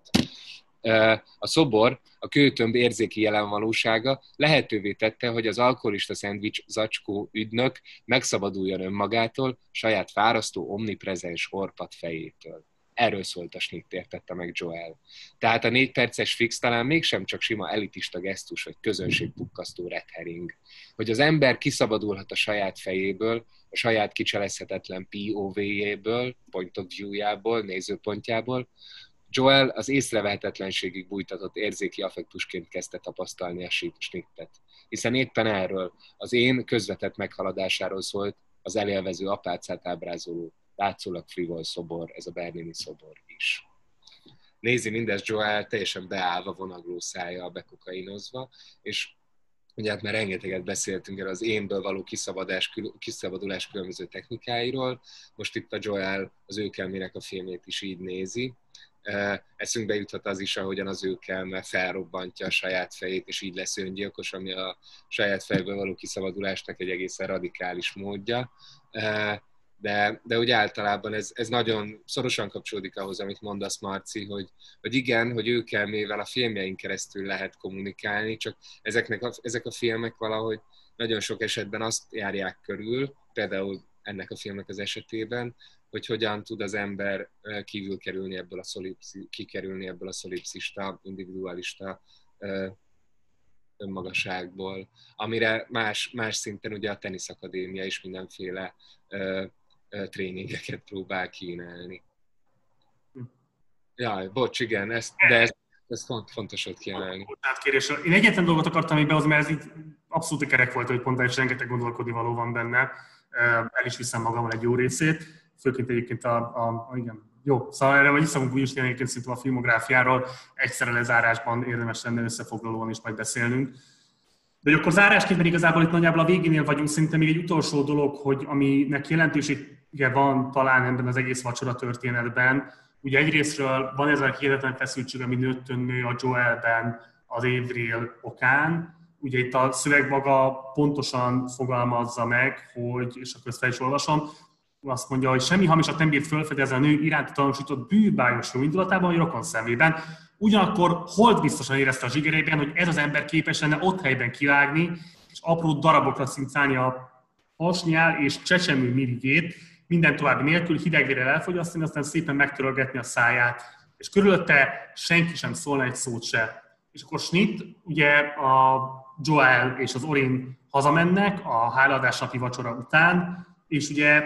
A szobor, a kőtömb érzéki jelenvalósága lehetővé tette, hogy az alkoholista szendvics zacskó ügynök megszabaduljon önmagától, saját fárasztó, omniprezens horpat fejétől. Erről szólt a snitt, értette meg Joel. Tehát a négy perces fix talán mégsem csak sima elitista gesztus, vagy közönségpukkasztó red herring. Hogy az ember kiszabadulhat a saját fejéből, a saját kicselezhetetlen pé o vé-jéből, point of view-jából, nézőpontjából, Joel az észrevehetetlenségig bújtatott érzéki affektusként kezdte tapasztalni a snittet. Hiszen éppen erről, az én közvetett meghaladásáról szólt az elélvező apácát ábrázoló, látszólag frivol szobor, ez a Bernini szobor is. Nézi mindezt Joel teljesen beállva, vonagló szájjal, bekokainozva, és ugye hát már rengeteget beszéltünk erről az énből való kiszabadás, kiszabadulás különböző technikáiról, most itt a Joel az őkelmének a filmét is így nézi. Eszünkbe juthat az is, ahogyan az őkelme felrobbantja a saját fejét, és így lesz öngyilkos, ami a saját fejből való kiszabadulásnak egy egészen radikális módja. De, de úgy általában ez, ez nagyon szorosan kapcsolódik ahhoz, amit mondasz, Marci, hogy, hogy igen, hogy őkelmével a filmjein keresztül lehet kommunikálni, csak ezeknek a, ezek a filmek valahogy nagyon sok esetben azt járják körül, például ennek a filmnek az esetében, hogy hogyan tud az ember kívül kerülni ebből a szolipszi, kikerülni ebből a szolipszista, individualista önmagasságból, amire más, más szinten ugye a teniszakadémia is mindenféle ö, ö, tréningeket próbál kínálni. Jaj, bocs, igen, ezt, de ez, ez font, fontos ott kiemelni. Én egyetlen dolgot akartam még behozni, mert ez így abszolút kerek volt, hogy pont, és rengeteg gondolkodni való van benne. El is viszem magammal egy jó részét, főként egyébként a, a, a igen, jó, szóval erre majd visszamunk úgy is egyébként szintén a filmográfiáról, egyszerre lezárásban érdemes lenne összefoglalóan is majd beszélnünk. De akkor zárásként, mert igazából itt nagyjából a végénél vagyunk, szerintem még egy utolsó dolog, hogy aminek jelentősége van talán ebben az egész vacsora történetben. Ugye egyrésztről van ez a hihetetlen feszültség, ami nőttön nő a Joelben az Avril okán. Ugye itt a szöveg maga pontosan fogalmazza meg, hogy, és akkor ezt fel is olvasom, azt mondja, hogy semmi hamisat nem bírt fölfedezni a nő iránti tanúsított bűnbájos jó indulatában, vagy rokon szemében. Ugyanakkor hold biztosan érezte a zsigerében, hogy ez az ember képes lenne ott helyben kivágni, és apró darabokra cincálni a hasnyál és csecsemő mirigyét, minden további nélkül hidegvérrel elfogyasztani, aztán szépen megtörölgetni a száját. És körülötte senki sem szólna egy szót se. És akkor snit, ugye a Joel és az Orin hazamennek a hálaadásnapi vacsora után, és ugye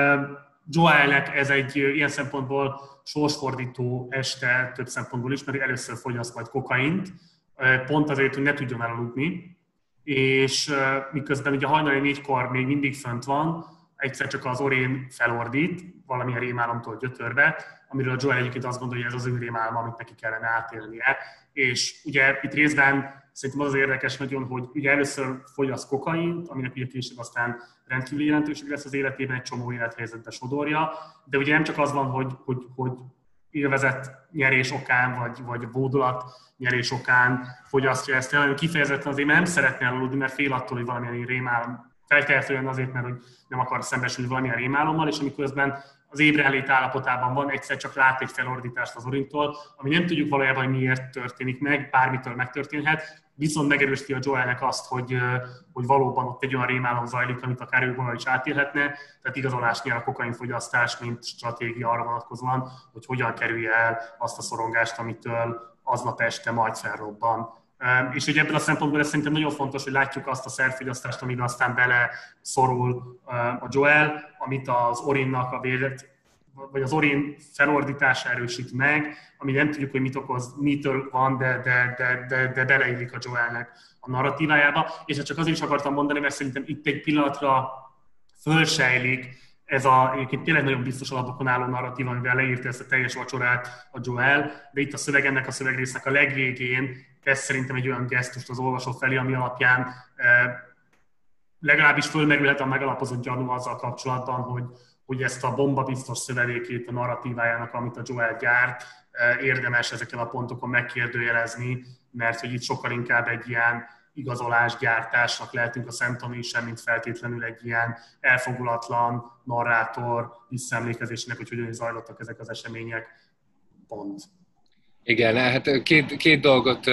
Joelnek ez egy ilyen szempontból sorsfordító este több szempontból is, mert először fogyaszt majd kokaint, pont azért, hogy ne tudjon elaludni, és miközben ugye hajnali négykor még mindig fönt van, egyszer csak az Orin felordít valamilyen rémálomtól gyötörbe, amiről a Joel egyébként azt gondolja, hogy ez az ő rémálma, amit neki kellene átélnie. És ugye itt részben szerintem az az érdekes nagyon, hogy ugye először fogyaszt kokaint, aminek ugye később aztán rendkívüli jelentőség lesz az életében, egy csomó élethelyzetbe sodorja, de ugye nem csak az van, hogy, hogy, hogy élvezett nyerés okán, vagy, vagy bódulat nyerés okán fogyasztja ezt el, hanem kifejezetten azért, mert nem szeretne elaludni, mert fél attól, hogy valamilyen rémálom feltehetően azért, mert hogy nem akar szembesülni valamilyen rémálommal, és amikor közben az ébrenlét állapotában van, egyszer csak lát egy felordítást az Orintól, ami nem tudjuk valójában, hogy miért történik meg, bármitől megtörténhet, viszont megerősíti a Joelnek azt, hogy, hogy valóban ott egy olyan rémálom zajlik, amit akár ő is átélhetne, tehát igazolás nyer a kokainfogyasztás, mint stratégia arra vonatkozóan, hogy hogyan kerülje el azt a szorongást, amitől aznap este majd felrobban. És ugye ebből a szempontból ez szerintem nagyon fontos, hogy látjuk azt a szerfogyasztást, amiben aztán bele szorul a Joel, amit az Orinnak a vélet, vagy az Orin felordítása erősít meg, ami nem tudjuk, hogy mit okoz, mitől van, de, de, de, de, de beleillik a Joelnek a narratívájába. És ezt csak azért is akartam mondani, mert szerintem itt egy pillanatra fölsejlik ez a egyébként tényleg nagyon biztos alapokon álló narratíva, amivel leírta ezt a teljes vacsorát a Joel, de itt a szöveg ennek a szövegrésznek a legvégén tesz szerintem egy olyan gesztust az olvasó felé, ami alapján eh, legalábbis fölmerülhet a megalapozott gyanú azzal kapcsolatban, hogy, hogy ezt a bombabiztos szövelékét a narratívájának, amit a Joel gyárt, eh, érdemes ezeken a pontokon megkérdőjelezni, mert hogy itt sokkal inkább egy ilyen igazolásgyártásnak lehetünk a szemtanúi, mint feltétlenül egy ilyen elfogulatlan narrátor visszaemlékezésének, hogy hogyan zajlottak ezek az események. Pont. Igen, hát két, két dolgot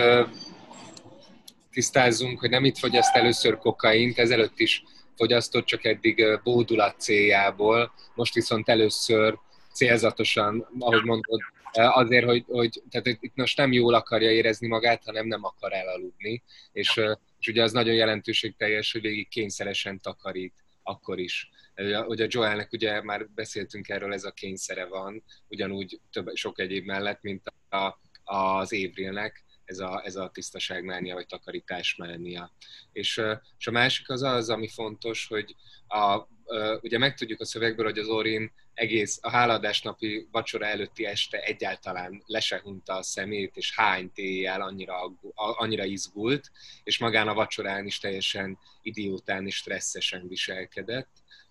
tisztázzunk, hogy nem itt fogyaszt először kokaint, ezelőtt is fogyasztott, csak eddig bódulat céljából, most viszont először célzatosan, ahogy mondod, azért, hogy, hogy tehát itt most nem jól akarja érezni magát, hanem nem akar elaludni, és, és ugye az nagyon jelentőségteljes, hogy végig kényszeresen takarít akkor is. Hogy a Joelnek ugye már beszéltünk erről, ez a kényszere van, ugyanúgy több, sok egyéb mellett, mint a, az Avrilnek, ez a, ez a tisztaságmánia, vagy takarításmánia. És, és a másik az az, ami fontos, hogy a, ugye megtudjuk a szövegből, hogy az Orin egész a hálaadásnapi vacsora előtti este egyáltalán le se hunta a szemét, és hányt éjjel annyira, annyira izgult, és magán a vacsorán is teljesen idiótán és stresszesen viselkedett.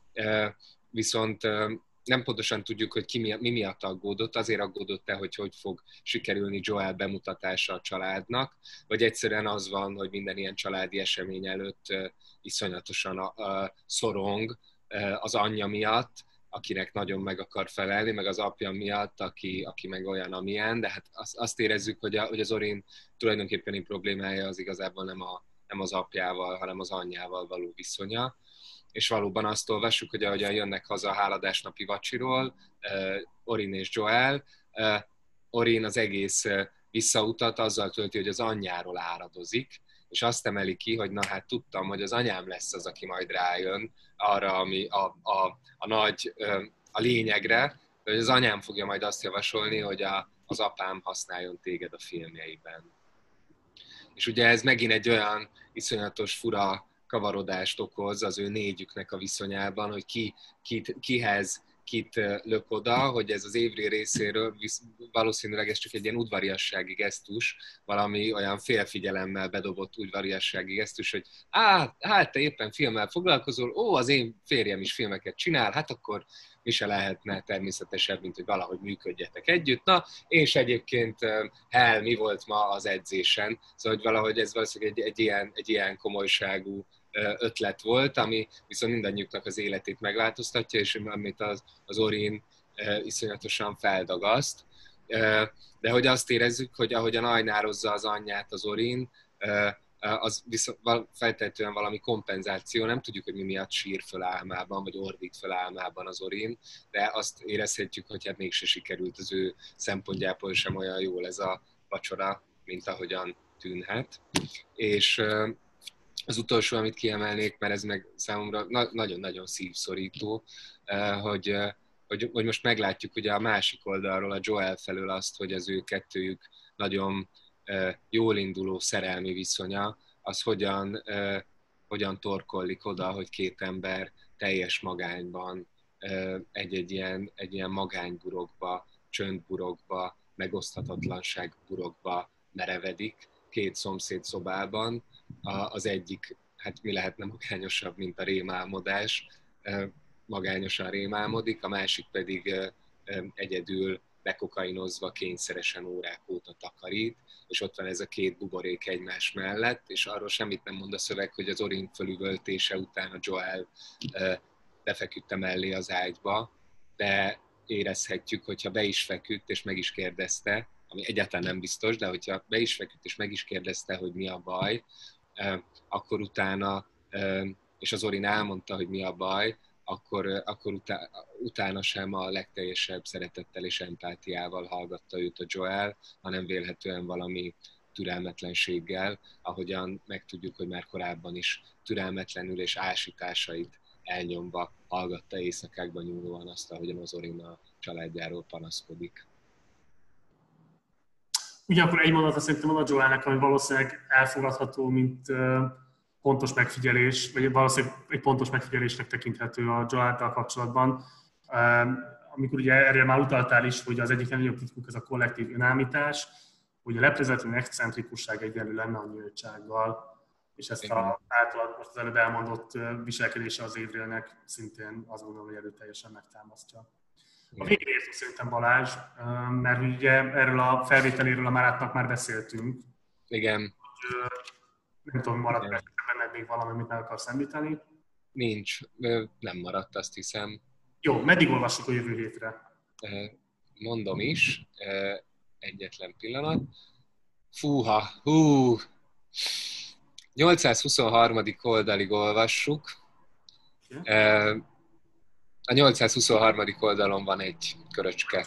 Viszont nem pontosan tudjuk, hogy ki mi, mi miatt aggódott, azért aggódott-e, hogy hogy fog sikerülni Joel bemutatása a családnak, vagy egyszerűen az van, hogy minden ilyen családi esemény előtt iszonyatosan a, a szorong az anyja miatt, akinek nagyon meg akar felelni, meg az apja miatt, aki, aki meg olyan, amilyen, de hát azt, azt érezzük, hogy, a, hogy az Orin tulajdonképpeni problémája az igazából nem, a, nem az apjával, hanem az anyjával való viszonya. És valóban azt olvassuk, hogy ahogyan jönnek haza a hálaadásnapi vacsiról, uh, Orin és Joel, uh, Orin az egész uh, visszautat azzal tölti, hogy az anyjáról áradozik, és azt emeli ki, hogy na hát tudtam, hogy az anyám lesz az, aki majd rájön arra, ami a, a, a nagy, a lényegre, hogy az anyám fogja majd azt javasolni, hogy a, az apám használjon téged a filmjeiben. És ugye ez megint egy olyan iszonyatos fura kavarodást okoz az ő négyüknek a viszonyában, hogy ki, kit, kihez kit lök oda, hogy ez az Avery részéről valószínűleg ez csak egy ilyen udvariassági gesztus, valami olyan félfigyelemmel bedobott udvariassági gesztus, hogy á, hát te éppen filmmel foglalkozol, ó, az én férjem is filmeket csinál, hát akkor mi se lehetne természetesebb, mint hogy valahogy működjetek együtt. Na, és egyébként hell, mi volt ma az edzésen? Szóval, hogy valahogy ez valószínűleg egy, egy, ilyen, egy ilyen komolyságú ötlet volt, ami viszont mindannyiuknak az életét megváltoztatja, és amit az, az Orin iszonyatosan feldagaszt. De hogy azt érezzük, hogy ahogyan ajnározza az anyját az Orin, az viszont feltétlenül valami kompenzáció, nem tudjuk, hogy mi miatt sír föl álmában, vagy ordít föl álmában az Orin, de azt érezhetjük, hogy hát mégse sikerült az ő szempontjából sem olyan jól ez a vacsora, mint ahogyan tűnhet. És az utolsó, amit kiemelnék, mert ez meg számomra na- nagyon-nagyon szívszorító, hogy, hogy, hogy most meglátjuk ugye a másik oldalról, a Joel felől azt, hogy az ő kettőjük nagyon jól induló szerelmi viszonya, az hogyan, hogyan torkollik oda, hogy két ember teljes magányban egy-egy ilyen, egy ilyen magányburokba, csöndburokba, megoszthatatlanság burokba merevedik, két szomszéd szobában. Az egyik, hát mi lehetne magányosabb, mint a rémálmodás, magányosan rémálmodik, a másik pedig egyedül bekokainozva kényszeresen órák óta takarít, és ott van ez a két buborék egymás mellett, és arról semmit nem mond a szöveg, hogy az Orin fölüvöltése után a Joel befeküdte mellé az ágyba, de érezhetjük, hogyha be is feküdt és meg is kérdezte, ami egyáltalán nem biztos, de hogyha be is feküdt és meg is kérdezte, hogy mi a baj, akkor utána, és az Orin elmondta, hogy mi a baj, akkor, akkor utána, utána sem a legteljesebb szeretettel és empátiával hallgatta őt a Joel, hanem vélhetően valami türelmetlenséggel, ahogyan megtudjuk, hogy már korábban is türelmetlenül és ásításait elnyomva hallgatta éjszakákban nyúlóan azt, ahogyan az Orin a családjáról panaszkodik. Ugyanakkor egy mondata szerintem van a Joelnek, ami valószínűleg elfogadható, mint pontos megfigyelés, vagy valószínűleg egy pontos megfigyelésnek tekinthető a Joel-tal kapcsolatban. Amikor ugye erről már utaltál is, hogy az egyik legnagyobb titkuk ez a kollektív önállítás, hogy a leprezetlen excentrikusság egyenlő lenne a nyíltsággal, és ezt a, általában most az előbb elmondott viselkedése az Avery-nek szintén azt gondolom, hogy erőteljesen megtámasztja. A végén értünk szerintem, Balázs, mert ugye erről a felvételéről a Márátnak már beszéltünk. Igen. Hogy, nem tudom, maradt benned még valami, amit meg akarsz említeni? Nincs, nem maradt, azt hiszem. Jó, meddig olvassuk a jövő hétre? Mondom is, egyetlen pillanat. Fúha, hú! nyolcszázhuszonharmadik oldalig olvassuk. Okay. A nyolcszázhuszonharmadik oldalon van egy köröcske.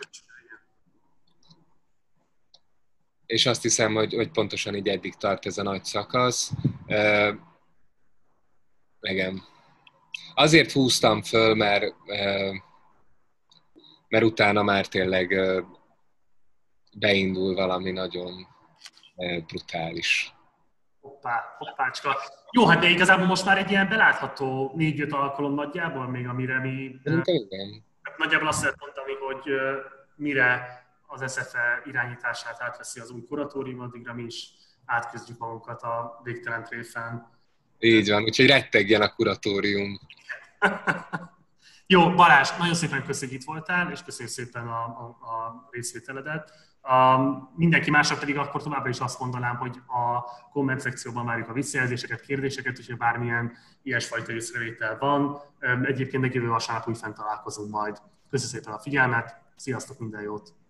És azt hiszem, hogy, hogy pontosan így eddig tart ez a nagy szakasz. Uh, igen. Azért húztam föl, mert, uh, mert utána már tényleg uh, beindul valami nagyon uh, brutális. Hoppá, hoppácska. Jó, hát de igazából most már egy ilyen belátható négy-öt alkalom nagyjából még, amire mi... Igen. Hát nagyjából azt lehet mondani, hogy uh, mire az es ef e irányítását átveszi az új kuratórium, addigra mi is átközdjük magunkat a végtelen tréfán. Így van, úgyhogy rettegjen a kuratórium. Jó, Balázs, nagyon szépen köszönjük, itt voltál, és köszönjük szépen a, a, a részvételedet. A, mindenki másnak pedig akkor továbbra is azt mondanám, hogy a komment szekcióban várjuk a visszajelzéseket, kérdéseket, és bármilyen ilyesfajta észrevétel van. Egyébként meg jövő vasárnap újfent találkozunk majd. Köszönjük szépen a figyelmet, sziasztok, minden jót!